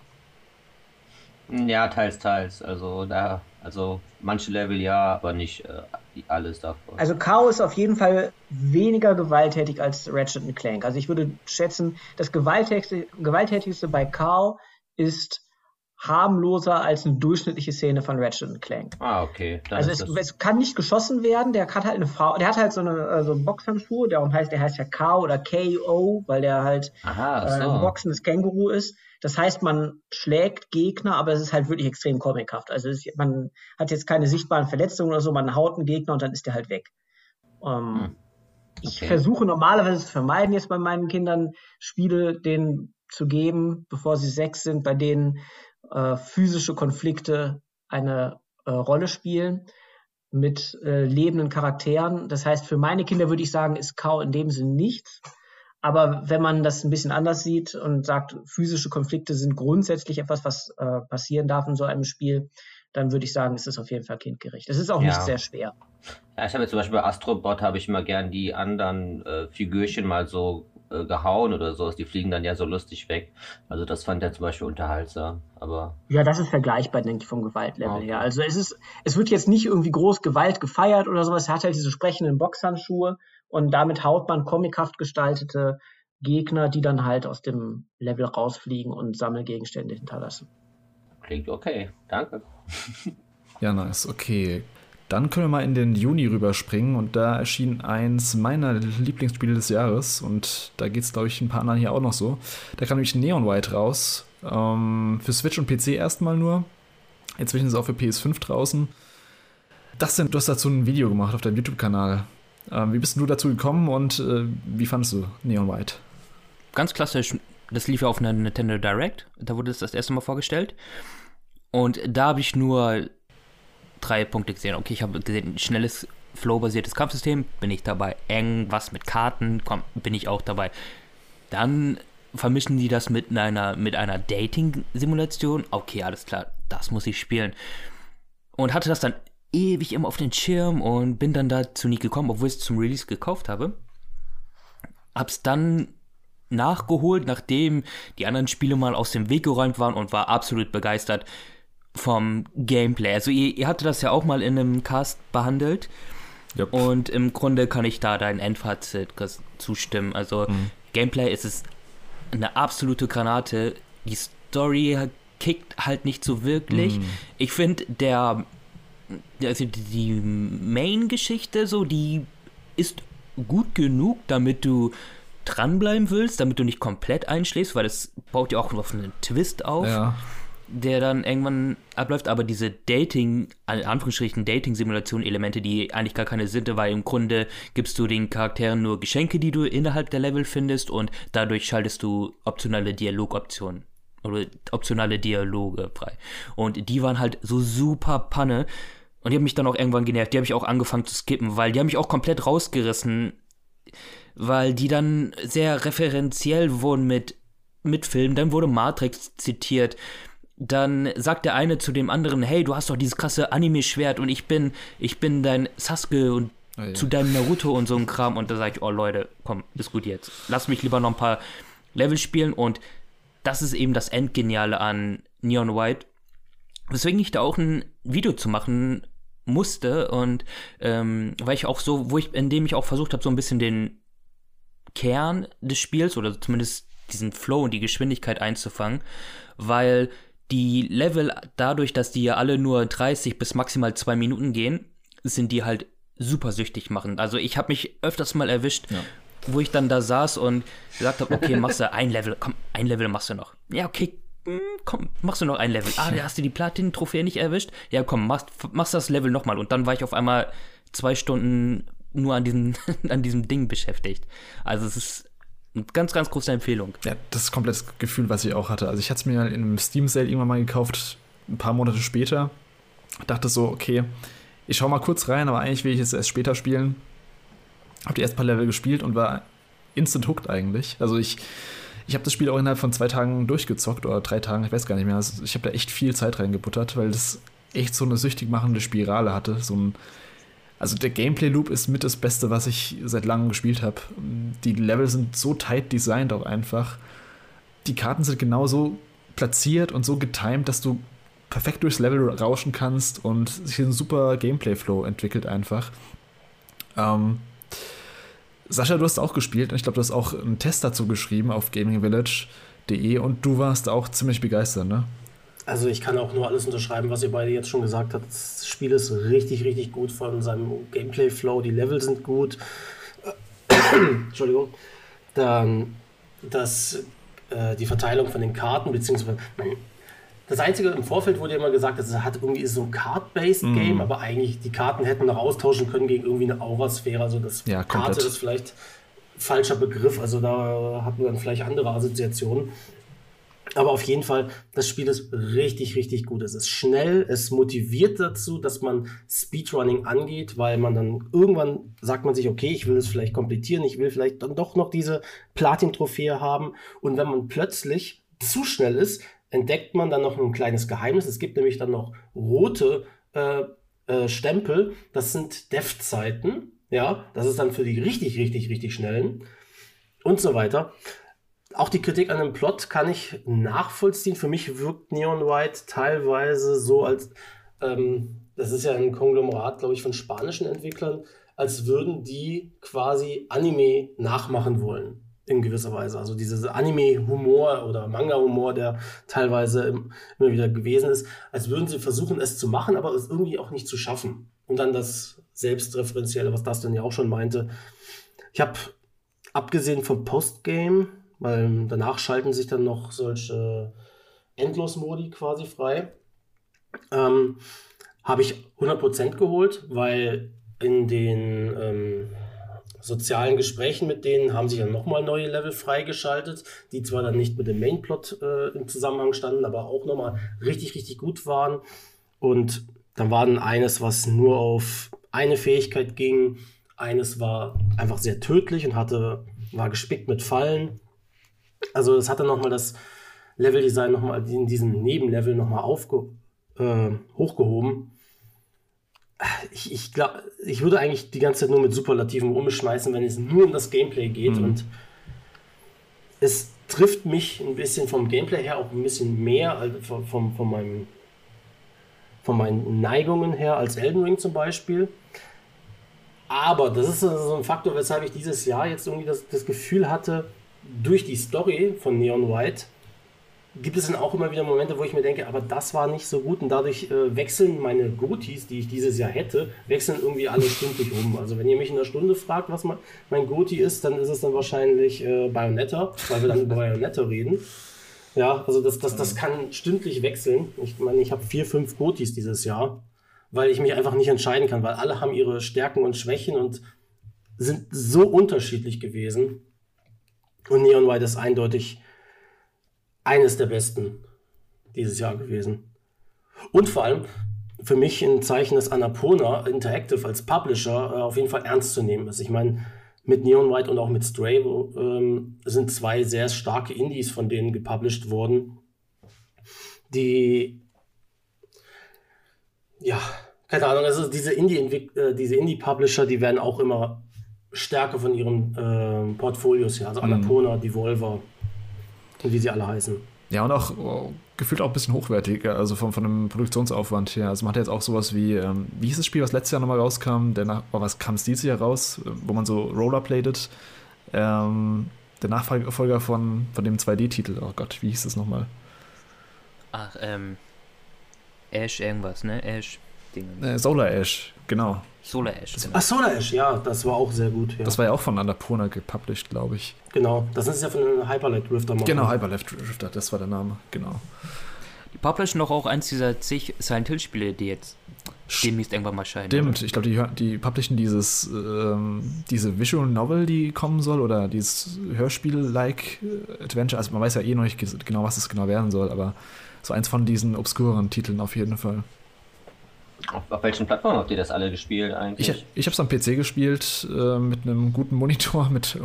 Ja, teils. Also manche Level ja, aber nicht alles davon. Also Kao ist auf jeden Fall weniger gewalttätig als Ratchet & Clank. Also ich würde schätzen, das gewalttätigste bei Kao ist harmloser als eine durchschnittliche Szene von Ratchet & Clank. Okay. Also es kann nicht geschossen werden, der hat halt so einen Boxhandschuh, der heißt ja Kao oder KO, weil der halt ein boxendes Känguru ist. Das heißt, man schlägt Gegner, aber es ist halt wirklich extrem comichaft. Also man hat jetzt keine sichtbaren Verletzungen oder so, man haut einen Gegner und dann ist der halt weg. Ich versuche normalerweise zu vermeiden, jetzt bei meinen Kindern Spiele denen zu geben, bevor sie 6 sind, bei denen physische Konflikte eine Rolle spielen mit lebenden Charakteren. Das heißt, für meine Kinder würde ich sagen, ist Kao in dem Sinne nichts. Aber wenn man das ein bisschen anders sieht und sagt, physische Konflikte sind grundsätzlich etwas, was passieren darf in so einem Spiel, dann würde ich sagen, es ist auf jeden Fall kindgerecht. Es ist auch nicht sehr schwer. Ja, ich habe jetzt zum Beispiel bei Astrobot habe ich immer gern die anderen Figürchen mal so gehauen oder so, die fliegen dann ja so lustig weg. Also das fand er zum Beispiel unterhaltsam, aber... Ja, das ist vergleichbar, denke ich, vom Gewaltlevel her. Also es wird jetzt nicht irgendwie groß Gewalt gefeiert oder sowas, er hat halt diese sprechenden Boxhandschuhe und damit haut man comichaft gestaltete Gegner, die dann halt aus dem Level rausfliegen und Sammelgegenstände hinterlassen. Klingt okay, danke. Ja, nice, okay. Dann können wir mal in den Juni rüberspringen und da erschien eins meiner Lieblingsspiele des Jahres und da geht es, glaube ich, ein paar anderen hier auch noch so. Da kam nämlich Neon White raus, für Switch und PC erstmal nur. Inzwischen ist es auch für PS5 draußen. Du hast dazu ein Video gemacht auf deinem YouTube-Kanal. Wie bist du dazu gekommen und wie fandest du Neon White? Ganz klassisch, das lief ja auf einer Nintendo Direct, da wurde es das erste Mal vorgestellt und da habe ich nur 3 Punkte gesehen. Okay, ich habe gesehen, schnelles, flow-basiertes Kampfsystem, bin ich dabei. Irgendwas mit Karten, bin ich auch dabei. Dann vermischen die das mit einer Dating-Simulation. Okay, alles klar, das muss ich spielen. Und hatte das dann ewig immer auf den Schirm und bin dann dazu nie gekommen, obwohl ich es zum Release gekauft habe. Hab's dann nachgeholt, nachdem die anderen Spiele mal aus dem Weg geräumt waren und war absolut begeistert vom Gameplay. Also ihr hattet das ja auch mal in einem Cast behandelt. Yep. Und im Grunde kann ich da dein Endfazit zustimmen. Also Gameplay ist es eine absolute Granate. Die Story kickt halt nicht so wirklich. Ich finde, die Main-Geschichte so, die ist gut genug, damit du dranbleiben willst, damit du nicht komplett einschläfst, weil es baut ja auch auf einen Twist auf, der dann irgendwann abläuft, aber diese Dating-Simulation-Elemente, die eigentlich gar keine sind, weil im Grunde gibst du den Charakteren nur Geschenke, die du innerhalb der Level findest und dadurch schaltest du optionale Dialogoptionen oder optionale Dialoge frei. Und die waren halt so super Panne und die haben mich dann auch irgendwann genervt, die habe ich auch angefangen zu skippen, weil die haben mich auch komplett rausgerissen, weil die dann sehr referenziell wurden mit Filmen, dann wurde Matrix zitiert, dann sagt der eine zu dem anderen, hey, du hast doch dieses krasse Anime-Schwert und ich bin dein Sasuke und zu deinem Naruto und so ein Kram und da sage ich, oh Leute, komm, ist gut jetzt. Lass mich lieber noch ein paar Level spielen und das ist eben das Endgeniale an Neon White, weswegen ich da auch ein Video zu machen musste und weil ich auch so, indem ich auch versucht habe, so ein bisschen den Kern des Spiels oder zumindest diesen Flow und die Geschwindigkeit einzufangen, weil die Level, dadurch, dass die ja alle nur 30 bis maximal 2 Minuten gehen, sind die halt super süchtig machend. Also ich habe mich öfters mal erwischt, wo ich dann da saß und gesagt habe, okay, machst du ein Level, komm, ein Level machst du noch. Ja, okay, komm, machst du noch ein Level. Da hast du die Platin-Trophäe nicht erwischt. Ja, komm, machst das Level nochmal. Und dann war ich auf einmal 2 Stunden nur an diesem Ding beschäftigt. Also es ist eine ganz, ganz große Empfehlung. Ja, das ist komplett das Gefühl, was ich auch hatte. Also ich hatte es mir in einem Steam-Sale irgendwann mal gekauft, ein paar Monate später. Dachte so, okay, ich schau mal kurz rein, aber eigentlich will ich es erst später spielen. Hab die ersten paar Level gespielt und war instant hooked eigentlich. Also ich habe das Spiel auch innerhalb von 2 Tagen durchgezockt oder 3 Tagen, ich weiß gar nicht mehr. Also ich habe da echt viel Zeit reingebuttert, weil das echt so eine süchtig machende Spirale hatte. Also der Gameplay-Loop ist mit das Beste, was ich seit langem gespielt habe. Die Level sind so tight designt auch einfach. Die Karten sind genauso platziert und so getimed, dass du perfekt durchs Level rauschen kannst und sich ein super Gameplay-Flow entwickelt einfach. Sascha, du hast auch gespielt und ich glaube, du hast auch einen Test dazu geschrieben auf gamingvillage.de und du warst auch ziemlich begeistert, ne? Also ich kann auch nur alles unterschreiben, was ihr beide jetzt schon gesagt habt. Das Spiel ist richtig, richtig gut von seinem Gameplay-Flow. Die Level sind gut. Entschuldigung. Dann die Verteilung von den Karten, beziehungsweise das Einzige im Vorfeld wurde ja immer gesagt, dass es hat irgendwie so ein Card-based Game, aber eigentlich die Karten hätten noch austauschen können gegen irgendwie eine Aura-Sphäre. Also das Karte ist vielleicht falscher Begriff, also da hat man dann vielleicht andere Assoziationen. Aber auf jeden Fall, das Spiel ist richtig, richtig gut. Es ist schnell, es motiviert dazu, dass man Speedrunning angeht, weil man dann irgendwann sagt man sich, okay, ich will es vielleicht komplettieren, ich will vielleicht dann doch noch diese Platin-Trophäe haben. Und wenn man plötzlich zu schnell ist, entdeckt man dann noch ein kleines Geheimnis. Es gibt nämlich dann noch rote Stempel, das sind Dev-Zeiten. Ja, das ist dann für die richtig, richtig, richtig schnellen und so weiter. Auch die Kritik an dem Plot kann ich nachvollziehen. Für mich wirkt Neon White teilweise so, als das ist ja ein Konglomerat, glaube ich, von spanischen Entwicklern, als würden die quasi Anime nachmachen wollen, in gewisser Weise. Also dieses Anime-Humor oder Manga-Humor, der teilweise immer wieder gewesen ist, als würden sie versuchen, es zu machen, aber es irgendwie auch nicht zu schaffen. Und dann das Selbstreferenzielle, was Dustin ja auch schon meinte. Ich habe, abgesehen vom Postgame, weil danach schalten sich dann noch solche Endlos-Modi quasi frei, habe ich 100% geholt, weil in den sozialen Gesprächen mit denen haben sich dann nochmal neue Level freigeschaltet, die zwar dann nicht mit dem Mainplot im Zusammenhang standen, aber auch nochmal richtig, richtig gut waren. Und dann war dann eines, was nur auf eine Fähigkeit ging. Eines war einfach sehr tödlich und war gespickt mit Fallen. Also es hatte nochmal das Leveldesign nochmal in diesem Nebenlevel nochmal hochgehoben. Ich glaube, ich würde eigentlich die ganze Zeit nur mit Superlativen umschmeißen, wenn es nur um das Gameplay geht. Und es trifft mich ein bisschen vom Gameplay her auch ein bisschen mehr als von meinen Neigungen her als Elden Ring zum Beispiel. Aber das ist so ein Faktor, weshalb ich dieses Jahr jetzt irgendwie das Gefühl hatte, durch die Story von Neon White gibt es dann auch immer wieder Momente, wo ich mir denke, aber das war nicht so gut und dadurch wechseln meine Gotis, die ich dieses Jahr hätte, wechseln irgendwie alle stündlich um. Also wenn ihr mich in einer Stunde fragt, was mein Goti ist, dann ist es dann wahrscheinlich Bayonetta, weil wir dann über Bayonetta reden. Ja, also das kann stündlich wechseln. Ich meine, ich habe 4, 5 Gotis dieses Jahr, weil ich mich einfach nicht entscheiden kann, weil alle haben ihre Stärken und Schwächen und sind so unterschiedlich gewesen. Und Neon White ist eindeutig eines der besten dieses Jahr gewesen. Und vor allem für mich ein Zeichen, dass Annapurna Interactive als Publisher auf jeden Fall ernst zu nehmen ist. Ich meine, mit Neon White und auch mit Stray sind 2 sehr starke Indies von denen gepublished worden, die, ja, keine Ahnung, also diese Indie-Publisher, die werden auch immer stärker von ihren Portfolios her. Also Annapurna, Devolver und wie sie alle heißen. Ja, und auch gefühlt auch ein bisschen hochwertiger, also von dem Produktionsaufwand her. Also man hat jetzt auch sowas wie hieß das Spiel, was letztes Jahr nochmal rauskam? Was kam es dieses Jahr raus, wo man so rollerbladet? Der Nachfolger von dem 2D-Titel. Oh Gott, wie hieß das nochmal? Ach, Ash irgendwas, ne? Ash. Solar Ash, genau. Solar Ash. Genau. Ach, Solar Ash, ja, das war auch sehr gut. Ja. Das war ja auch von Annapurna gepublished, glaube ich. Genau, das ist ja von den Hyper Light Drifter. Genau, Hyper Light Drifter, das war der Name, genau. Die publishen doch auch eins dieser zig Silent Hill Spiele, die jetzt demnächst irgendwann mal erscheinen. Stimmt, oder? Ich glaube, die publishen diese Visual Novel, die kommen soll, oder dieses Hörspiel-like Adventure. Also man weiß ja eh noch nicht genau, was es genau werden soll, aber so eins von diesen obskuren Titeln auf jeden Fall. Auf welchen Plattformen habt ihr das alle gespielt eigentlich? Ich habe es am PC gespielt, mit einem guten Monitor mit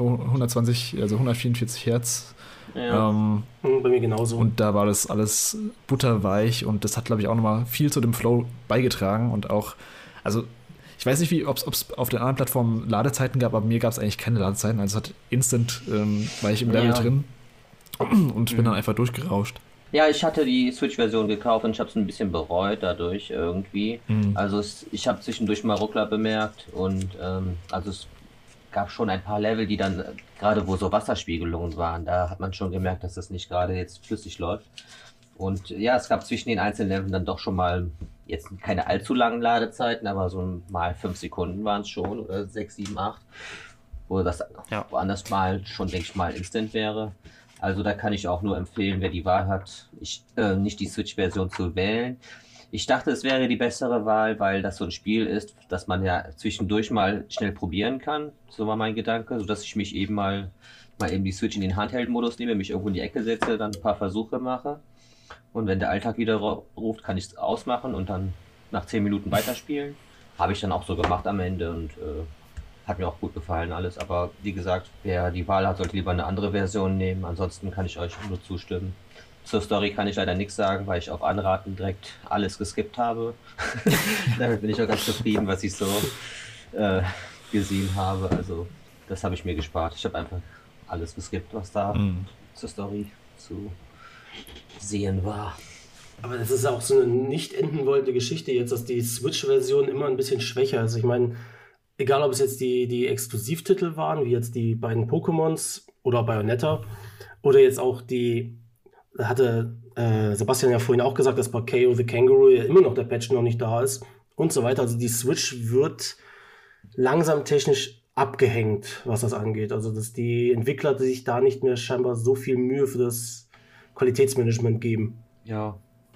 144 Hertz. Ja, bei mir genauso. Und da war das alles butterweich und das hat, glaube ich, auch nochmal viel zu dem Flow beigetragen und auch, also ich weiß nicht, ob es auf den anderen Plattformen Ladezeiten gab, aber mir gab es eigentlich keine Ladezeiten, also es hat instant, war ich im Level drin und bin dann einfach durchgerauscht. Ja, ich hatte die Switch-Version gekauft und ich habe es ein bisschen bereut dadurch irgendwie. Also ich habe zwischendurch mal Ruckler bemerkt und also es gab schon ein paar Level, die dann, gerade wo so Wasserspiegelungen waren, da hat man schon gemerkt, dass das nicht gerade jetzt flüssig läuft. Und ja, es gab zwischen den einzelnen Leveln dann doch schon mal, jetzt keine allzu langen Ladezeiten, aber so mal 5 Sekunden waren es schon, oder 6, 7, 8, wo das woanders mal schon, denke ich mal, instant wäre. Also da kann ich auch nur empfehlen, wer die Wahl hat, nicht die Switch-Version zu wählen. Ich dachte, es wäre die bessere Wahl, weil das so ein Spiel ist, das man ja zwischendurch mal schnell probieren kann. So war mein Gedanke, sodass ich mich eben mal eben die Switch in den Handheld-Modus nehme, mich irgendwo in die Ecke setze, dann ein paar Versuche mache. Und wenn der Alltag wieder ruft, kann ich es ausmachen und dann nach 10 Minuten weiterspielen. Habe ich dann auch so gemacht am Ende und hat mir auch gut gefallen alles. Aber wie gesagt, wer die Wahl hat, sollte lieber eine andere Version nehmen. Ansonsten kann ich euch nur zustimmen. Zur Story kann ich leider nichts sagen, weil ich auf Anraten direkt alles geskippt habe. Damit bin ich auch ganz zufrieden, was ich so gesehen habe. Also das habe ich mir gespart. Ich habe einfach alles geskippt, was da zur Story zu sehen war. Aber das ist auch so eine nicht enden wollende Geschichte jetzt, dass die Switch-Version immer ein bisschen schwächer ist. Ich meine, egal ob es jetzt die Exklusivtitel waren, wie jetzt die beiden Pokémons oder Bayonetta, oder jetzt auch da hatte Sebastian ja vorhin auch gesagt, dass bei KO the Kangaroo ja immer noch der Patch noch nicht da ist und so weiter. Also die Switch wird langsam technisch abgehängt, was das angeht. Also dass die Entwickler sich da nicht mehr scheinbar so viel Mühe für das Qualitätsmanagement geben. Ja.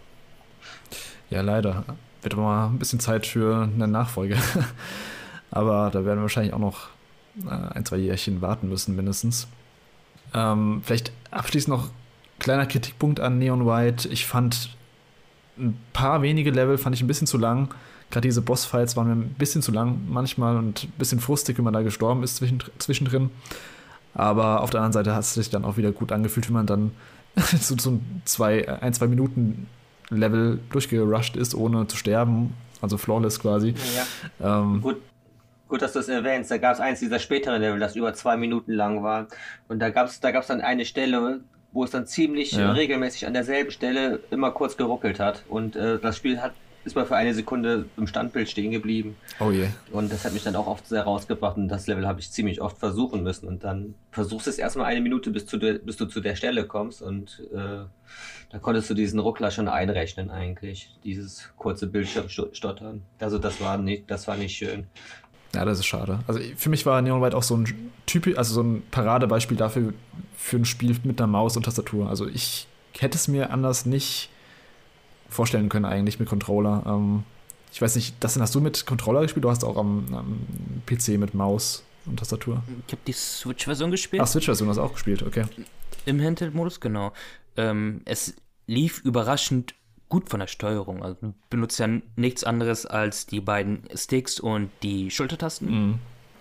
Ja, leider. Wird mal ein bisschen Zeit für eine Nachfolge. Aber da werden wir wahrscheinlich auch noch 1, 2 Jährchen warten müssen, mindestens. Vielleicht abschließend noch kleiner Kritikpunkt an Neon White. Ich fand ein paar wenige Level fand ich ein bisschen zu lang. Gerade diese Bossfights waren mir ein bisschen zu lang manchmal und ein bisschen frustig, wenn man da gestorben ist zwischendrin. Aber auf der anderen Seite hat es sich dann auch wieder gut angefühlt, wenn man dann so ein 2 Minuten Level durchgerusht ist, ohne zu sterben. Also flawless quasi. Ja. Gut, dass du es erwähnst. Da gab es eins dieser späteren Level, das über 2 Minuten lang war. Und da gab's dann eine Stelle, wo es dann ziemlich regelmäßig an derselben Stelle immer kurz geruckelt hat. Und das Spiel ist mal für eine Sekunde im Standbild stehen geblieben. Oh je. Und das hat mich dann auch oft sehr rausgebracht. Und das Level habe ich ziemlich oft versuchen müssen. Und dann versuchst du es erstmal 1 Minute, bis du zu der Stelle kommst. Und da konntest du diesen Ruckler schon einrechnen eigentlich. Dieses kurze Bildschirmstottern. Also das war nicht schön. Ja, das ist schade. Also für mich war Neon White auch so ein Paradebeispiel dafür, für ein Spiel mit einer Maus und Tastatur. Also ich hätte es mir anders nicht vorstellen können eigentlich mit Controller. Ich weiß nicht, hast du mit Controller gespielt? Du hast auch am PC mit Maus und Tastatur. Ich habe die Switch-Version gespielt. Ach, Switch-Version hast du auch gespielt, okay. Im Handheld-Modus, genau. Es lief überraschend gut von der Steuerung. Also du benutzt ja nichts anderes als die beiden Sticks und die Schultertasten. Mhm.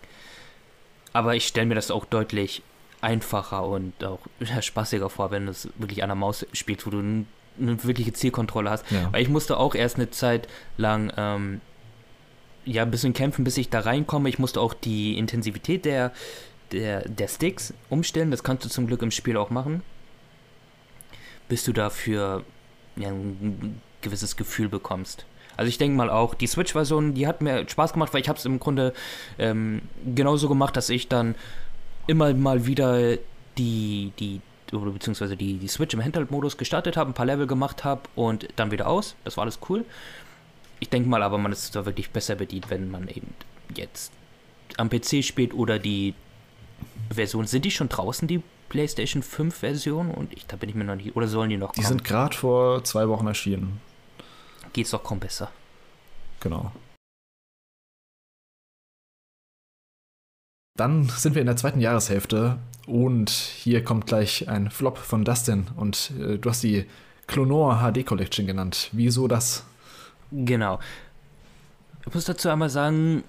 Aber ich stelle mir das auch deutlich einfacher und auch spaßiger vor, wenn du es wirklich an der Maus spielst, wo du eine wirkliche Zielkontrolle hast. Ja. Weil ich musste auch erst eine Zeit lang ein bisschen kämpfen, bis ich da reinkomme. Ich musste auch die Intensivität der Sticks umstellen. Das kannst du zum Glück im Spiel auch machen. Bis du dafür ein gewisses Gefühl bekommst. Also ich denke mal auch, die Switch-Version, die hat mir Spaß gemacht, weil ich habe es im Grunde genauso gemacht, dass ich dann immer mal wieder beziehungsweise die Switch im Handheld-Modus gestartet habe, ein paar Level gemacht habe und dann wieder aus. Das war alles cool. Ich denke mal aber, man ist da wirklich besser bedient, wenn man eben jetzt am PC spielt oder die Version. Sind die schon draußen, die PlayStation 5 Version? Und da bin ich mir noch nicht. Oder sollen die noch kommen? Die sind gerade vor 2 Wochen erschienen. Geht's doch kaum besser. Genau. Dann sind wir in der 2. Jahreshälfte und hier kommt gleich ein Flop von Dustin und du hast die Clonor HD Collection genannt. Wieso das? Genau. Ich muss dazu einmal sagen,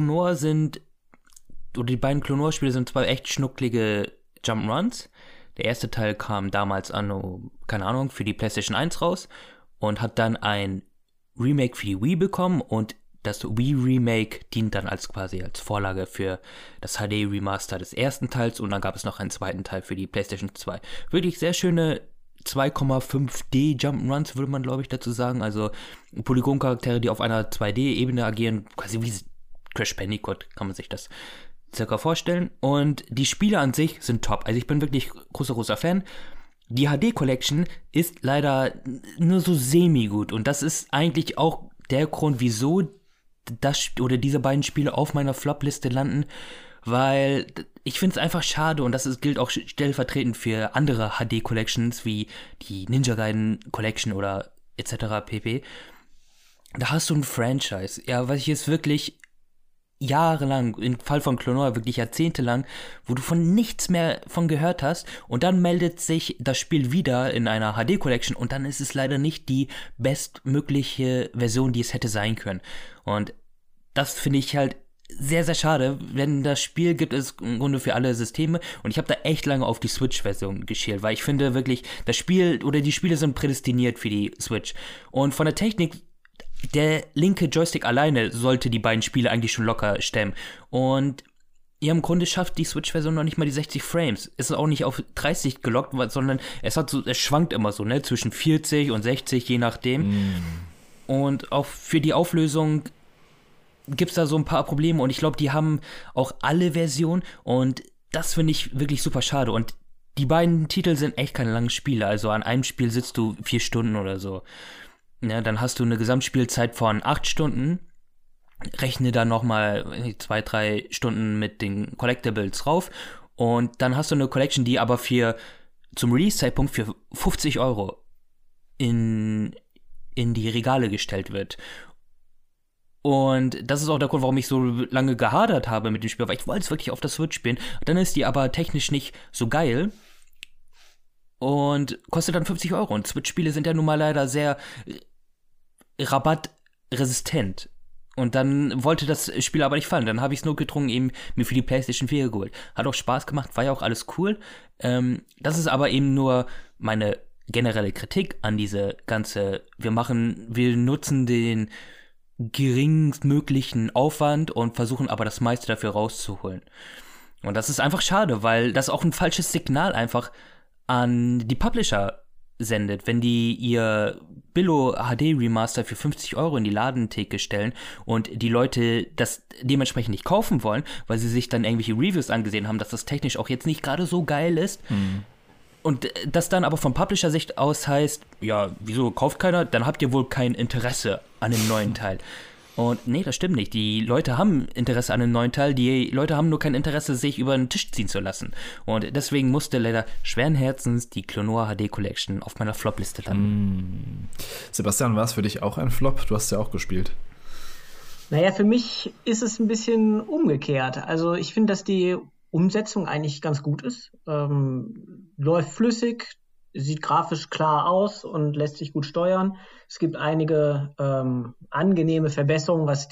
die beiden Clonor-Spiele sind zwar echt schnucklige Jump'n'Runs. Der erste Teil kam damals keine Ahnung, für die PlayStation 1 raus und hat dann ein Remake für die Wii bekommen und das Wii-Remake dient dann quasi als Vorlage für das HD-Remaster des ersten Teils und dann gab es noch einen zweiten Teil für die PlayStation 2. Wirklich sehr schöne 2,5D Jump'n'Runs, würde man glaube ich dazu sagen. Also Polygoncharaktere, die auf einer 2D-Ebene agieren, quasi wie Crash Bandicoot, kann man sich das circa vorstellen. Und die Spiele an sich sind top. Also ich bin wirklich großer Fan. Die HD Collection ist leider nur so semi-gut und das ist eigentlich auch der Grund, wieso diese beiden Spiele auf meiner Flop-Liste landen, weil ich finde es einfach schade und gilt auch stellvertretend für andere HD Collections wie die Ninja Gaiden Collection oder etc. pp. Da hast du ein Franchise, ja, was ich jetzt wirklich jahrelang, im Fall von Clonor wirklich jahrzehntelang, wo du von nichts mehr von gehört hast und dann meldet sich das Spiel wieder in einer HD-Collection und dann ist es leider nicht die bestmögliche Version, die es hätte sein können. Und das finde ich halt sehr, sehr schade, wenn das Spiel gibt es im Grunde für alle Systeme und ich habe da echt lange auf die Switch-Version geschielt, weil ich finde wirklich, das Spiel oder die Spiele sind prädestiniert für die Switch. Und von der Technik, der linke Joystick alleine sollte die beiden Spiele eigentlich schon locker stemmen. Und ja, im Grunde schafft die Switch-Version noch nicht mal die 60 Frames. Es ist auch nicht auf 30 gelockt, sondern es schwankt immer so, ne, zwischen 40 und 60, je nachdem. Und auch für die Auflösung gibt es da so ein paar Probleme und ich glaube, die haben auch alle Versionen und das finde ich wirklich super schade. Und die beiden Titel sind echt keine langen Spiele. Also an einem Spiel sitzt du 4 Stunden oder so. Ja, dann hast du eine Gesamtspielzeit von 8 Stunden. Rechne dann nochmal 2-3 Stunden mit den Collectibles rauf. Und dann hast du eine Collection, die aber zum Release-Zeitpunkt für 50 € in die Regale gestellt wird. Und das ist auch der Grund, warum ich so lange gehadert habe mit dem Spiel, weil ich wollte es wirklich auf der Switch spielen. Dann ist die aber technisch nicht so geil. Und kostet dann 50 €. Und Switch-Spiele sind ja nun mal leider sehr rabattresistent. Und dann wollte das Spiel aber nicht fallen. Dann habe ich es nur gedrungen, eben mir für die PlayStation 4 geholt. Hat auch Spaß gemacht, war ja auch alles cool. Das ist aber eben nur meine generelle Kritik an diese ganze, wir nutzen den geringstmöglichen Aufwand und versuchen aber das meiste dafür rauszuholen. Und das ist einfach schade, weil das auch ein falsches Signal einfach an die Publisher sendet, wenn die ihr Billo HD Remaster für 50 € in die Ladentheke stellen und die Leute das dementsprechend nicht kaufen wollen, weil sie sich dann irgendwelche Reviews angesehen haben, dass das technisch auch jetzt nicht gerade so geil ist. Und das dann aber von Publisher-Sicht aus heißt, ja, wieso kauft keiner? Dann habt ihr wohl kein Interesse an dem neuen Teil. Und nee, das stimmt nicht. Die Leute haben Interesse an einem neuen Teil, die Leute haben nur kein Interesse, sich über den Tisch ziehen zu lassen. Und deswegen musste leider schweren Herzens die Klonoa HD Collection auf meiner Flop-Liste landen. Sebastian, war es für dich auch ein Flop? Du hast ja auch gespielt. Naja, für mich ist es ein bisschen umgekehrt. Also ich finde, dass die Umsetzung eigentlich ganz gut ist. Läuft flüssig, sieht grafisch klar aus und lässt sich gut steuern. Es gibt einige angenehme Verbesserungen, was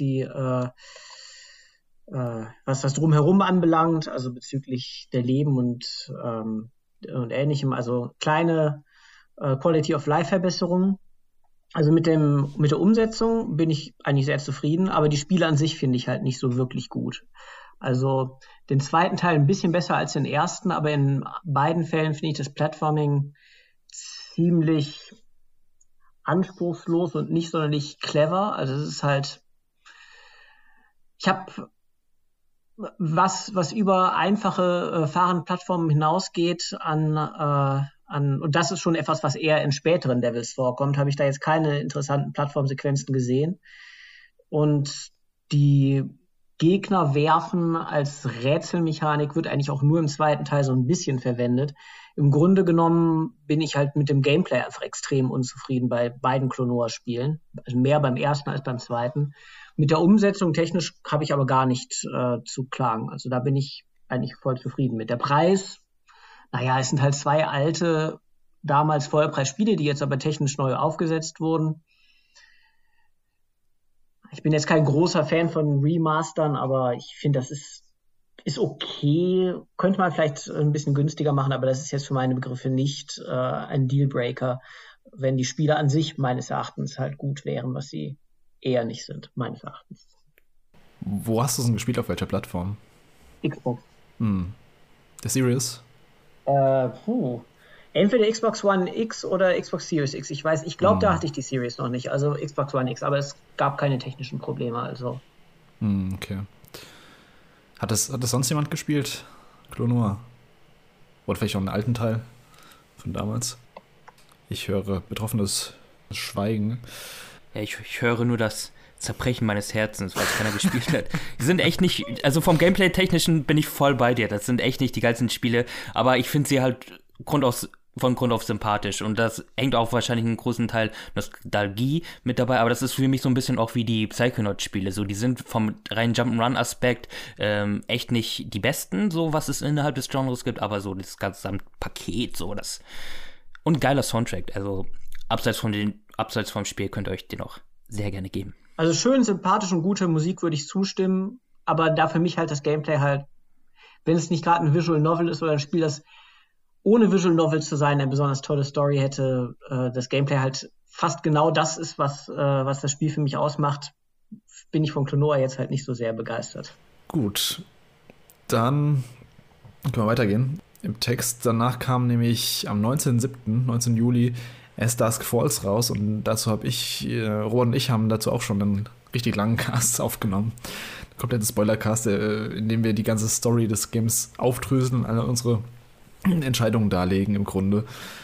das Drumherum anbelangt, also bezüglich der Leben und Ähnlichem. Also kleine Quality-of-Life-Verbesserungen. Also mit der Umsetzung bin ich eigentlich sehr zufrieden, aber die Spiele an sich finde ich halt nicht so wirklich gut. Also den zweiten Teil ein bisschen besser als den ersten, aber in beiden Fällen finde ich das Platforming ziemlich anspruchslos und nicht sonderlich clever. Also es ist halt, ich habe was über einfache Fahren-Plattformen hinausgeht und das ist schon etwas, was eher in späteren Levels vorkommt, habe ich da jetzt keine interessanten Plattformsequenzen gesehen. Und die Gegner werfen als Rätselmechanik wird eigentlich auch nur im zweiten Teil so ein bisschen verwendet. Im Grunde genommen bin ich halt mit dem Gameplay einfach extrem unzufrieden bei beiden Klonoa-Spielen. Also mehr beim ersten als beim zweiten. Mit der Umsetzung technisch habe ich aber gar nicht zu klagen. Also da bin ich eigentlich voll zufrieden mit. Der Preis, naja, es sind halt 2 alte, damals Vollpreisspiele, die jetzt aber technisch neu aufgesetzt wurden. Ich bin jetzt kein großer Fan von Remastern, aber ich finde, das ist okay. Könnte man vielleicht ein bisschen günstiger machen, aber das ist jetzt für meine Begriffe nicht ein Dealbreaker, wenn die Spiele an sich meines Erachtens halt gut wären, was sie eher nicht sind, meines Erachtens. Wo hast du es denn gespielt, auf welcher Plattform? Xbox. Der Series? Entweder Xbox One X oder Xbox Series X. Ich glaube, da hatte ich die Series noch nicht, also Xbox One X, aber es gab keine technischen Probleme, also. Okay. Hat das sonst jemand gespielt? Klonoa? Oder vielleicht auch einen alten Teil von damals? Ich höre betroffenes Schweigen. Ja, ich höre nur das Zerbrechen meines Herzens, weil es keiner gespielt hat. Die sind echt nicht, also vom Gameplay-Technischen bin ich voll bei dir. Das sind echt nicht die geilsten Spiele, aber ich finde sie halt von Grund auf sympathisch und das hängt auch wahrscheinlich einen großen Teil Nostalgie mit dabei, aber das ist für mich so ein bisschen auch wie die Psychonauts-Spiele, so die sind vom reinen Jump'n'Run-Aspekt echt nicht die besten, so was es innerhalb des Genres gibt, aber so das ganze Paket, so das und geiler Soundtrack, also abseits vom Spiel könnt ihr euch den auch sehr gerne geben. Also schön, sympathisch und gute Musik würde ich zustimmen, aber da für mich halt das Gameplay halt, wenn es nicht gerade ein Visual Novel ist oder ein Spiel, das ohne Visual Novel zu sein, eine besonders tolle Story hätte, das Gameplay halt fast genau das ist, was das Spiel für mich ausmacht, bin ich von Klonoa jetzt halt nicht so sehr begeistert. Gut, dann können wir weitergehen. Im Text danach kam nämlich am 19. Juli erst Dusk Falls raus und dazu habe Robert und ich haben dazu auch schon einen richtig langen Cast aufgenommen. Ein kompletter Spoilercast, in dem wir die ganze Story des Games aufdröseln und alle unsere Entscheidungen darlegen im Grunde.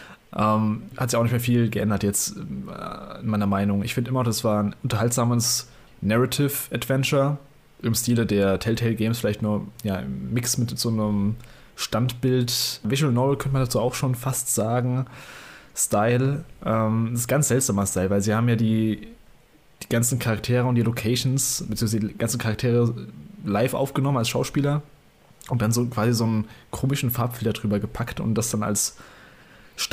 Hat sich auch nicht mehr viel geändert jetzt in meiner Meinung. Ich finde immer, das war ein unterhaltsames Narrative-Adventure im Stile der Telltale Games, vielleicht nur im Mix mit so einem Standbild. Visual Novel könnte man dazu auch schon fast sagen. Style. Das ist ein ganz seltsamer Style, weil sie haben ja die ganzen Charaktere und die Locations, beziehungsweise die ganzen Charaktere live aufgenommen als Schauspieler und dann so quasi so einen komischen Farbfilter drüber gepackt und das dann als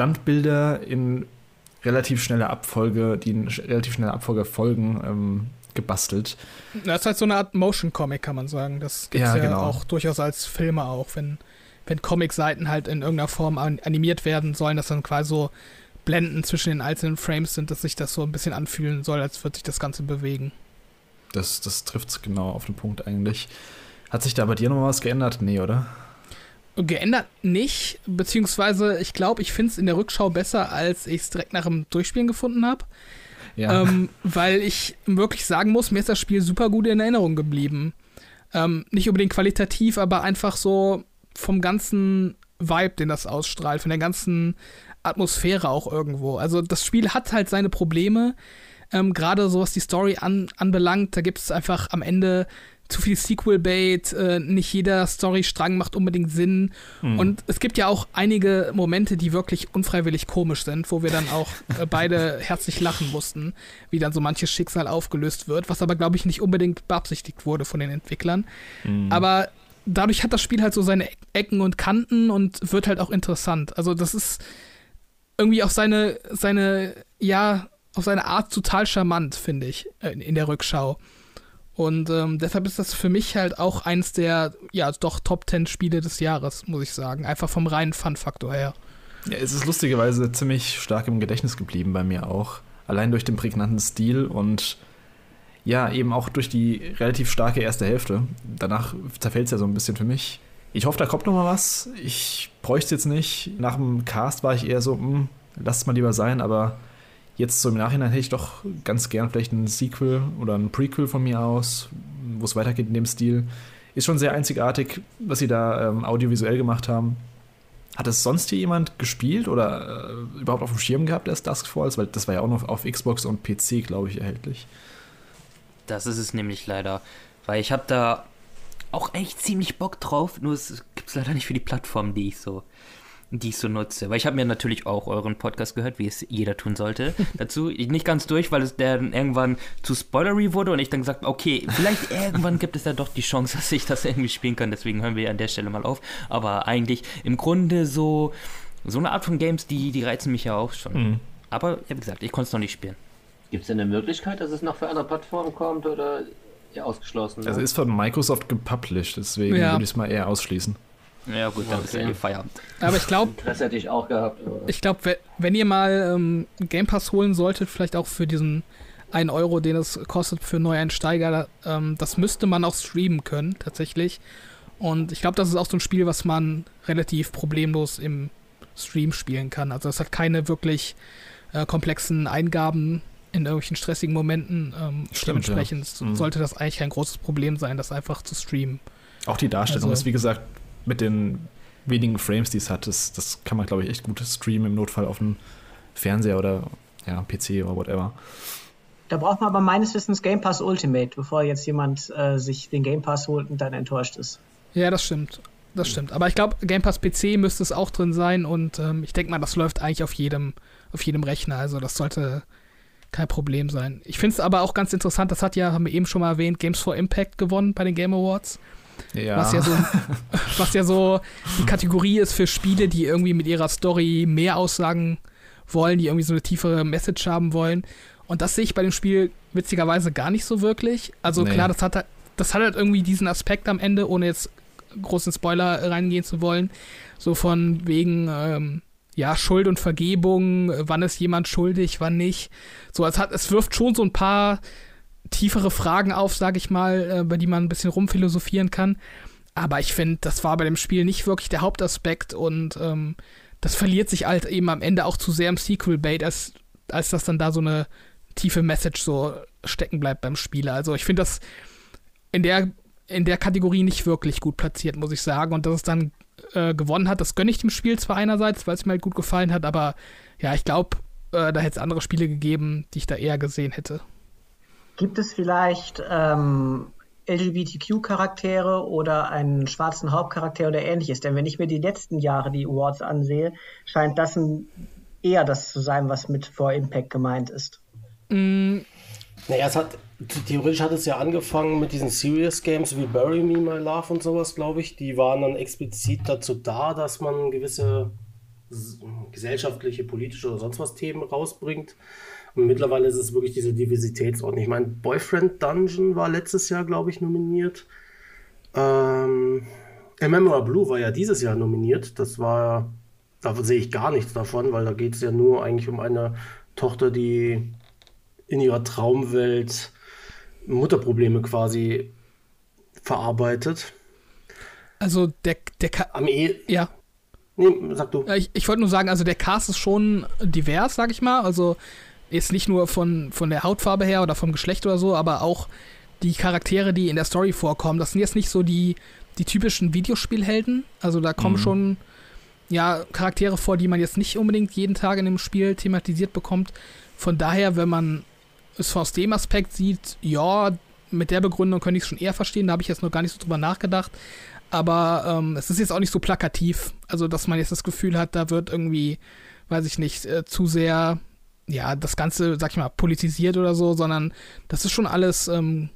Standbilder in relativ schneller Abfolge, die in relativ schneller Abfolge folgen, gebastelt. Das ist halt so eine Art Motion-Comic, kann man sagen. Das gibt es genau. auch durchaus als Filme auch, wenn Comic-Seiten halt in irgendeiner Form animiert werden sollen, dass dann quasi so Blenden zwischen den einzelnen Frames sind, dass sich das so ein bisschen anfühlen soll, als würde sich das Ganze bewegen. Das trifft es genau auf den Punkt eigentlich. Hat sich da bei dir noch was geändert? Nee, oder? Geändert nicht, beziehungsweise ich glaube, ich finde es in der Rückschau besser, als ich es direkt nach dem Durchspielen gefunden habe. Ja. Weil ich wirklich sagen muss, mir ist das Spiel super gut in Erinnerung geblieben. Nicht unbedingt qualitativ, aber einfach so vom ganzen Vibe, den das ausstrahlt, von der ganzen Atmosphäre auch irgendwo. Also das Spiel hat halt seine Probleme, gerade so was die Story anbelangt, da gibt es einfach am Ende zu viel Sequel-Bait, nicht jeder Storystrang macht unbedingt Sinn. Und es gibt ja auch einige Momente, die wirklich unfreiwillig komisch sind, wo wir dann auch beide herzlich lachen mussten, wie dann so manches Schicksal aufgelöst wird, was aber, glaube ich, nicht unbedingt beabsichtigt wurde von den Entwicklern. Aber dadurch hat das Spiel halt so seine Ecken und Kanten und wird halt auch interessant. Also das ist irgendwie auf seine Art total charmant, finde ich, in der Rückschau. Und deshalb ist das für mich halt auch eins der, doch Top 10 Spiele des Jahres, muss ich sagen. Einfach vom reinen Fun-Faktor her. Ja, es ist lustigerweise ziemlich stark im Gedächtnis geblieben bei mir auch. Allein durch den prägnanten Stil und ja, eben auch durch die relativ starke erste Hälfte. Danach zerfällt es ja so ein bisschen für mich. Ich hoffe, da kommt noch mal was. Ich bräuchte es jetzt nicht. Nach dem Cast war ich eher so, lass es mal lieber sein, aber jetzt so im Nachhinein hätte ich doch ganz gern vielleicht ein Sequel oder ein Prequel von mir aus, wo es weitergeht in dem Stil. Ist schon sehr einzigartig, was sie da audiovisuell gemacht haben. Hat es sonst hier jemand gespielt oder überhaupt auf dem Schirm gehabt, das Dusk Falls? Weil das war ja auch noch auf Xbox und PC, glaube ich, erhältlich. Das ist es nämlich leider. Weil ich habe da auch echt ziemlich Bock drauf, nur es gibt es leider nicht für die Plattform, die ich so nutze. Weil ich habe mir natürlich auch euren Podcast gehört, wie es jeder tun sollte. Dazu nicht ganz durch, weil es dann irgendwann zu spoilery wurde und ich dann gesagt, okay, vielleicht irgendwann gibt es da doch die Chance, dass ich das irgendwie spielen kann. Deswegen hören wir an der Stelle mal auf. Aber eigentlich im Grunde so eine Art von Games, die reizen mich ja auch schon. Aber wie gesagt, ich konnte es noch nicht spielen. Gibt es denn eine Möglichkeit, dass es noch für andere Plattformen kommt oder ja ausgeschlossen? Also ist von Microsoft gepublished, deswegen würde ich es mal eher ausschließen. Ja gut, dann ist ja Feierabend. Aber ich glaube, Interesse hätte ich auch gehabt. Ich glaube, wenn ihr mal Game Pass holen solltet, vielleicht auch für diesen 1 Euro, den es kostet für Neueinsteiger, das müsste man auch streamen können, tatsächlich. Und ich glaube, das ist auch so ein Spiel, was man relativ problemlos im Stream spielen kann. Also es hat keine wirklich komplexen Eingaben in irgendwelchen stressigen Momenten. Dementsprechend sollte das eigentlich kein großes Problem sein, das einfach zu streamen. Auch die Darstellung Also, ist, wie gesagt, mit den wenigen Frames, die es hat, das kann man, glaube ich, echt gut streamen im Notfall auf einem Fernseher oder PC oder whatever. Da braucht man aber meines Wissens Game Pass Ultimate, bevor jetzt jemand sich den Game Pass holt und dann enttäuscht ist. Ja, das stimmt. Aber ich glaube, Game Pass PC müsste es auch drin sein und ich denke mal, das läuft eigentlich auf jedem Rechner. Also das sollte kein Problem sein. Ich finde es aber auch ganz interessant, das haben wir eben schon mal erwähnt, Games for Impact gewonnen bei den Game Awards. Ja. Was ja so die Kategorie ist für Spiele, die irgendwie mit ihrer Story mehr aussagen wollen, die irgendwie so eine tiefere Message haben wollen. Und das sehe ich bei dem Spiel witzigerweise gar nicht so wirklich. Also klar, das hat halt irgendwie diesen Aspekt am Ende, ohne jetzt großen Spoiler reingehen zu wollen. So von wegen, Schuld und Vergebung, wann ist jemand schuldig, wann nicht. So, es wirft schon so ein paar tiefere Fragen auf, sage ich mal, bei die man ein bisschen rumphilosophieren kann. Aber ich finde, das war bei dem Spiel nicht wirklich der Hauptaspekt und das verliert sich halt eben am Ende auch zu sehr im Sequel-Bait, als dass dann da so eine tiefe Message so stecken bleibt beim Spieler. Also ich finde das in der Kategorie nicht wirklich gut platziert, muss ich sagen. Und dass es dann gewonnen hat, das gönne ich dem Spiel zwar einerseits, weil es mir halt gut gefallen hat, aber ja, ich glaube, da hätte es andere Spiele gegeben, die ich da eher gesehen hätte. Gibt es vielleicht LGBTQ-Charaktere oder einen schwarzen Hauptcharakter oder ähnliches? Denn wenn ich mir die letzten Jahre die Awards ansehe, scheint das eher das zu sein, was mit For Impact gemeint ist. Naja, theoretisch hat es ja angefangen mit diesen Serious Games wie Bury Me, My Love und sowas, glaube ich. Die waren dann explizit dazu da, dass man gewisse gesellschaftliche, politische oder sonst was Themen rausbringt. Und mittlerweile ist es wirklich diese Diversitätsordnung. Ich meine, Boyfriend Dungeon war letztes Jahr, glaube ich, nominiert. Ememora Blue war ja dieses Jahr nominiert. Da sehe ich gar nichts davon, weil da geht es ja nur eigentlich um eine Tochter, die in ihrer Traumwelt Mutterprobleme quasi verarbeitet. Also ja. Nee, sag du. Ich wollte nur sagen, also der Cast ist schon divers, sag ich mal. Also jetzt nicht nur von der Hautfarbe her oder vom Geschlecht oder so, aber auch die Charaktere, die in der Story vorkommen. Das sind jetzt nicht so die typischen Videospielhelden. Also da kommen schon Charaktere vor, die man jetzt nicht unbedingt jeden Tag in dem Spiel thematisiert bekommt. Von daher, wenn man es aus dem Aspekt sieht, ja, mit der Begründung könnte ich es schon eher verstehen. Da habe ich jetzt noch gar nicht so drüber nachgedacht. Aber es ist jetzt auch nicht so plakativ. Also, dass man jetzt das Gefühl hat, da wird irgendwie, weiß ich nicht, zu sehr, das Ganze, sag ich mal, politisiert oder so, sondern das ist schon alles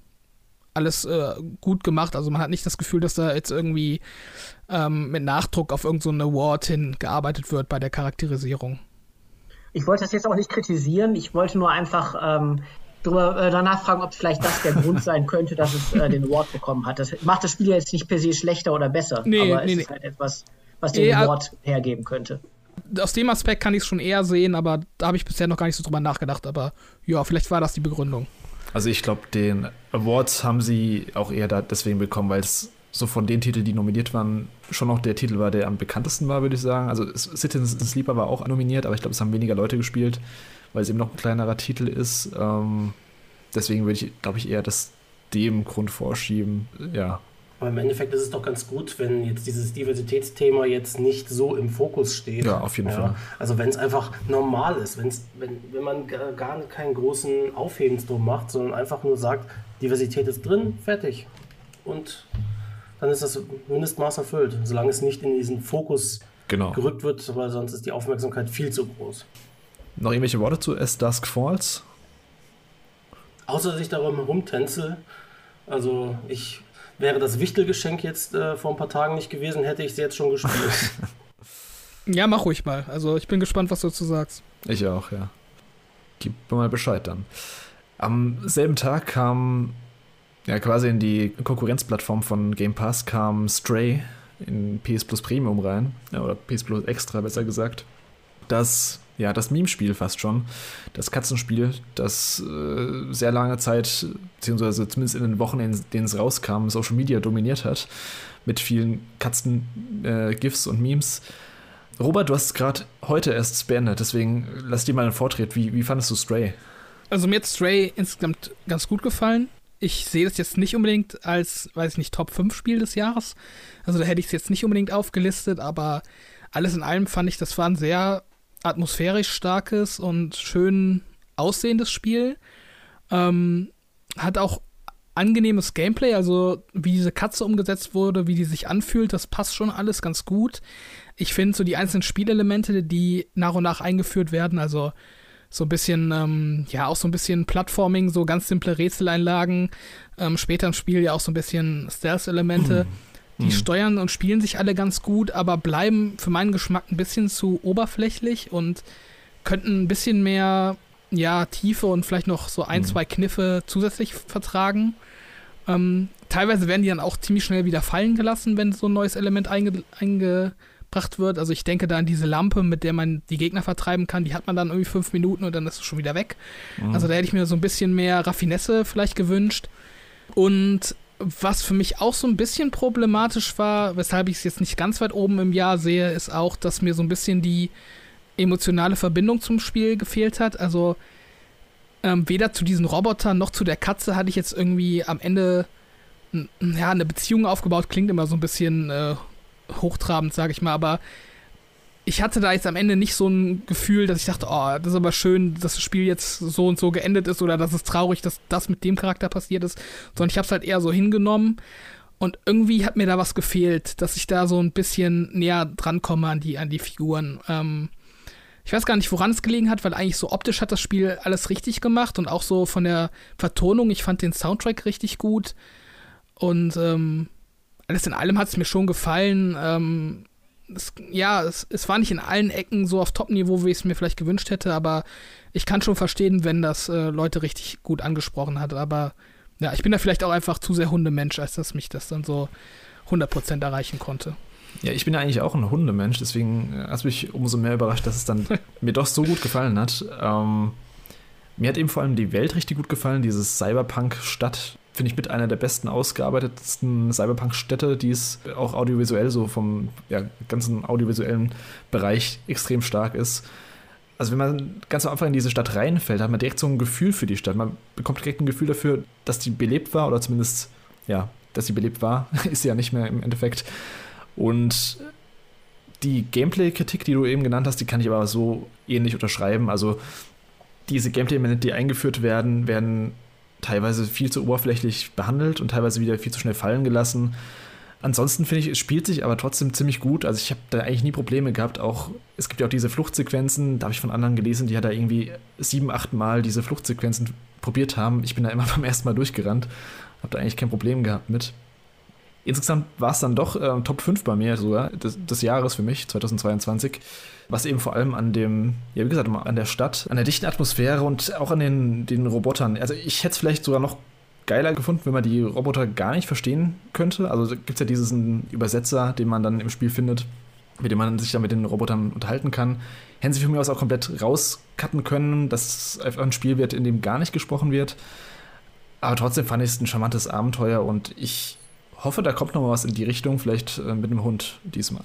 gut gemacht. Also, man hat nicht das Gefühl, dass da jetzt irgendwie mit Nachdruck auf irgendeinen Award hingearbeitet wird bei der Charakterisierung. Ich wollte das jetzt auch nicht kritisieren. Ich wollte nur einfach danach fragen, ob vielleicht das der Grund sein könnte, dass es den Award bekommen hat. Das macht das Spiel jetzt nicht per se schlechter oder besser, aber es ist halt etwas, was den Award hergeben könnte. Aus dem Aspekt kann ich es schon eher sehen, aber da habe ich bisher noch gar nicht so drüber nachgedacht. Aber ja, vielleicht war das die Begründung. Also ich glaube, den Awards haben sie auch eher deswegen bekommen, weil es so von den Titeln, die nominiert waren, schon noch der Titel war, der am bekanntesten war, würde ich sagen. Also Citizen Sleeper war auch nominiert, aber ich glaube, es haben weniger Leute gespielt, weil es eben noch ein kleinerer Titel ist. Deswegen würde ich, glaube ich, eher das dem Grund vorschieben, ja. Aber im Endeffekt ist es doch ganz gut, wenn jetzt dieses Diversitätsthema jetzt nicht so im Fokus steht. Ja, auf jeden Fall. Also wenn es einfach normal ist, wenn man gar keinen großen Aufhebens drum macht, sondern einfach nur sagt, Diversität ist drin, fertig. Und dann ist das Mindestmaß erfüllt, solange es nicht in diesen Fokus gerückt wird, weil sonst ist die Aufmerksamkeit viel zu groß. Noch irgendwelche Worte zu As Dusk Falls? Außer, dass ich darum herumtänzel. Also wäre das Wichtelgeschenk jetzt vor ein paar Tagen nicht gewesen, hätte ich es jetzt schon gespielt. Ja, mach ruhig mal. Also ich bin gespannt, was du dazu sagst. Ich auch, ja. Gib mir mal Bescheid dann. Am selben Tag kam quasi in die Konkurrenzplattform von Game Pass kam Stray in PS Plus Premium rein. Ja, oder PS Plus Extra, besser gesagt. Das Meme-Spiel fast schon. Das Katzenspiel, das sehr lange Zeit, beziehungsweise zumindest in den Wochen, in denen es rauskam, Social Media dominiert hat. Mit vielen Katzen-GIFs und Memes. Robert, du hast es gerade heute erst beendet, deswegen lass dir mal einen Vortritt. Wie fandest du Stray? Also mir hat Stray insgesamt ganz gut gefallen. Ich sehe das jetzt nicht unbedingt als, weiß ich nicht, Top 5 Spiel des Jahres. Also da hätte ich es jetzt nicht unbedingt aufgelistet, aber alles in allem fand ich, das war ein sehr atmosphärisch starkes und schön aussehendes Spiel. Hat auch angenehmes Gameplay, also wie diese Katze umgesetzt wurde, wie die sich anfühlt, das passt schon alles ganz gut. Ich finde so die einzelnen Spielelemente, die nach und nach eingeführt werden, also so ein bisschen, auch so ein bisschen Plattforming, so ganz simple Rätseleinlagen, später im Spiel ja auch so ein bisschen Stealth-Elemente. Die steuern und spielen sich alle ganz gut, aber bleiben für meinen Geschmack ein bisschen zu oberflächlich und könnten ein bisschen mehr Tiefe und vielleicht noch so ein, zwei Kniffe zusätzlich vertragen. Teilweise werden die dann auch ziemlich schnell wieder fallen gelassen, wenn so ein neues Element eingebracht wird. Also ich denke da an diese Lampe, mit der man die Gegner vertreiben kann. Die hat man dann irgendwie 5 Minuten und dann ist es schon wieder weg. Also da hätte ich mir so ein bisschen mehr Raffinesse vielleicht gewünscht. Und was für mich auch so ein bisschen problematisch war, weshalb ich es jetzt nicht ganz weit oben im Jahr sehe, ist auch, dass mir so ein bisschen die emotionale Verbindung zum Spiel gefehlt hat. Also weder zu diesen Robotern noch zu der Katze hatte ich jetzt irgendwie am Ende eine Beziehung aufgebaut. Klingt immer so ein bisschen hochtrabend, sage ich mal, aber ich hatte da jetzt am Ende nicht so ein Gefühl, dass ich dachte, oh, das ist aber schön, dass das Spiel jetzt so und so geendet ist oder das ist traurig, dass das mit dem Charakter passiert ist, sondern ich habe es halt eher so hingenommen und irgendwie hat mir da was gefehlt, dass ich da so ein bisschen näher drankomme an die Figuren. Ich weiß gar nicht, woran es gelegen hat, weil eigentlich so optisch hat das Spiel alles richtig gemacht und auch so von der Vertonung, ich fand den Soundtrack richtig gut und alles in allem hat es mir schon gefallen. es war nicht in allen Ecken so auf Top-Niveau, wie ich es mir vielleicht gewünscht hätte, aber ich kann schon verstehen, wenn das Leute richtig gut angesprochen hat. Aber ja, ich bin da vielleicht auch einfach zu sehr Hundemensch, als dass mich das dann so 100% erreichen konnte. Ja, ich bin ja eigentlich auch ein Hundemensch, deswegen hat es mich umso mehr überrascht, dass es dann mir doch so gut gefallen hat. Mir hat eben vor allem die Welt richtig gut gefallen, dieses Cyberpunk-Stadt. Finde ich mit einer der besten ausgearbeitetsten Cyberpunk-Städte, die es auch audiovisuell so vom ganzen audiovisuellen Bereich extrem stark ist. Also wenn man ganz am Anfang in diese Stadt reinfällt, hat man direkt so ein Gefühl für die Stadt. Man bekommt direkt ein Gefühl dafür, dass die belebt war oder zumindest, dass sie belebt war. Ist sie ja nicht mehr im Endeffekt. Und die Gameplay-Kritik, die du eben genannt hast, die kann ich aber so ähnlich unterschreiben. Also diese Gameplay-Elemente, die eingeführt werden teilweise viel zu oberflächlich behandelt und teilweise wieder viel zu schnell fallen gelassen. Ansonsten finde ich, es spielt sich aber trotzdem ziemlich gut. Also ich habe da eigentlich nie Probleme gehabt. Es gibt ja auch diese Fluchtsequenzen, da habe ich von anderen gelesen, die ja da irgendwie 7-8 Mal diese Fluchtsequenzen probiert haben. Ich bin da immer beim ersten Mal durchgerannt, habe da eigentlich kein Problem gehabt mit. Insgesamt war es dann doch Top 5 bei mir sogar des Jahres für mich, 2022. Was eben vor allem an dem, wie gesagt, an der Stadt, an der dichten Atmosphäre und auch an den Robotern. Also ich hätte es vielleicht sogar noch geiler gefunden, wenn man die Roboter gar nicht verstehen könnte. Also gibt es ja diesen Übersetzer, den man dann im Spiel findet, mit dem man sich dann mit den Robotern unterhalten kann. Hätten sie von mir aus auch komplett rauscutten können, dass es einfach ein Spiel wird, in dem gar nicht gesprochen wird. Aber trotzdem fand ich es ein charmantes Abenteuer und ich hoffe, da kommt noch mal was in die Richtung, vielleicht mit dem Hund diesmal.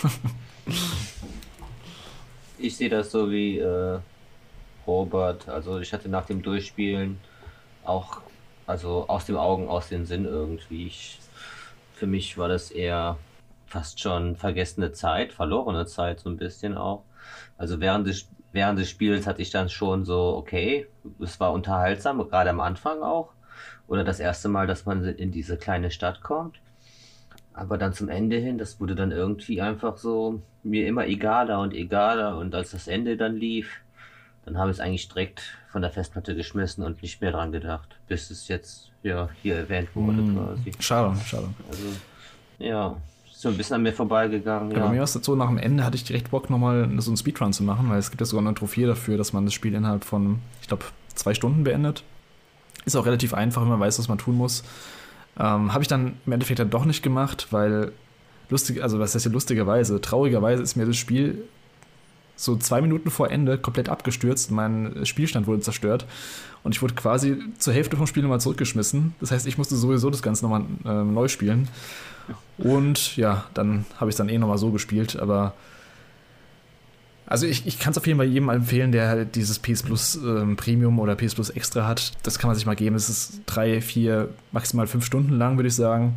Ich sehe das so wie Robert. Also ich hatte nach dem Durchspielen auch, also aus den Augen, aus den Sinn irgendwie. Für mich war das eher fast schon vergessene Zeit, verlorene Zeit so ein bisschen auch. Also während des Spiels hatte ich dann schon so, okay, es war unterhaltsam, gerade am Anfang auch. Oder das erste Mal, dass man in diese kleine Stadt kommt. Aber dann zum Ende hin, das wurde dann irgendwie einfach so mir immer egaler. Und als das Ende dann lief, dann habe ich es eigentlich direkt von der Festplatte geschmissen und nicht mehr dran gedacht. Bis es jetzt hier erwähnt wurde quasi. Schade. Also, ja, ist so ein bisschen an mir vorbeigegangen. Ja. Bei mir war es dazu, nach dem Ende hatte ich direkt Bock, nochmal so einen Speedrun zu machen, weil es gibt ja sogar eine Trophäe dafür, dass man das Spiel innerhalb von, ich glaube, 2 Stunden beendet. Ist auch relativ einfach, wenn man weiß, was man tun muss. Habe ich dann im Endeffekt dann doch nicht gemacht, weil was heißt hier lustigerweise, traurigerweise ist mir das Spiel so 2 Minuten vor Ende komplett abgestürzt. Mein Spielstand wurde zerstört und ich wurde quasi zur Hälfte vom Spiel nochmal zurückgeschmissen. Das heißt, ich musste sowieso das Ganze nochmal neu spielen. Und ja, dann habe ich es dann nochmal so gespielt, aber also ich kann es auf jeden Fall jedem empfehlen, der halt dieses PS Plus Premium oder PS Plus Extra hat. Das kann man sich mal geben. Es ist 3, 4, maximal 5 Stunden lang, würde ich sagen.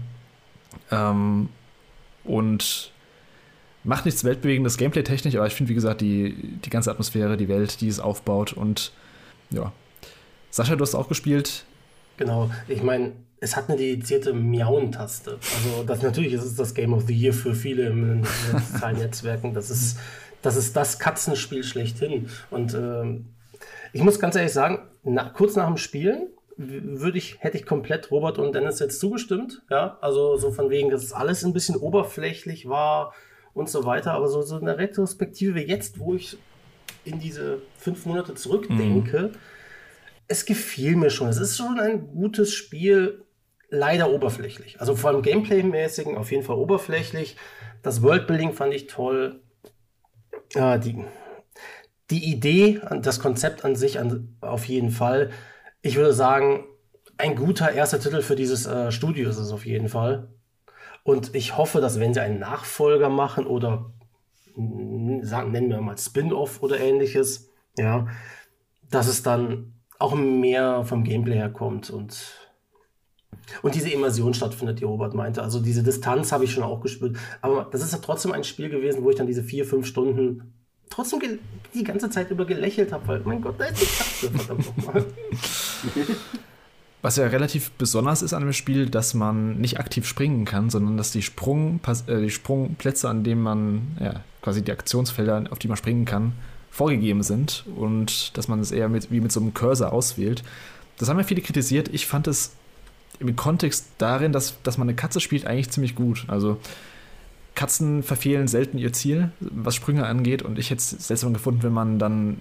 Und macht nichts Weltbewegendes Gameplay-technisch, aber ich finde, wie gesagt, die ganze Atmosphäre, die Welt, die es aufbaut und ja. Sascha, du hast auch gespielt. Genau, ich meine, es hat eine dedizierte Miauen-Taste. Also natürlich ist es das Game of the Year für viele in sozialen Netzwerken. Das ist das Katzenspiel schlechthin. Und ich muss ganz ehrlich sagen, kurz nach dem Spielen hätte ich komplett Robert und Dennis jetzt zugestimmt. Ja, also so von wegen, dass es alles ein bisschen oberflächlich war und so weiter. Aber so eine Retrospektive jetzt, wo ich in diese 5 Monate zurückdenke, es gefiel mir schon. Es ist schon ein gutes Spiel, leider oberflächlich. Also vor allem Gameplay-mäßigen auf jeden Fall oberflächlich. Das Worldbuilding fand ich toll. Die Idee, das Konzept an sich auf jeden Fall. Ich würde sagen, ein guter erster Titel für dieses Studio ist es auf jeden Fall. Und ich hoffe, dass wenn sie einen Nachfolger machen oder nennen wir mal Spin-off oder ähnliches, ja, dass es dann auch mehr vom Gameplay her kommt und diese Immersion stattfindet, die Robert meinte. Also diese Distanz habe ich schon auch gespürt. Aber das ist ja trotzdem ein Spiel gewesen, wo ich dann diese 4-5 Stunden trotzdem die ganze Zeit über gelächelt habe, weil, mein Gott, da ist die Katze, verdammt nochmal. Was ja relativ besonders ist an dem Spiel, dass man nicht aktiv springen kann, sondern dass die Sprungplätze, an denen man quasi die Aktionsfelder, auf die man springen kann, vorgegeben sind und dass man es eher wie mit so einem Cursor auswählt. Das haben ja viele kritisiert. Ich fand es im Kontext darin, dass man eine Katze spielt, eigentlich ziemlich gut. Also Katzen verfehlen selten ihr Ziel, was Sprünge angeht. Und ich hätte es seltsam gefunden, wenn man dann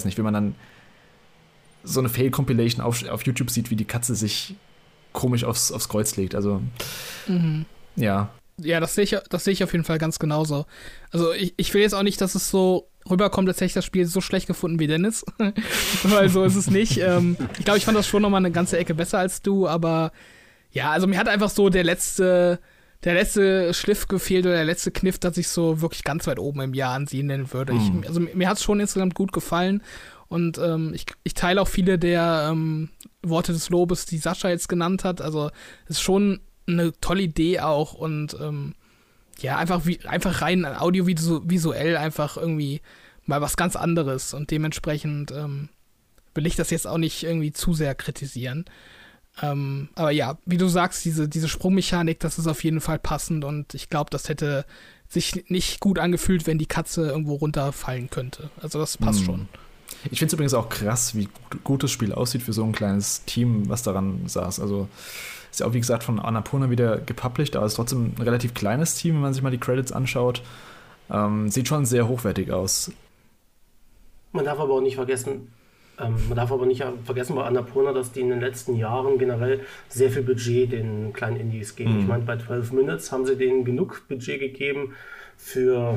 so eine Fail-Compilation auf YouTube sieht, wie die Katze sich komisch aufs Kreuz legt. Also, ja. Ja, das sehe ich auf jeden Fall ganz genauso. Also ich will jetzt auch nicht, dass es so rüberkommt, als hätte ich das Spiel so schlecht gefunden wie Dennis. Weil so ist es nicht. Ich glaube, ich fand das schon nochmal eine ganze Ecke besser als du, aber ja, also mir hat einfach so der letzte Schliff gefehlt oder der letzte Kniff, dass ich so wirklich ganz weit oben im Jahr ansiedeln würde. Also mir hat es schon insgesamt gut gefallen und ich teile auch viele der Worte des Lobes, die Sascha jetzt genannt hat. Also es ist schon eine tolle Idee auch und ja, einfach rein audiovisuell einfach irgendwie mal was ganz anderes und dementsprechend will ich das jetzt auch nicht irgendwie zu sehr kritisieren. Aber ja, wie du sagst, diese Sprungmechanik, das ist auf jeden Fall passend und ich glaube, das hätte sich nicht gut angefühlt, wenn die Katze irgendwo runterfallen könnte. Also das passt schon. Ich finde es übrigens auch krass, wie gut das Spiel aussieht für so ein kleines Team, was daran saß. Also ist ja auch, wie gesagt, von Annapurna wieder gepublished, aber es ist trotzdem ein relativ kleines Team, wenn man sich mal die Credits anschaut. Sieht schon sehr hochwertig aus. Man darf aber nicht vergessen bei Annapurna, dass die in den letzten Jahren generell sehr viel Budget den kleinen Indies geben. Ich meine, bei 12 Minutes haben sie denen genug Budget gegeben für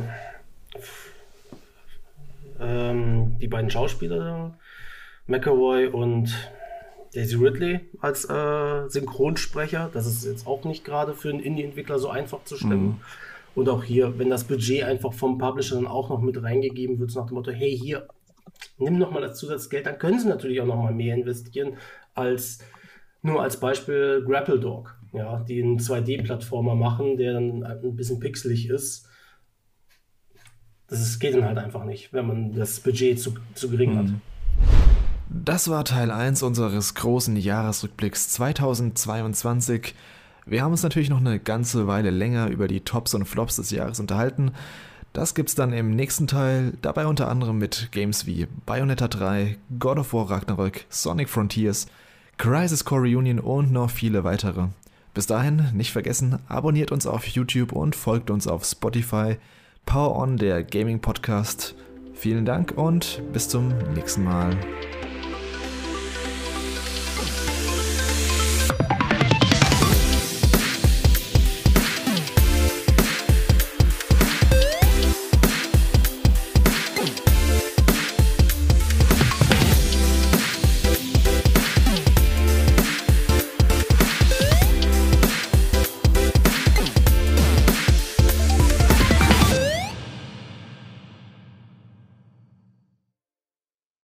die beiden Schauspieler, McAvoy und Daisy Ridley als Synchronsprecher. Das ist jetzt auch nicht gerade für einen Indie-Entwickler so einfach zu stemmen. Und auch hier, wenn das Budget einfach vom Publisher dann auch noch mit reingegeben wird, so nach dem Motto, hey, hier, nimm noch mal das Zusatzgeld, dann können sie natürlich auch noch mal mehr investieren als nur als Beispiel Grapple Dog, ja, die einen 2D-Plattformer machen, der dann ein bisschen pixelig ist. Das geht dann halt einfach nicht, wenn man das Budget zu gering hat. Das war Teil 1 unseres großen Jahresrückblicks 2022. Wir haben uns natürlich noch eine ganze Weile länger über die Tops und Flops des Jahres unterhalten. Das gibt's dann im nächsten Teil, dabei unter anderem mit Games wie Bayonetta 3, God of War Ragnarök, Sonic Frontiers, Crisis Core Reunion und noch viele weitere. Bis dahin, nicht vergessen, abonniert uns auf YouTube und folgt uns auf Spotify. Power On, der Gaming Podcast. Vielen Dank und bis zum nächsten Mal.